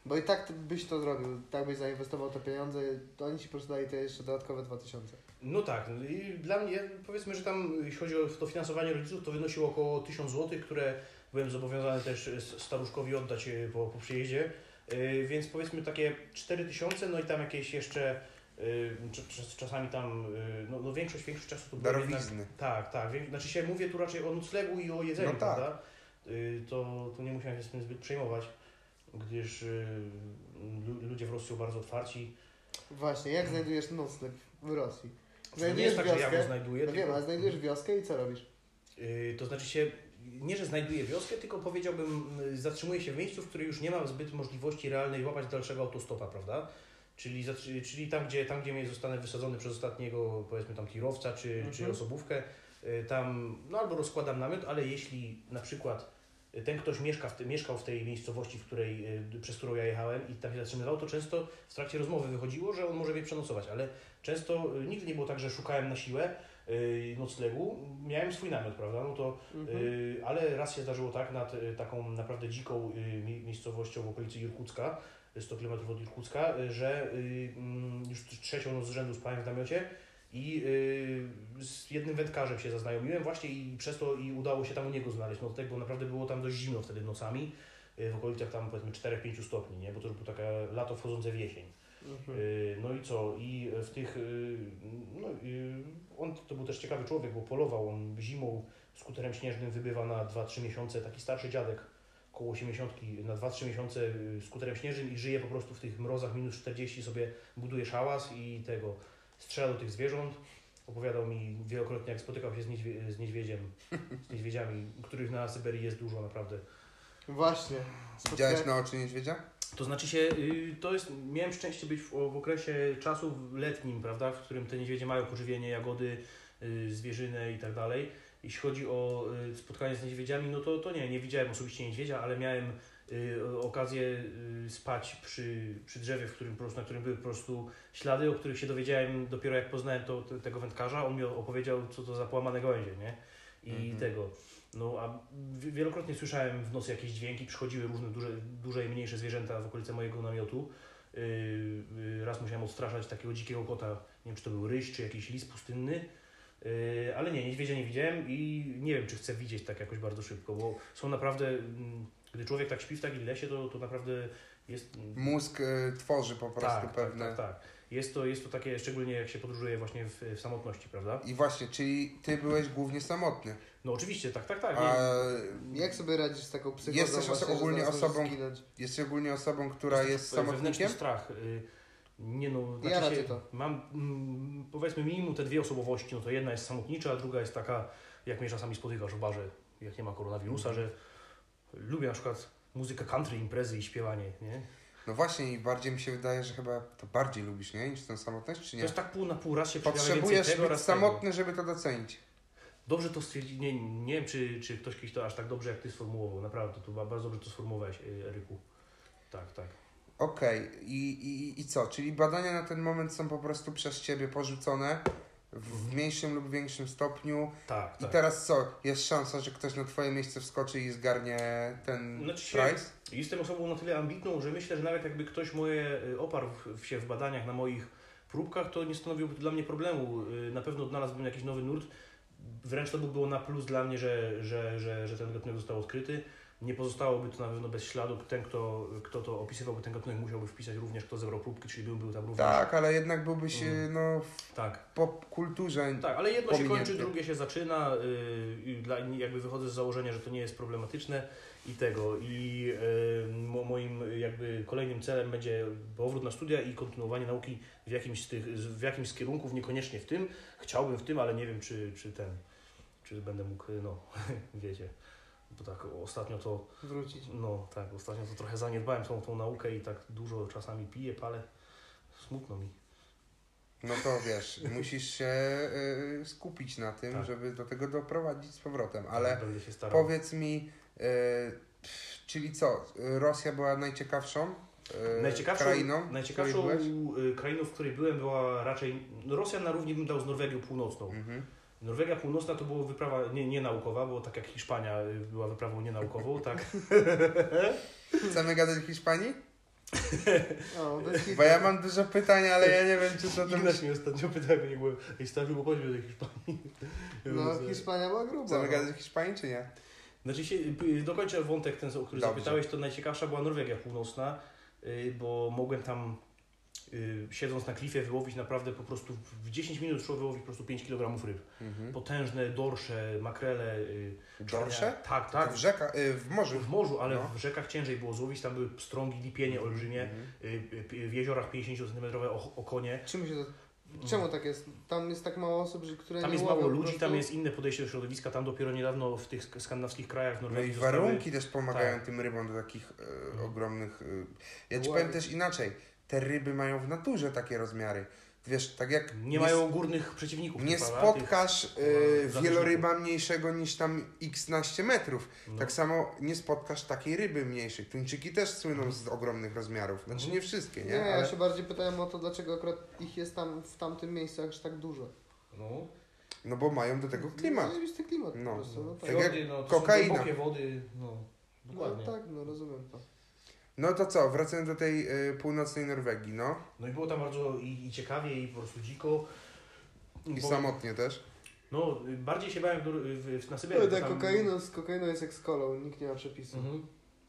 Bo i tak byś to zrobił, tak byś zainwestował te pieniądze, to oni ci po prostu dali te jeszcze dodatkowe 2000. No tak, no i dla mnie powiedzmy, że tam jeśli chodzi o to finansowanie rodziców, to wynosiło około 1000 zł, które byłem zobowiązany też staruszkowi oddać po przyjeździe, więc powiedzmy takie 4000, no i tam jakieś jeszcze czasami tam, no większość czasu to było darowizny. Tak, znaczy się mówię tu raczej o noclegu i o jedzeniu, no tak. prawda? To nie musiałem się z tym zbyt przejmować, gdyż ludzie w Rosji są bardzo otwarci. Właśnie, jak znajdujesz nocleg w Rosji? To nie jest tak, że ja go znajduję. No wiem, ale znajdujesz wioskę i co robisz? To znaczy się, nie że znajduję wioskę, tylko powiedziałbym, zatrzymuję się w miejscu, w którym już nie mam zbyt możliwości realnej łapać dalszego autostopa, prawda? Czyli tam, gdzie mnie zostanę wysadzony przez ostatniego, powiedzmy tam tirowca czy osobówkę, tam no albo rozkładam namiot, ale jeśli na przykład ten ktoś mieszkał w tej miejscowości, przez którą ja jechałem i tam się zatrzymywał, to często w trakcie rozmowy wychodziło, że on może mnie przenocować, ale często nigdy nie było tak, że szukałem na siłę noclegu, miałem swój namiot, prawda, no to, ale raz się zdarzyło tak, nad taką naprawdę dziką miejscowością w okolicy Irkucka, 100 km od Irkucka, że już trzecią noc z rzędu spałem w namiocie i z jednym wędkarzem się zaznajomiłem właśnie i przez to i udało się tam u niego znaleźć nocleg, bo naprawdę było tam dość zimno wtedy nocami, w okolicach tam powiedzmy 4-5 stopni, nie? Bo to już było takie lato wchodzące w jesień. No i co? I w tych, on to był też ciekawy człowiek, bo polował, on zimą skuterem śnieżnym wybywa na 2-3 miesiące, taki starszy dziadek, koło 80 na 2-3 miesiące skuterem śnieżnym i żyje po prostu w tych mrozach minus 40, sobie buduje szałas i strzela do tych zwierząt. Opowiadał mi wielokrotnie, jak spotykał się z niedźwiedziami, których na Syberii jest dużo naprawdę. Właśnie. Widziałeś na oczy niedźwiedzia? To znaczy się, miałem szczęście być w okresie czasu letnim, prawda, w którym te niedźwiedzie mają pożywienie, jagody, zwierzynę i tak dalej. Jeśli chodzi o spotkanie z niedźwiedziami, no to nie widziałem osobiście niedźwiedzia, ale miałem okazję spać przy drzewie, na którym były po prostu ślady, o których się dowiedziałem dopiero jak poznałem tego wędkarza. On mi opowiedział, co to za połamane gałęzie, nie? I no a wielokrotnie słyszałem w nocy jakieś dźwięki, przychodziły różne duże i mniejsze zwierzęta w okolice mojego namiotu. Raz musiałem odstraszać takiego dzikiego kota, nie wiem czy to był ryś, czy jakiś lis pustynny. Ale niedźwiedzia nie widziałem i nie wiem, czy chcę widzieć tak jakoś bardzo szybko, bo są naprawdę, gdy człowiek tak śpi w takim lesie, to naprawdę jest... Mózg tworzy po prostu pewne... Tak. Jest to takie, szczególnie jak się podróżuje właśnie w samotności, prawda? I właśnie, czyli ty byłeś głównie samotny. No oczywiście, tak. Jak sobie radzisz z taką psychozą? Jesteś ogólnie osobą, która jest samotnikiem? Wewnętrzny strach. Nie no, ja raczej to. Mam powiedzmy minimum te dwie osobowości, no to jedna jest samotnicza, a druga jest taka, jak mnie czasami spotykasz w barze, jak nie ma koronawirusa, że lubię na przykład muzykę country, imprezy i śpiewanie, nie? No właśnie i bardziej mi się wydaje, że chyba to bardziej lubisz, nie? Niż tę samotność, czy nie? To jest tak pół na pół, raz się potrzebujesz być samotny, żeby to docenić. Dobrze to stwierdzić, nie wiem czy ktoś kiedyś to aż tak dobrze jak ty sformułował, naprawdę, to bardzo dobrze to sformułowałeś, Eryku. Tak. Okej. I co? Czyli badania na ten moment są po prostu przez ciebie porzucone w mniejszym lub większym stopniu. Tak. I teraz co? Jest szansa, że ktoś na twoje miejsce wskoczy i zgarnie ten prize? Jestem osobą na tyle ambitną, że myślę, że nawet jakby ktoś oparł się w badaniach na moich próbkach, to nie stanowiłoby dla mnie problemu. Na pewno odnalazłbym jakiś nowy nurt. Wręcz to by było na plus dla mnie, że ten gatunek został odkryty. Nie pozostałoby to na pewno bez śladu. Ten, kto to opisywałby ten gatunek, musiałby wpisać również, kto zebrał próbki, czyli był tam również. Tak, ale jednak byłbyś w popkulturze. Tak, ale jedno się kończy, drugie się zaczyna. Jakby wychodzę z założenia, że to nie jest problematyczne i moim jakby kolejnym celem będzie powrót na studia i kontynuowanie nauki w jakimś z kierunków, niekoniecznie w tym. Chciałbym w tym, ale nie wiem, czy będę mógł, wiecie. Bo tak ostatnio to... Wrócić. No tak, ostatnio to trochę zaniedbałem tą naukę i tak dużo czasami piję, palę. Smutno mi. No to wiesz, musisz się skupić na tym, żeby do tego doprowadzić z powrotem. Ale będę się starał. Powiedz mi, czyli co, Rosja była najciekawszą krainą? Najciekawszą krainą, w której byłem, była raczej... Rosja na równi bym dał z Norwegią Północną. Norwegia Północna to była wyprawa nie naukowa, bo tak jak Hiszpania była wyprawą nienaukową, tak? Chcemy gadać o Hiszpanii? O, bez hitu. Bo ja mam dużo pytań, ale ja nie wiem, czy to... Ignaś mnie ostatnio pytał, jak nie byłem. Ej, Stawiu, bo chodźmy do Hiszpanii. No, Hiszpania była gruba. Chcemy gadać o Hiszpanii, czy nie? Znaczy dokończę wątek ten, o który Dobrze. zapytałeś, to najciekawsza była Norwegia Północna, bo mogłem tam siedząc na klifie wyłowić naprawdę po prostu w 10 minut szło wyłowić po prostu 5 kg ryb. Potężne dorsze, makrele. Dorsze? Tak, Tak, w morzu. W morzu, ale No. w rzekach ciężej było złowić, tam były pstrągi, lipienie olbrzymie, w jeziorach 50 cm okonie. Czemu tak jest? Tam jest tak mało osób, które Tam nie jest łowią mało po ludzi, prostu? tam jest inne podejście do środowiska, tam dopiero niedawno w tych skandynawskich krajach w No Norwegii i zostały- warunki też pomagają Tak. tym rybom do takich ogromnych... Ja ci Ładnie. powiem też inaczej. Te ryby mają w naturze takie rozmiary. Wiesz, tak jak... Nie mają górnych przeciwników. Nie prawda? spotkasz zależników. wieloryba mniejszego niż tam x-naście metrów. No. Tak samo nie spotkasz takiej ryby mniejszej. Tuńczyki też słyną z ogromnych rozmiarów. Znaczy nie wszystkie, nie? Nie, Ale... ja się bardziej pytałem o to, dlaczego akurat ich jest tam w tamtym miejscu aż tak dużo. No. No bo mają do tego klimat. Zajebisty klimat No. po prostu. No, tak. Tak jak Fiordy, to kokaina. są głębokie wody, no. Dokładnie. No tak, no rozumiem to. No to co, wracając do tej północnej Norwegii, no. No i było tam bardzo i ciekawie, i po prostu dziko. I Bo- samotnie też. No, bardziej się bałem na Syberię. No, bo tak, tam- z kokainą jest jak z kolą, nikt nie ma przepisu. Mhm.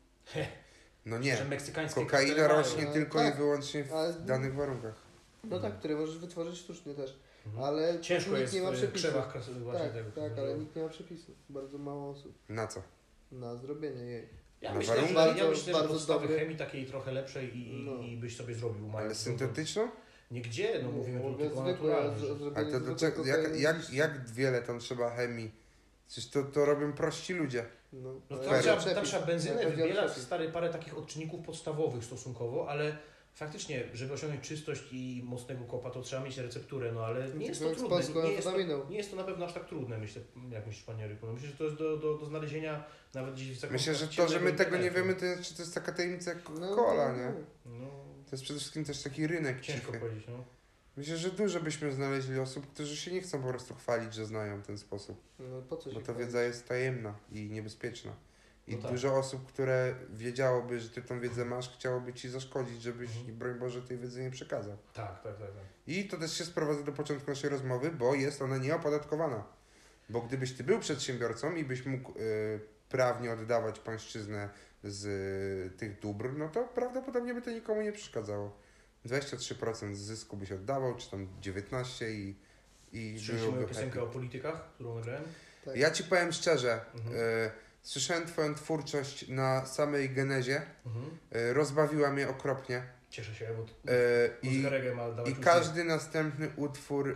No Że nie. meksykańskie Kokaina koktajle rośnie mają. tylko tak. i wyłącznie w Ale- danych warunkach. No tak, które możesz wytworzyć sztucznie też. Mhm. Ale Ciężko nikt jest nie ma w przepisu. krzewach właśnie Tak, tego. tak, ale nikt nie ma przepisu. Bardzo mało osób Na co? na zrobienie jej. Ja No myślę, warunki? że, ja Bardzo- myślę, że bardzo podstawy dobry. chemii takiej trochę lepszej No. i byś sobie zrobił. Ale mając- syntetyczną? Nie gdzie, no mówimy tu tylko o zwykłe, naturalnym. Ale to jak wiele tam trzeba chemii? Przecież to robią prości ludzie. No, No ale tam Peru. trzeba, przepis. tam trzeba benzynę Najpierw wybielać, przepis. stary, parę takich odczynników podstawowych stosunkowo, ale faktycznie, żeby osiągnąć czystość i mocnego kopa, to trzeba mieć recepturę, no ale nie jest to jak z trudne. polską amfetaminą. Nie jest to na pewno aż tak trudne, myślę, jak myślisz, panie Ryku. No myślę, że to jest do znalezienia nawet gdzieś w zakątkach Myślę, że to, że ciemnego my tego nie internetu. wiemy, to, to jest taka tajemnica jak No, Coca-Cola, no, nie? No, To jest przede wszystkim też taki rynek ciężko cichy. powiedzieć, no. Myślę, że dużo byśmy znaleźli osób, którzy się nie chcą po prostu chwalić, że znają ten sposób. No po co się Bo ta chwalić? wiedza jest tajemna i niebezpieczna. I No tak. dużo osób, które wiedziałoby, że ty tą wiedzę masz, chciałoby ci zaszkodzić, żebyś, broń Boże, tej wiedzy nie przekazał. Tak. I to też się sprowadza do początku naszej rozmowy, bo jest ona nieopodatkowana. Bo gdybyś ty był przedsiębiorcą i byś mógł prawnie oddawać pańszczyznę z tych dóbr, no to prawdopodobnie by to nikomu nie przeszkadzało. 23% z zysku byś oddawał, czy tam 19% i Słyszeliście byłoby moją piosenkę happy. o politykach, którą nagrałem? Tak. Ja ci powiem szczerze, Mhm. słyszałem twoją twórczość na samej genezie, Mhm. rozbawiła mnie okropnie. Cieszę się, bo I muzyka reggae ma dawać I każdy następny utwór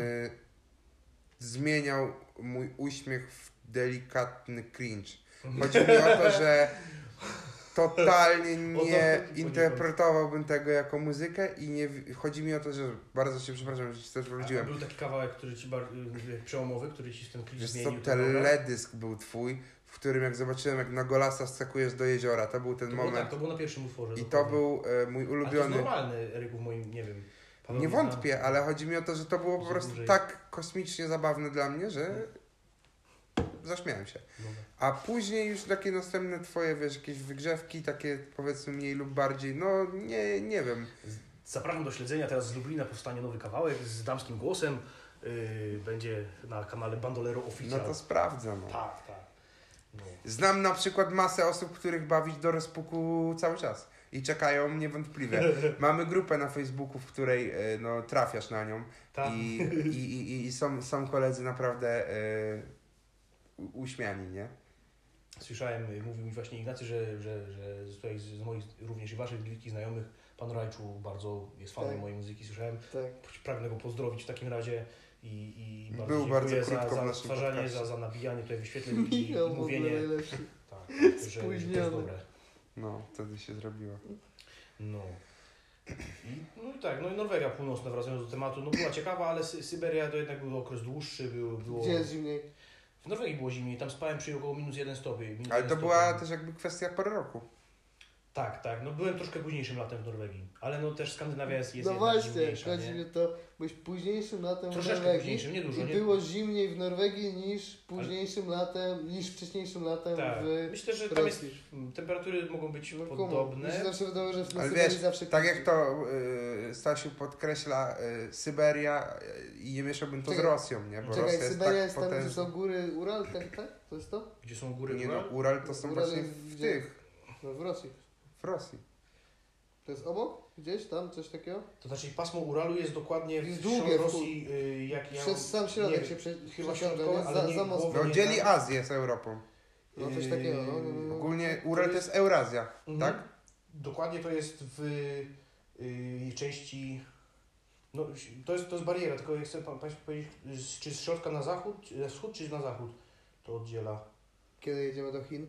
zmieniał mój uśmiech w delikatny cringe. Chodzi mi o to, że totalnie nie chodzi interpretowałbym tego jako muzykę i nie, chodzi mi o to, że bardzo się przepraszam, że ci też A wróciłem. był taki kawałek, który ci przełomowy, który ci w ten klip Wiesz co, zmienił. ten obraz? teledysk był twój, w którym jak zobaczyłem, jak na Golasa skakujesz do jeziora, to był ten To było moment. tak, to było na pierwszym utworze. I to dokładnie. był mój Ale to ulubiony. jest normalny, Eryku, w moim, nie wiem. Paweł Nie zna. wątpię, ale chodzi mi o to, że to było po Za prostu dłużej. tak kosmicznie zabawne dla mnie, że zaśmiałem się. Dobra. A później już takie następne twoje, wiesz, jakieś wygrzewki, takie powiedzmy mniej lub bardziej, no nie wiem. Zapraszam do śledzenia, teraz z Lublina powstanie nowy kawałek z damskim głosem. Będzie na kanale Bandolero No Official. to sprawdzam. No. Tak. No. Znam na przykład masę osób, których bawić do rozpuku cały czas. I czekają niewątpliwie. Mamy grupę na Facebooku, w której no, trafiasz na nią. Tak. I są koledzy naprawdę uśmiani, nie? Słyszałem, mówił mi właśnie Ignacy, że tutaj z moich również i waszych bliskich znajomych pan Rajczu bardzo jest fanem Tak. mojej muzyki. Słyszałem, Tak. pragnę go pozdrowić w takim razie i bardzo Był dziękuję bardzo krótko w za naszym stwarzanie, podcaście. za nabijanie tutaj wyświetleń i Michał w ogóle mówienie, najlepszy. tak, że to jest Spóźniony. dobre. No, wtedy się zrobiło. No. No i tak, no i Norwegia Północna, wracając do tematu, no była ciekawa, ale Syberia to jednak był okres dłuższy, było... Gdzie jest zimniej? W Norwegii było zimniej, tam spałem przy około -1 stopień. Ale to była też jakby kwestia pory roku. Tak. No byłem troszkę późniejszym latem w Norwegii, ale no też Skandynawia jest No jednak właśnie, zimniejsza, chodzi mi nie? o to, byłeś późniejszym latem w Troszeczkę Norwegii późniejszym, nie dużo, i nie? było zimniej w Norwegii niż późniejszym latem, niż wcześniejszym latem Tak. w Myślę, że tam jest, Rosji. temperatury mogą być No podobne. Mi się zawsze wydawało, że w Ale Syberii wiesz, zawsze tak piździ. jak to Stasiu podkreśla, Syberia i nie mieszałbym to z Czekaj, Rosją, nie? Bo Czekaj, Rosja jest Syberia tak jest tam, gdzie potężna. są góry Ural, tak? To jest to? Gdzie są góry Nie no, Ural? Ural to są Ural właśnie jest w gdzie? tych, No w Rosji. w Rosji. To jest obok? Gdzieś tam? Coś takiego? To znaczy pasmo Uralu jest dokładnie Jest w długie, Rosji, jak ja... Przez sam środek nie się chyba przeciąga, środkowe, nie? ale nie za Moskwą. No nie dzieli tak. Azję z Europą. No coś takiego, no. Ogólnie Ural to jest Eurazja, Mhm. tak? Dokładnie to jest w części... No, to jest bariera, tylko ja chcę Państwu powiedzieć, czy z środka na zachód, czy wschód, czy na zachód to oddziela. Kiedy jedziemy do Chin?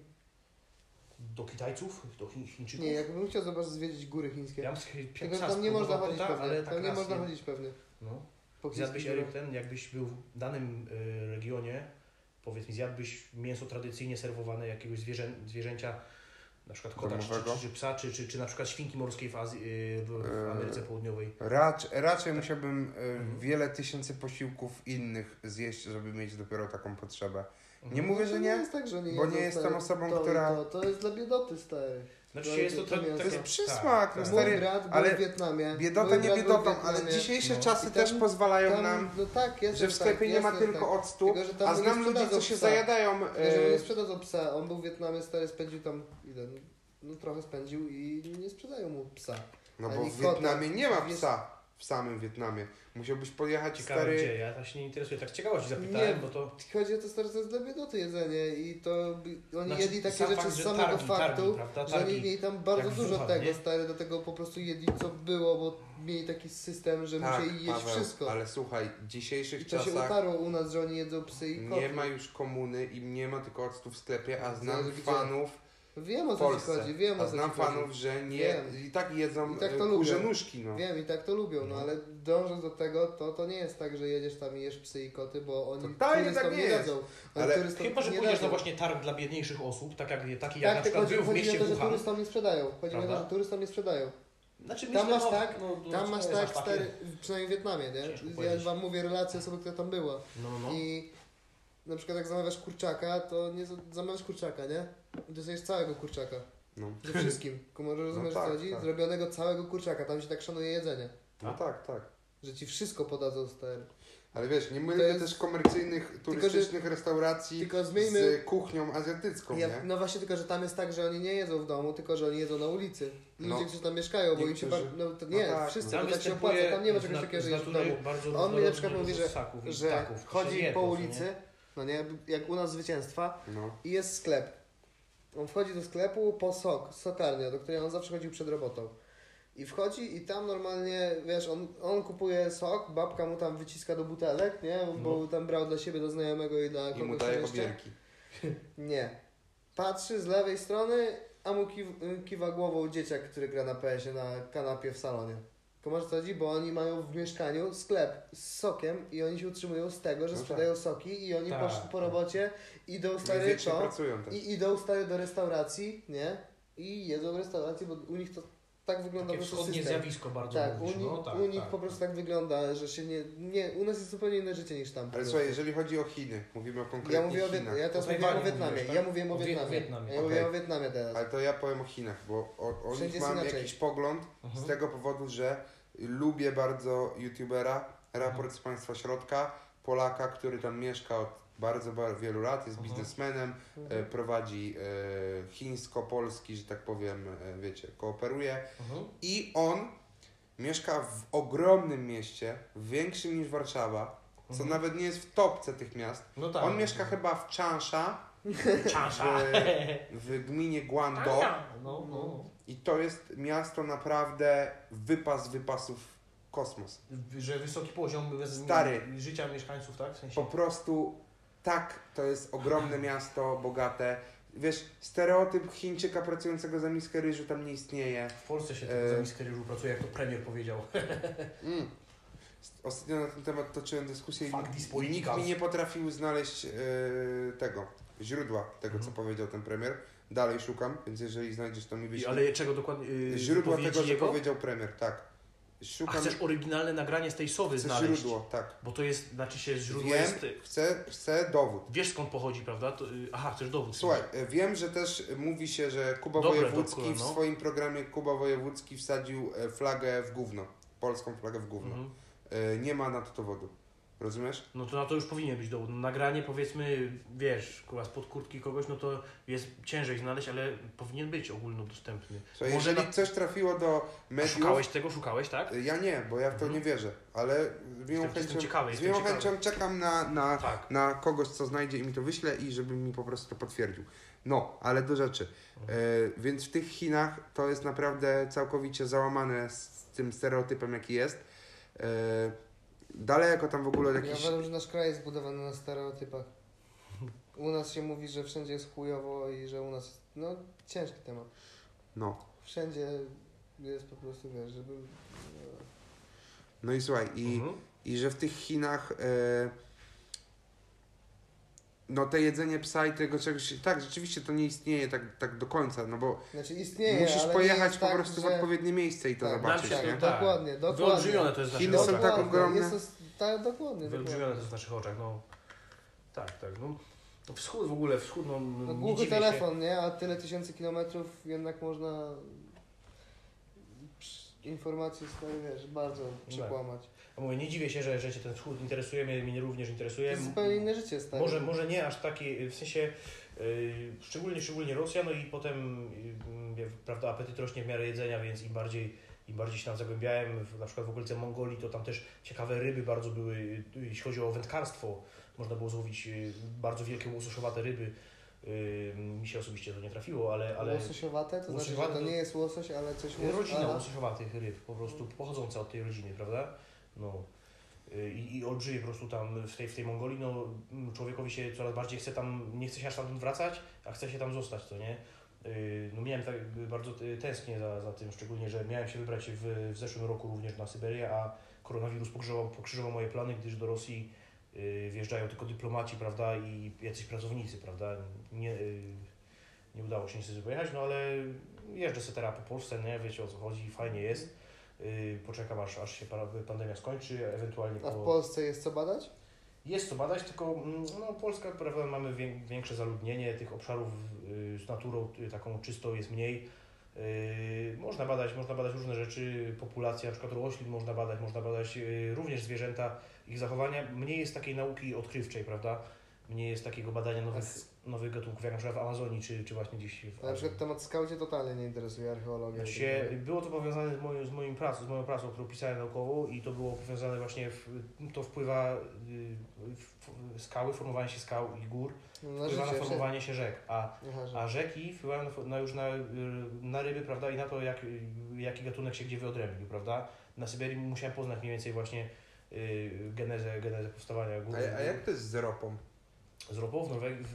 Do Kitajców, do Chińczyków. Nie, jakbym chciał zobaczyć, zwiedzić góry chińskie. Ja bym Tylko że tam nie można chodzić pewnie. ale tak Tam nie raz można chodzić pewnie. No. Po Zjadłbyś, chińskich Eryk, jakbyś był w danym regionie, powiedz mi, zjadłbyś mięso tradycyjnie serwowane jakiegoś zwierzęcia, na przykład kota, czy psa, czy na przykład świnki morskiej w Azji, w Ameryce Południowej? Raczej musiałbym wiele tysięcy posiłków innych zjeść, żeby mieć dopiero taką potrzebę. Nie Mhm. mówię, że To nie, jest tak, że nie bo jedzą, nie jestem stary. osobą, to, która... To jest dla biedoty, stary. Znaczy jest to mięso. To jest takie... przysmak, no tak. stary, Mój brat był ale w Wietnamie. biedota Mój nie brat był w biedotą, ale Wietnamie. dzisiejsze No. czasy I też tam- pozwalają nam, No tak, jest że w sklepie nie ma tylko octu, Tylko, że tam a mu nie znam ludzi, sprzedadzą co się psa. zajadają... Że nie sprzedadzą psa. On był w Wietnamie, stary, spędził tam ile? No trochę spędził i nie sprzedają mu psa. No bo ani w kota. Wietnamie nie ma Wiesz- psa. W samym Wietnamie. Musiałbyś pojechać, Ciekawe stary... gdzie, ja tak się nie interesuję, tak z ciekawości zapytałem, Nie. bo to... Chodzi o to, stary, to jest dla biedoty jedzenie i to oni Znaczy, jedli takie sam rzeczy fakt, z że samego targi, faktu, prawda? że oni mieli tam bardzo jak dużo Wuhan, tego, nie? stary, do tego po prostu jedli co było, bo mieli taki system, że Tak, musieli jeść Paweł, wszystko. ale słuchaj, w dzisiejszych I to się czasach utarło u nas, że oni jedzą psy i koty. nie ma już komuny i nie ma tylko octu w sklepie, a znam Zależy gdzie. fanów Wiem o w co ci Polsce. chodzi, wiem o A co znam ci chodzi. fanów, że nie Wiem. i tak jedzą I tak to kurze lubią. nóżki, no. Wiem i tak to lubią, no ale dążąc do tego, to nie jest tak, że jedziesz tam i jesz psy i koty, bo oni Totalnie turystom tak nie nie jest. dadzą. Oni Ale turystom Chyba, że nie pójdziesz na dadzą. właśnie targ dla biedniejszych osób, taki jak Tak, na tylko przykład był w chodzi mieście o to, że Wuhan. turystom nie sprzedają. Chodzi mi o to, Prawda? że turystom nie sprzedają. Znaczy, Tam masz no, tak, no, tam masz jest tak, aż takie- stary, przynajmniej w Wietnamie, Ciężko nie? Ja powiedzieć. wam mówię relację osoby, która tam była. No. I na przykład jak zamawiasz kurczaka, to nie zamawiasz kurczaka, nie? Dostajesz całego kurczaka. No, Ze wszystkim. Może rozumiesz, tak, co chodzi? tak. Zrobionego całego kurczaka. Tam się tak szanuje jedzenie. no tak, tak. Że ci wszystko podadzą, stary. Ale wiesz, nie To mylmy jest- też komercyjnych, turystycznych restauracji Tylko zmieńmy... z kuchnią azjatycką, nie? No właśnie, tylko że tam jest tak, że oni nie jedzą w domu, tylko że oni jedzą na ulicy. Ludzie, No. którzy tam mieszkają, bo im się Niektórzy- bardzo... No to nie, no tak, wszyscy, no. bo tak się opłaca. Tam nie ma czegoś takiego, że jesz w domu. Bardzo On mi na przykład mówi, ssaków i Że ptaków. To się chodzi je po to, ulicy, no nie, jak u nas Zwycięstwa, No. i jest sklep. On wchodzi do sklepu po sokarnia, do której on zawsze chodził przed robotą. I wchodzi i tam normalnie, wiesz, on kupuje sok, babka mu tam wyciska do butelek, nie? Bo tam brał dla siebie, do znajomego i dla I mu kogoś daje tam jeszcze. obierki. Nie. Patrzy z lewej strony, a mu kiwa głową dzieciak, który gra na PS-ie na kanapie w salonie. Tylko masz co chodzi? Bo oni mają w mieszkaniu sklep z sokiem i oni się utrzymują z tego, że No sprzedają soki i oni Tak, poszli po tak. robocie, idą No i stary wiecznie to pracują też. i idą stary do restauracji, nie? I jedzą w restauracji, bo u nich to tak wygląda Takie po prostu wschodnie system. zjawisko bardzo Tak, mówisz. No, tak, u nich tak, po prostu tak wygląda, że się nie... U nas jest zupełnie inne życie niż tam. po Ale prostu. słuchaj, jeżeli chodzi o Chiny, mówimy o Ja konkretnych mówię o Chinach. Wietnamie, ja teraz O mówię o Tajwanie Wietnamie, mówisz, tak? ja mówię o O Wietnamie. Wietnamie. Ja mówię o Wietnamie teraz. Ale to ja powiem o Chinach, bo o Wszędzie nich jest mam inaczej. jakiś pogląd Mhm. z tego powodu, że lubię bardzo youtubera, raport z państwa środka, Polaka, który tam mieszka od bardzo wielu lat, jest biznesmenem, prowadzi chińsko-polski, że tak powiem, wiecie, kooperuje i on mieszka w ogromnym mieście, większym niż Warszawa, co nawet nie jest w topce tych miast. No tak. On mieszka chyba w Changsha, Changsha. w gminie Guangdong. No. I to jest miasto naprawdę wypas wypasów kosmos. Że wysoki poziom Stary. życia mieszkańców, tak? W sensie... Po prostu tak, to jest ogromne miasto, bogate. Wiesz, stereotyp Chińczyka pracującego za miskę ryżu tam nie istnieje. W Polsce się tylko za miskę ryżu pracuje, jak to premier powiedział. Ostatnio na ten temat toczyłem dyskusję Fuck these i nikt politicals. mi nie potrafił znaleźć tego źródła tego, co powiedział ten premier. dalej szukam, więc jeżeli znajdziesz, to mi wyślij. Ale czego dokładnie? Źródła tego, że jego? powiedział premier, tak. A chcesz oryginalne nagranie z tej sowy chcę znaleźć? źródło, tak. Bo to jest, znaczy się źródło Wiem, jest... chcę dowód. Wiesz skąd pochodzi, prawda? Chcesz dowód. Słuchaj, wiem, że też mówi się, że Kuba Wojewódzki w swoim programie Kuba Wojewódzki wsadził flagę w gówno. Polską flagę w gówno. Nie ma na to dowodu. Rozumiesz? No to na to już powinien być dowód. Nagranie, powiedzmy, wiesz, spod kurtki kogoś, no to jest ciężej znaleźć, ale powinien być ogólnodostępny. Słuchaj, jeżeli coś trafiło do mediów... Szukałeś, tak? Ja nie, bo ja w to nie wierzę, ale z miłą chęcią czekam na kogoś, co znajdzie i mi to wyśle i żeby mi po prostu to potwierdził. No, ale do rzeczy. Więc w tych Chinach to jest naprawdę całkowicie załamane z tym stereotypem, jaki jest. Daleko tam w ogóle jakiś... Ja uważam, że nasz kraj jest zbudowany na stereotypach. U nas się mówi, że wszędzie jest chujowo i że u nas... No, ciężki temat. No. Wszędzie jest po prostu, wiesz, żeby... No i słuchaj, i że w tych Chinach no te jedzenie psa i tego czegoś... Tak, rzeczywiście to nie istnieje tak do końca, no bo znaczy istnieje, musisz ale pojechać po tak, prostu że... w odpowiednie miejsce i to zobaczyć, tak, nie? Dokładnie. Wyolbrzymione to jest w naszych Chiny są oczach. tak ogromne. Jest to, dokładnie. Wyolbrzymione to jest w naszych oczach, no. Tak. No wschód w ogóle, no głuchy telefon, nie? A tyle tysięcy kilometrów jednak można informacje swoje, wiesz, bardzo przekłamać. A mówię, nie dziwię się, że Cię ten wschód interesuje, mnie również interesuje. To jest zupełnie inne życie, stary. Może nie aż takie, w sensie szczególnie Rosja, no i potem prawda, apetyt rośnie w miarę jedzenia, więc im bardziej się tam zagłębiałem, na przykład w okolice Mongolii, to tam też ciekawe ryby bardzo były, jeśli chodzi o wędkarstwo, można było złowić bardzo wielkie łososzowate ryby. Mi się osobiście to nie trafiło, ale... Łososiowate? To znaczy, że to nie jest łosoś, ale coś... Rodzina łososiowatych ryb, po prostu pochodząca od tej rodziny, prawda? No. I olbrzymie po prostu tam w tej Mongolii, no człowiekowi się coraz bardziej chce tam, nie chce się aż tam wracać, a chce się tam zostać, to nie? No miałem tak bardzo tęsknię za tym, szczególnie, że miałem się wybrać w zeszłym roku również na Syberię, a koronawirus pokrzyżował moje plany, gdyż do Rosji wjeżdżają tylko dyplomaci, prawda, i jacyś pracownicy, prawda, nie udało się niestety pojechać, no ale jeżdżę sobie teraz po Polsce, nie, wiecie o co chodzi, fajnie jest, poczekam aż się pandemia skończy, ewentualnie A w Polsce jest co badać? Jest co badać, tylko no, Polska, prawda, mamy większe zaludnienie, tych obszarów z naturą taką czystą jest mniej. Można badać różne rzeczy, populację na przykład roślin można badać również zwierzęta, ich zachowania. Mniej jest takiej nauki odkrywczej, prawda? Mniej jest takiego badania nowych gatunków, jak na przykład w Amazonii, czy właśnie gdzieś w Azji. Na przykład temat skał Cię totalnie nie interesuje, archeologia. Było to powiązane z moją pracą, którą pisałem naukową i to było powiązane właśnie, to wpływa skały, formowanie się skał i gór, wpływa na formowanie się rzek, a rzeki wpływają na ryby, prawda, i na to, jaki gatunek się gdzie wyodrębnił, prawda. Na Syberii musiałem poznać mniej więcej właśnie genezę powstawania gór. A jak to jest z ropą? Z ropą w Norwegii,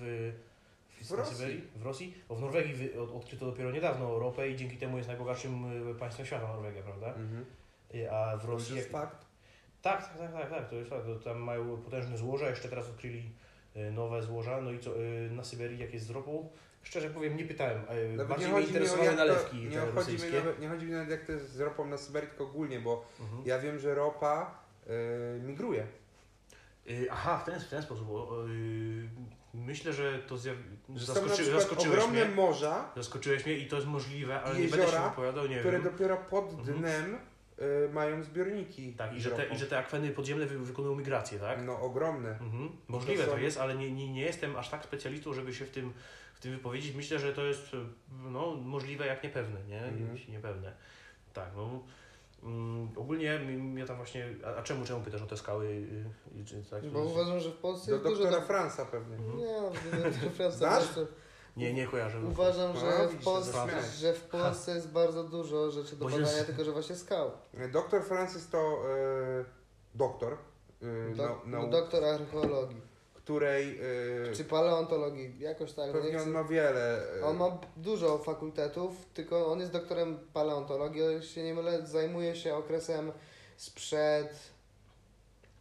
w Rosji? Bo w Norwegii odkryto dopiero niedawno ropę i dzięki temu jest najbogatszym państwem świata Norwegia, prawda? A w Rosji... To jest fakt? Tak, to jest fakt. Tam mają potężne złoża, jeszcze teraz odkryli nowe złoża, no i co, na Syberii jak jest z ropą? Szczerze powiem, nie pytałem, bardziej mnie interesowały nalewki rosyjskie. Nie chodzi mi nawet jak to jest z ropą na Syberii, tylko ogólnie, bo ja wiem, że ropa migruje. Aha, w ten sposób. Myślę, że to ogromne morza, zaskoczyłeś mnie i to jest możliwe, ale jeziora, nie będę się wypowiadał, nie które wiem. dopiero pod dnem mają zbiorniki. Tak, i że te akweny podziemne wykonują migrację, tak? No ogromne. Możliwe to jest, ale nie jestem aż tak specjalistą, żeby się w tym wypowiedzieć. Myślę, że to jest no, możliwe jak niepewne, nie? Niepewne. Tak, no. Ogólnie ja tam właśnie... A czemu pytasz o te skały? Tak, bo uważam, że w Polsce jest do dużo... doktora Franza pewnie. Nie, doktora Franza. Znasz? Nie kojarzę. Uważam, że w Polsce jest bardzo dużo rzeczy do badania, tylko że właśnie skał. Doktor Franz jest to doktor. Doktor archeologii. Której... czy paleontologii, jakoś tak. Pewnie on ma wiele... On ma dużo fakultetów, tylko on jest doktorem paleontologii, ale się nie mylę, zajmuje się okresem sprzed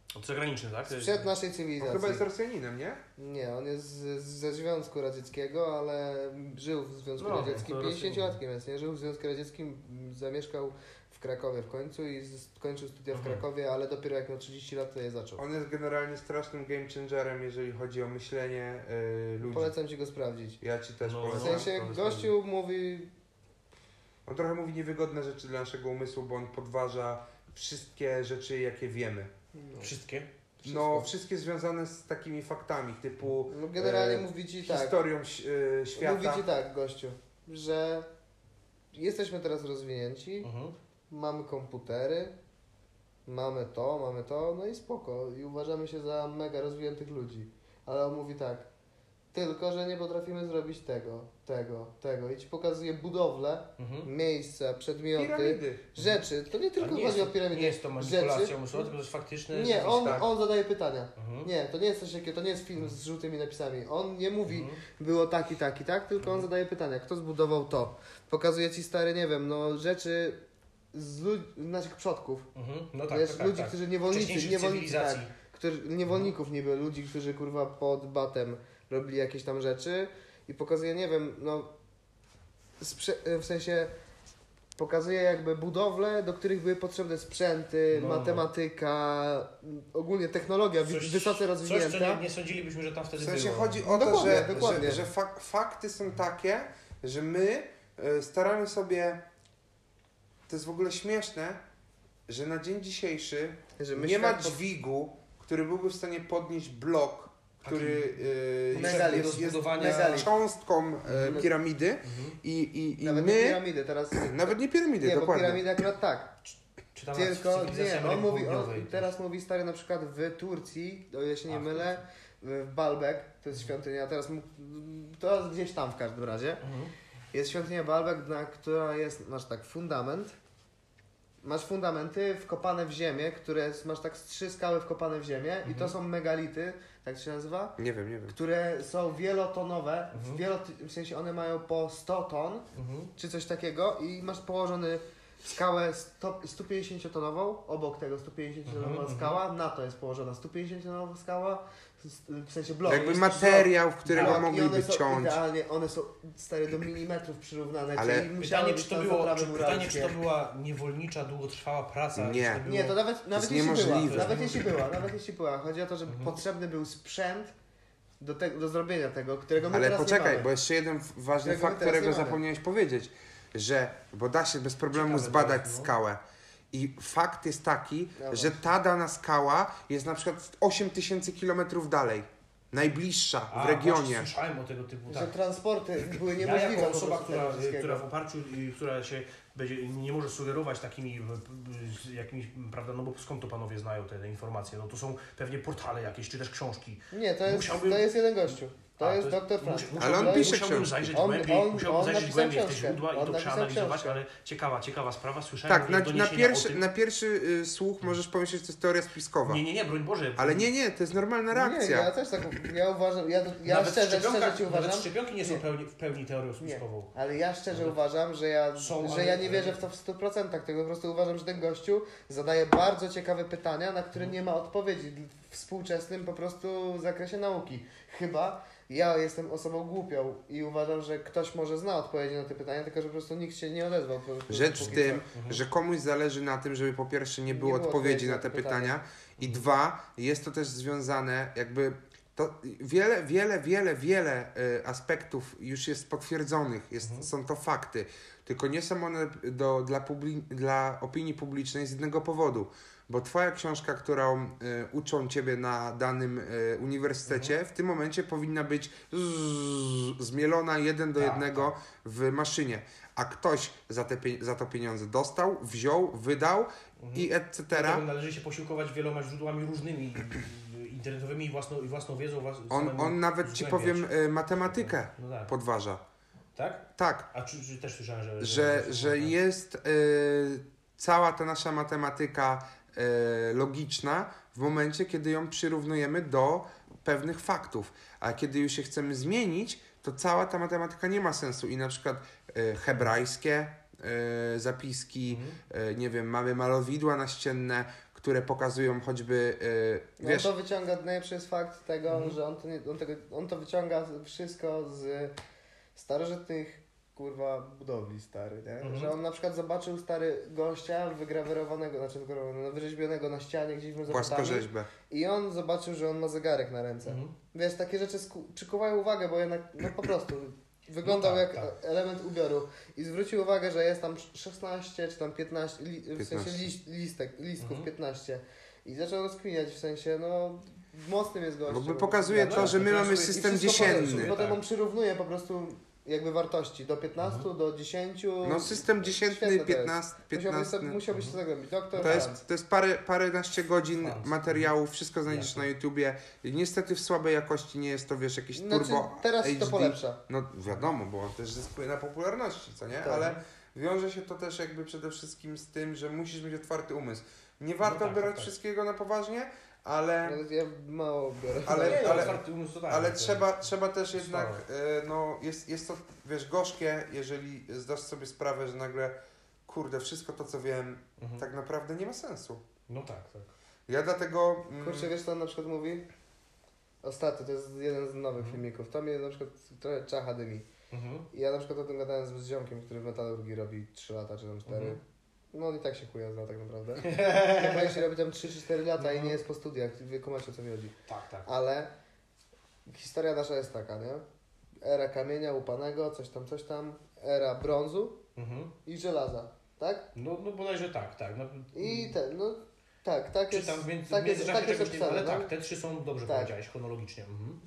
Zagraniczny, tak? Sprzed naszej cywilizacji. Chyba jest Rosjaninem, nie? Nie, on jest ze Związku Radzieckiego, ale żył w Związku Radzieckim. 50-latkiem jest, nie? Żył w Związku Radzieckim, zamieszkał w Krakowie w końcu i skończył studia w Krakowie, ale dopiero jak miał 30 lat, to je zaczął. On jest generalnie strasznym game changerem, jeżeli chodzi o myślenie ludzi. Polecam ci go sprawdzić. Ja ci też W polecam. sensie gościu mówi... On trochę mówi niewygodne rzeczy dla naszego umysłu, bo on podważa wszystkie rzeczy, jakie wiemy. Wszystkie? No, wszystkie związane z takimi faktami, typu No generalnie mówi ci tak. historią świata. Mówi ci tak, gościu, że jesteśmy teraz rozwinięci, mamy komputery, mamy to, no i spoko. I uważamy się za mega rozwiniętych ludzi. Ale on mówi tak, tylko że nie potrafimy zrobić tego. I ci pokazuje budowlę, miejsca, przedmioty, Piramidy. rzeczy. To nie tylko chodzi o piramidy. Nie jest to manipulacja umysłowa, tylko to jest faktyczne. Nie, tak. on zadaje pytania. Nie, to nie jest coś takiego, to nie jest film z żółtymi napisami. On nie mówi, było tak i tak i tak, tylko on zadaje pytania. Kto zbudował to? Pokazuje ci stary, nie wiem, no rzeczy z naszych przodków. No tak, Wiesz, tak, ludzi, tak. którzy niewolników niby, ludzi, którzy kurwa pod batem robili jakieś tam rzeczy i pokazuje, nie wiem, no w sensie pokazuje jakby budowle, do których były potrzebne sprzęty, matematyka, ogólnie technologia wysoce rozwinięta. Coś, co nie sądzilibyśmy, że tam wtedy W sensie było. chodzi o to, dokładnie. że fakty są takie, że my staramy sobie, to jest w ogóle śmieszne, że na dzień dzisiejszy nie ma dźwigu, który byłby w stanie podnieść blok, który jest cząstką piramidy i nawet my... nie piramidy, teraz... Nawet nie piramidy, nie, dokładnie. bo piramidy akurat tak. Tylko nie, on mówi, południowej. teraz mówi stary na przykład w Turcji, o ile się nie mylę, w Baalbek, to jest świątynia, to jest gdzieś tam w każdym razie. Jest świątynia Baalbek, która jest, masz tak, fundament. Masz fundamenty wkopane w ziemię, masz tak 3 skały wkopane w ziemię i to są megality, tak to się nazywa? Nie wiem. Które są wielotonowe, w sensie one mają po 100 ton, czy coś takiego i masz położony skałę 150-tonową, obok tego 150-tonowa skała, na to jest położona 150-tonowa skała, w sensie blok. Jakby materiał, w którego blok, mogliby ciąć. Idealnie, one są stare do milimetrów przyrównane, Ale czyli pytanie, czy to była niewolnicza, długotrwała praca? Nie. Nie, to nawet jeśli niemożliwe. Nawet jeśli była. Chodzi o to, że potrzebny był sprzęt do zrobienia tego, którego my teraz poczekaj, nie mamy. bo jeszcze jeden ważny fakt, którego zapomniałeś powiedzieć, bo da się bez problemu zbadać skałę. I fakt jest taki, że ta dana skała jest na przykład 8000 km dalej. Najbliższa w regionie. Słyszałem o tego typu. Że transporty były Ja niemożliwe. jako osoba, która w oparciu, która się nie może sugerować takimi jakimiś, prawda, no bo skąd to panowie znają te informacje? No to są pewnie portale jakieś, czy też książki. Nie, to jest jeden gościu. To jest dr Frank. Ale on pisze musiałbym książki. zajrzeć głębiej w te źródła i to przeanalizować, ale ciekawa sprawa. Słyszałem na pierwszy słuch możesz pomyśleć, że to jest teoria spiskowa. Nie, broń Boże. Ale nie, to jest normalna reakcja. Nie, ja też tak, ja uważam, ja szczerze ci uważam... Nawet szczepionki nie są w pełni teorią spiskową. Nie, ale ja szczerze uważam, że ja nie wierzę w to w 100%, tylko po prostu uważam, że ten gościu zadaje bardzo ciekawe pytania, na które nie ma odpowiedzi w współczesnym po prostu zakresie nauki. Chyba ja jestem osobą głupią i uważam, że ktoś może zna odpowiedzi na te pytania, tylko że po prostu nikt się nie odezwał. Rzecz w tym, że komuś zależy na tym, żeby po pierwsze nie było odpowiedzi na te pytania i 2, jest to też związane jakby to wiele aspektów już jest potwierdzonych, są to fakty, tylko nie są one dla opinii publicznej z jednego powodu. Bo twoja książka, którą uczą ciebie na danym uniwersytecie, w tym momencie powinna być zmielona 1 do 1 w maszynie. A ktoś za to pieniądze dostał, wziął, wydał i etc. Dlatego należy się posiłkować wieloma źródłami różnymi, internetowymi i własną wiedzą. On nawet ci powiem matematykę podważa. Tak? Tak. A czy też słyszałem, że jest cała ta nasza matematyka logiczna w momencie, kiedy ją przyrównujemy do pewnych faktów. A kiedy już się chcemy zmienić, to cała ta matematyka nie ma sensu i na przykład hebrajskie zapiski, nie wiem, mamy malowidła naścienne, które pokazują choćby, wiesz... On to wyciąga, najlepszy jest fakt tego, że on to wyciąga wszystko z starożytnych kurwa budowli stary, nie? Że on na przykład zobaczył stary gościa wygrawerowanego, wyrzeźbionego na ścianie gdzieś w Mezopotamii Płaskorzeźbę. i on zobaczył, że on ma zegarek na ręce. Wiesz, takie rzeczy przykuwają uwagę, bo jednak po prostu wyglądał jak element ubioru i zwrócił uwagę, że jest tam 16 czy tam 15, w sensie listków 15 i zaczął rozkminiać, w sensie mocnym jest gościem. Bo pokazuje to, że my mamy system dziesiętny. Potem on przyrównuje po prostu jakby wartości do 15, do 10. No system dziesiętny, 15. Musiałbyś się zagłębić. To jest paręnaście godzin materiału, wszystko znajdziesz na YouTubie. Niestety w słabej jakości nie jest to, wiesz, jakieś turbo teraz HD. to polepsza. No wiadomo, bo on też zyskuje na popularności, co nie? Tak. Ale wiąże się to też jakby przede wszystkim z tym, że musisz mieć otwarty umysł. Nie warto brać wszystkiego na poważnie, ale... Ja mało biorę. Ale trzeba też jednak, jest to, wiesz, gorzkie, jeżeli zdasz sobie sprawę, że nagle, kurde, wszystko to, co wiem, tak naprawdę nie ma sensu. No tak. Ja dlatego... Kurczę, wiesz co on na przykład mówi? Ostatnio, to jest jeden z nowych filmików. To mnie na przykład trochę czacha dymi. I ja na przykład o tym gadałem z ziomkiem, który w metalurgii robi 3 lata czy tam 4. No on i tak się chuja zna tak naprawdę. Chyba jeśli robi tam 3 czy 4 lata i nie jest po studiach, wy kumacie o co mi chodzi. Tak. Ale historia nasza jest taka, nie? Era kamienia łupanego, coś tam, era brązu i żelaza, tak? No bodajże tak. I tak jest. Czytam, więc tak jest opisane, ale tak, te 3 są dobrze powiedziałeś chronologicznie.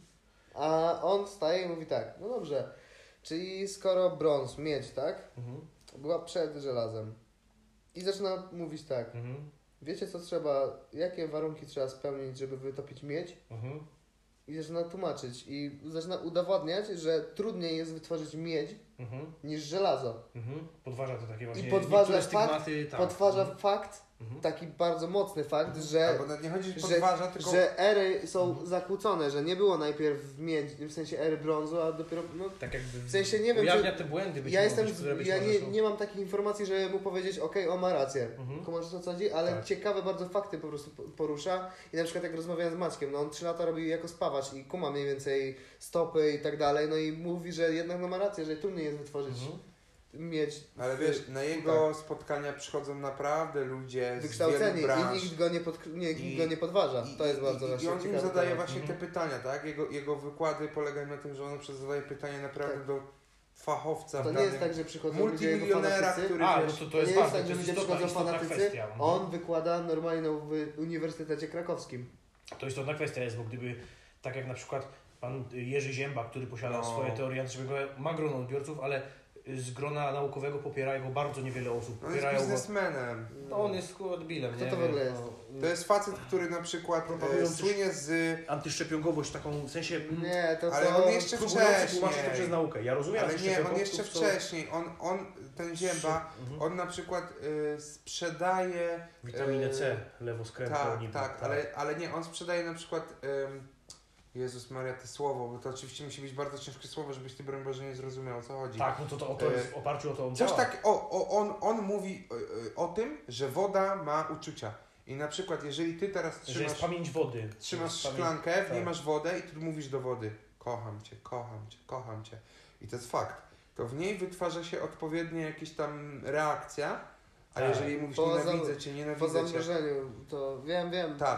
A on wstaje i mówi tak, no dobrze, czyli skoro brąz, miedź, tak? Była przed żelazem. I zaczyna mówić tak, wiecie co trzeba, jakie warunki trzeba spełnić, żeby wytopić miedź? I zaczyna tłumaczyć i zaczyna udowadniać, że trudniej jest wytworzyć miedź niż żelazo. Podważa to takie właśnie I podważa stygmaty, fakt, taki bardzo mocny fakt, że, Albo nie chodzi, że podważa, tylko... że ery są zakłócone, że nie było najpierw miedzi, w sensie ery brązu, a dopiero... tak jakby w sensie nie wiem, ujawnia te błędy nie mam takich informacji, żeby mu powiedzieć, on ma rację. Kumasz o co chodzi? Ale ciekawe bardzo fakty po prostu porusza i na przykład jak rozmawiałem z Maćkiem, on 3 lata robi jako spawacz i kuma mniej więcej stopy i tak dalej, no i mówi, że jednak ma rację, że trudniej jest wytworzyć miedź. Ale wiesz, na jego spotkania przychodzą naprawdę ludzie wykształceni z wielu branż. I nikt go nie podważa. To jest bardzo I on im ciekawe zadaje temat. właśnie te pytania, tak? Jego wykłady polegają na tym, że on zadaje pytania naprawdę do fachowca. To nie jest tak, że przychodzą multimilionera, ludzie który to nie jest tak, że ludzie przychodzą fanatycy. On wykłada normalnie w Uniwersytecie Krakowskim. To istotna kwestia jest, bo gdyby tak jak na przykład pan Jerzy Zięba, który posiada swoje teorie antycznego, ma grono odbiorców, ale z grona naukowego popiera go bardzo niewiele osób. On jest biznesmenem. On jest debilem. Kto to w ogóle jest? To jest facet, który na przykład słynie z... Antyszczepionkowość taką w sensie... Nie, to ale on jeszcze wcześniej. Tłumaczy to przez naukę. Ja rozumiem, ale nie, on jeszcze wcześniej. Ten Zięba, on na przykład sprzedaje... Witaminę C, lewoskrętną. Tak, ale nie, on sprzedaje na przykład... Jezus Maria, to słowo, bo to oczywiście musi być bardzo ciężkie słowo, żebyś ty, broń Boże, nie zrozumiał, o co chodzi. Tak, no to jest w oparciu o to on coś działa. tak, on mówi o tym, że woda ma uczucia. I na przykład, jeżeli ty teraz że jest pamięć wody. Trzymasz szklankę, w niej masz wodę i tu mówisz do wody kocham cię, kocham cię, kocham cię. I to jest fakt. To w niej wytwarza się odpowiednia jakaś tam reakcja, a jeżeli mówisz nienawidzę cię, po zamrożeniu, to wiem, tak.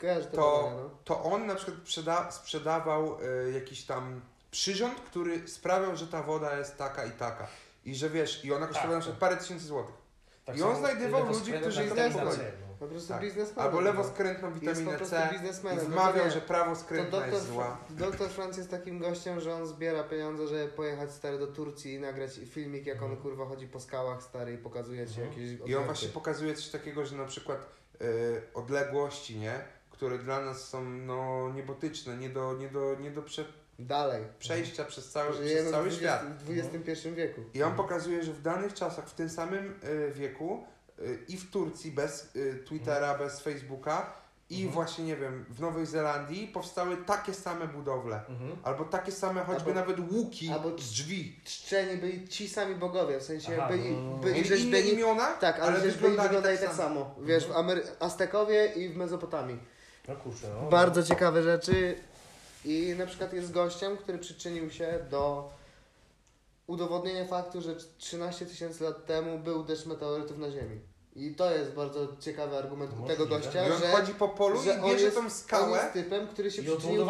To on na przykład sprzedawał jakiś tam przyrząd, który sprawiał, że ta woda jest taka i taka. I że wiesz, i ona kosztowała na przykład parę tysięcy złotych. Tak I on znajdował ludzi, którzy jej pochodzi. Po prostu biznesmen. Albo lewoskrętną witaminę C i wmawiał, że prawoskrętna jest zła. Doktor Franz jest takim gościem, że on zbiera pieniądze, żeby pojechać stary do Turcji i nagrać filmik, jak on kurwa chodzi po skałach stary i pokazuje ci jakieś odległości. I on właśnie pokazuje coś takiego, że na przykład odległości, nie? Które dla nas są niebotyczne, nie do przejścia przez cały świat. W XXI wieku. I on pokazuje, że w danych czasach, w tym samym wieku i w Turcji bez Twittera, bez Facebooka i właśnie, nie wiem, w Nowej Zelandii powstały takie same budowle. Albo takie same choćby nawet łuki z drzwi. Czczeni byli ci sami bogowie, w sensie byli Mieli żeś inne imiona, tak, ale żeś wyglądali tak samo. Wiesz, w Aztekowie i w Mezopotamii. No kurczę, no. Bardzo ciekawe rzeczy i na przykład jest gościem, który przyczynił się do udowodnienia faktu, że 13 000 lat temu był deszcz meteorytów na Ziemi. I to jest bardzo ciekawy argument tego gościa, I on chodzi po polu i bierze tą skałę. On jest typem, który się przyczynił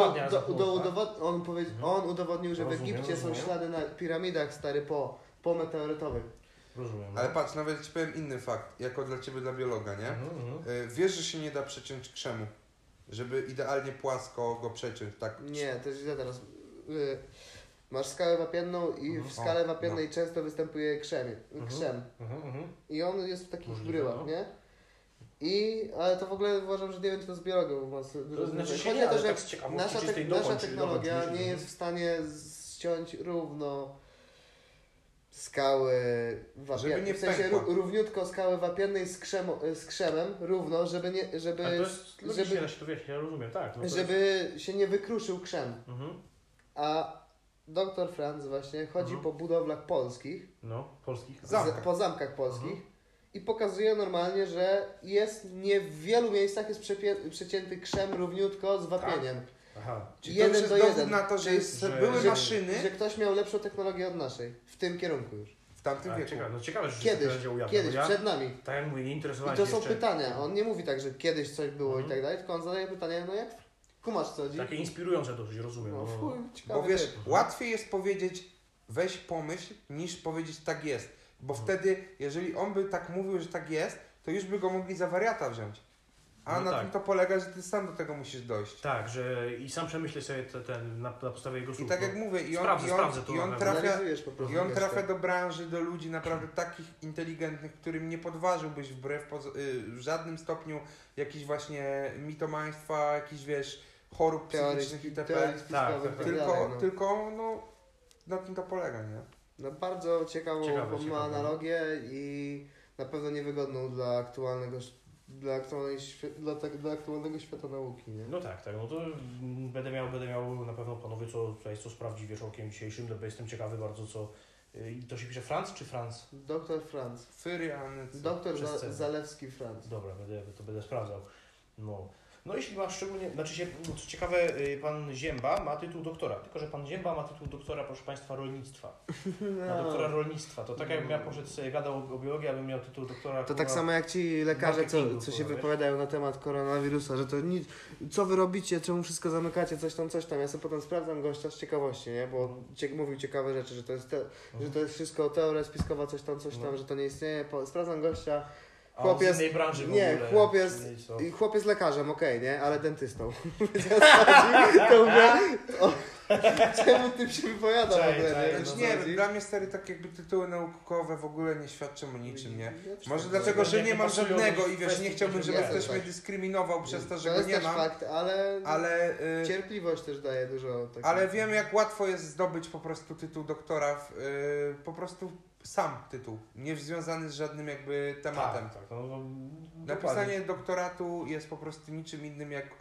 on udowodnił, że w Egipcie są ślady na piramidach stary po meteorytowych. Rozumiem. Ale patrz, nawet ci powiem inny fakt, jako dla ciebie, dla biologa, nie? Wiesz, że się nie da przeciąć krzemu, żeby idealnie płasko go przeciąć, tak? Nie, to jest źle teraz. Masz skałę wapienną i w skale wapiennej często występuje krzem. I on jest w takich bryłach, nie? Ale to w ogóle uważam, że nie wiem, czy to z biologą ma dużo znaczy Chodzi o to, że tak nasza technologia nie jest w stanie ściąć równo skały wapiennej. W sensie równiutko skały wapiennej z krzemem równo, żeby nie... Żeby, ale to jest logicznie, ja rozumiem, tak. No żeby się nie wykruszył krzem. A doktor Franz właśnie chodzi po budowlach polskich. No, polskich. Po zamkach polskich. I pokazuje normalnie, że nie w wielu miejscach jest przecięty krzem równiutko z wapieniem. Tak. Aha. Czyli to już jest dowód na to, że były maszyny. Że ktoś miał lepszą technologię od naszej. W tym kierunku już. W tamtym wieku. Ciekawe, że kiedyś, przed nami. Tak jak mówię, nie interesowałem się. I to są pytania. On nie mówi tak, że kiedyś coś było i tak dalej, tylko on zadaje pytania, no jak kumasz co chodzi? Takie inspirujące dosyć, rozumiem. Bo wiesz, łatwiej jest powiedzieć weź pomyśl, niż powiedzieć tak jest. Bo wtedy, jeżeli on by tak mówił, że tak jest, to już by go mogli za wariata wziąć. A na tym to polega, że ty sam do tego musisz dojść. Tak, że i sam przemyślę sobie na podstawie jego słów. I tak jak mówię, on trafia do branży, do ludzi naprawdę takich inteligentnych, którym nie podważyłbyś w żadnym stopniu jakichś właśnie mitomaństwa, jakichś wiesz, chorób psychicznych itp. Tylko na tym to polega, nie? No bardzo ciekawą ma analogię i na pewno niewygodną dla aktualnego świata nauki, nie? No tak, no to będę miał na pewno panowie co sprawdzić wieczorkiem dzisiejszym, bo jestem ciekawy bardzo to się pisze Franz czy Franz? Doktor Franz. Doktor Zalewski Franz. Dobra, będę sprawdzał. No jeśli ma szczególnie, co ciekawe, pan Zięba ma tytuł doktora, tylko że pan Zięba ma tytuł doktora, proszę państwa, rolnictwa. Ma doktora rolnictwa. To tak jakbym ja poszedł sobie gadał o biologii, abym miał tytuł doktora. To tak samo jak ci lekarze, co się wypowiadają na temat koronawirusa, że to nic, co wy robicie, czemu wszystko zamykacie, coś tam. Ja sobie potem sprawdzam gościa z ciekawości, nie? Bo mówił ciekawe rzeczy, że to jest wszystko teoria spiskowa, coś tam, że to nie istnieje. Sprawdzam gościa. Chłop jest z innej branży w ogóle. Nie, chłop jest lekarzem, okej, nie? Ale dentystą. To mówię, czemu ty się wypowiada w ogóle? Nie, dla mnie stary tak jakby tytuły naukowe w ogóle nie świadczą o niczym, nie? Może dlatego, że nie mam żadnego i wiesz, nie chciałbym, żeby ktoś mnie dyskryminował przez to, że go nie mam. Fakt, ale cierpliwość też daje dużo. Ale wiem, jak łatwo jest zdobyć po prostu tytuł doktora, po prostu sam tytuł, nie związany z żadnym jakby tematem. Tak. Napisanie doktoratu jest po prostu niczym innym jak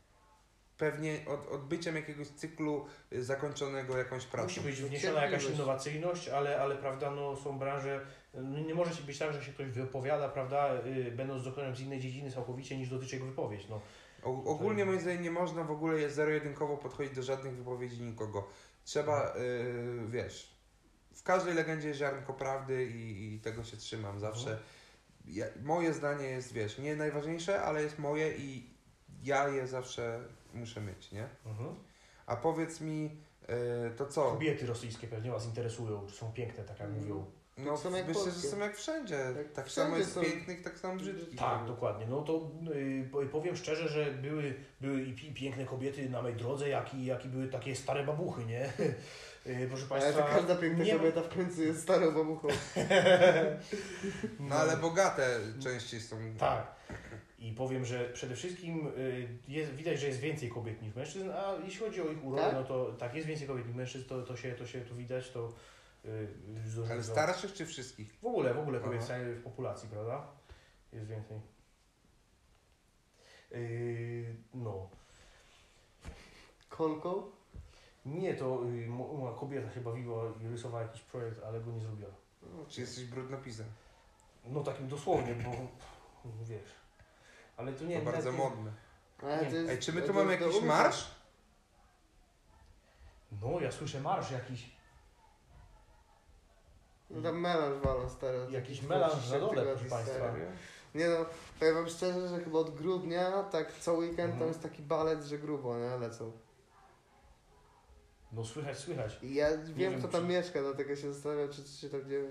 odbyciem jakiegoś cyklu zakończonego jakąś pracą. Musi być wniesiona jakaś innowacyjność, ale prawda, są branże, nie może być tak, że się ktoś wypowiada, prawda, będąc doktorem z innej dziedziny całkowicie, niż dotyczy jego wypowiedź. Ogólnie moim zdaniem nie można w ogóle zero-jedynkowo podchodzić do żadnych wypowiedzi nikogo. Trzeba, wiesz, w każdej legendzie jest ziarnko prawdy i tego się trzymam zawsze. Moje zdanie jest, wiesz, nie najważniejsze, ale jest moje i ja je zawsze muszę mieć, nie? A powiedz mi, to co? Kobiety rosyjskie pewnie Was interesują, czy są piękne, tak jak mówią. No myślę, że są jak wszędzie. Tak samo jest pięknych, tak samo brzydkich. Tak, dokładnie. No to powiem szczerze, że były i piękne kobiety na mej drodze, jak i były takie stare babuchy, nie? Proszę Państwa... Ale to każda piękna kobieta w końcu jest starą babuchą. No ale bogate częściej są. Tak. I powiem, że przede wszystkim widać, że jest więcej kobiet niż mężczyzn, a jeśli chodzi o ich urodę, no to tak, jest więcej kobiet niż mężczyzn, to się tu widać, to... Ale starszych czy wszystkich? W ogóle kobiet w populacji, prawda? Jest więcej. No. Kolką? Nie, to moja kobieta się bawiła i rysowała jakiś projekt, ale go nie zrobiła. Czy jesteś brudnopisem? No takim dosłownie, bo wiesz. Ale to nie To bardzo nie, modne. Ale to jest, Ej, czy my to tu mamy jest do jakiś ucha. marsz? No, ja słyszę marsz jakiś. No tam melanż walą, stary. od Jakiś takich melanż na dole, tygodni, proszę państwa. stary. Nie no, powiem wam szczerze, że chyba od grudnia, tak co weekend tam Mhm. jest taki balet, że grubo, nie? Lecą. No słychać. I ja wiem, wiem, kto tam czy- mieszka, dlatego się zastanawiam, czy się tam gdzie...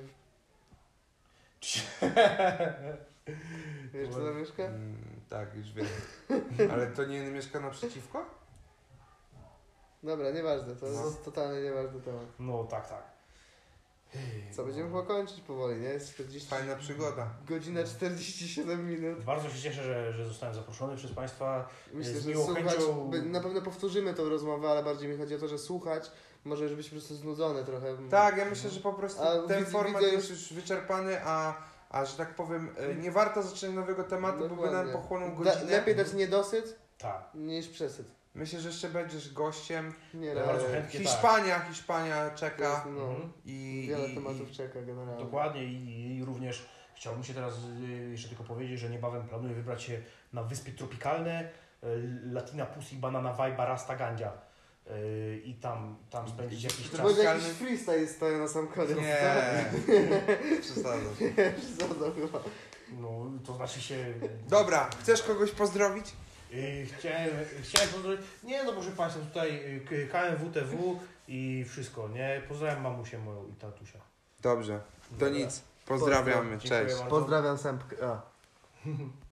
Wiesz, kto tam mieszka? Tak, już wiem. Ale to nie mieszka naprzeciwko? Dobra, nieważne, to No. jest totalnie nieważny temat. No tak. Co, będziemy chyba kończyć powoli, nie? Jest 40... Fajna przygoda. Godzina 47 minut. Bardzo się cieszę, że zostałem zaproszony przez Państwa. Myślę, Z że miłą słuchać, chęcią- na pewno powtórzymy tą rozmowę, ale bardziej mi chodzi o to, że słuchać może już być po prostu znudzony trochę. Tak, ja myślę, że po prostu A ten widzę- format widzę jest już wyczerpany, a że tak powiem, nie warto zacząć nowego tematu, bo by nam Dokładnie. pochłonął godzinę. Lepiej dać niedosyt Tak. niż przesyt. Myślę, że jeszcze będziesz gościem. Nie, Ja no, bardzo ale chętnie. Hiszpania to czeka jest, no, Mhm. i... wiele i- tematów czeka generalnie. Dokładnie i również chciałbym się teraz jeszcze tylko powiedzieć, że niebawem planuję wybrać się na wyspy tropikalne Latina Pussy Banana Vibe Rasta Gandzia i tam spędzić jakiś To czas. będzie Tropikalny- jakiś freestyle stoję na sam koniec. Nie, przesadzam. Przesadzam chyba. No, to znaczy się... Dobra, chcesz kogoś pozdrowić? Chciałem pozdrowić... Nie no, proszę Państwa, tutaj KMWTW i wszystko, nie? Pozdrawiam mamusię moją i tatusia. Dobrze, to Dobra. nic. Pozdrawiamy, Dziękuję cześć. bardzo. Pozdrawiam Sępkę.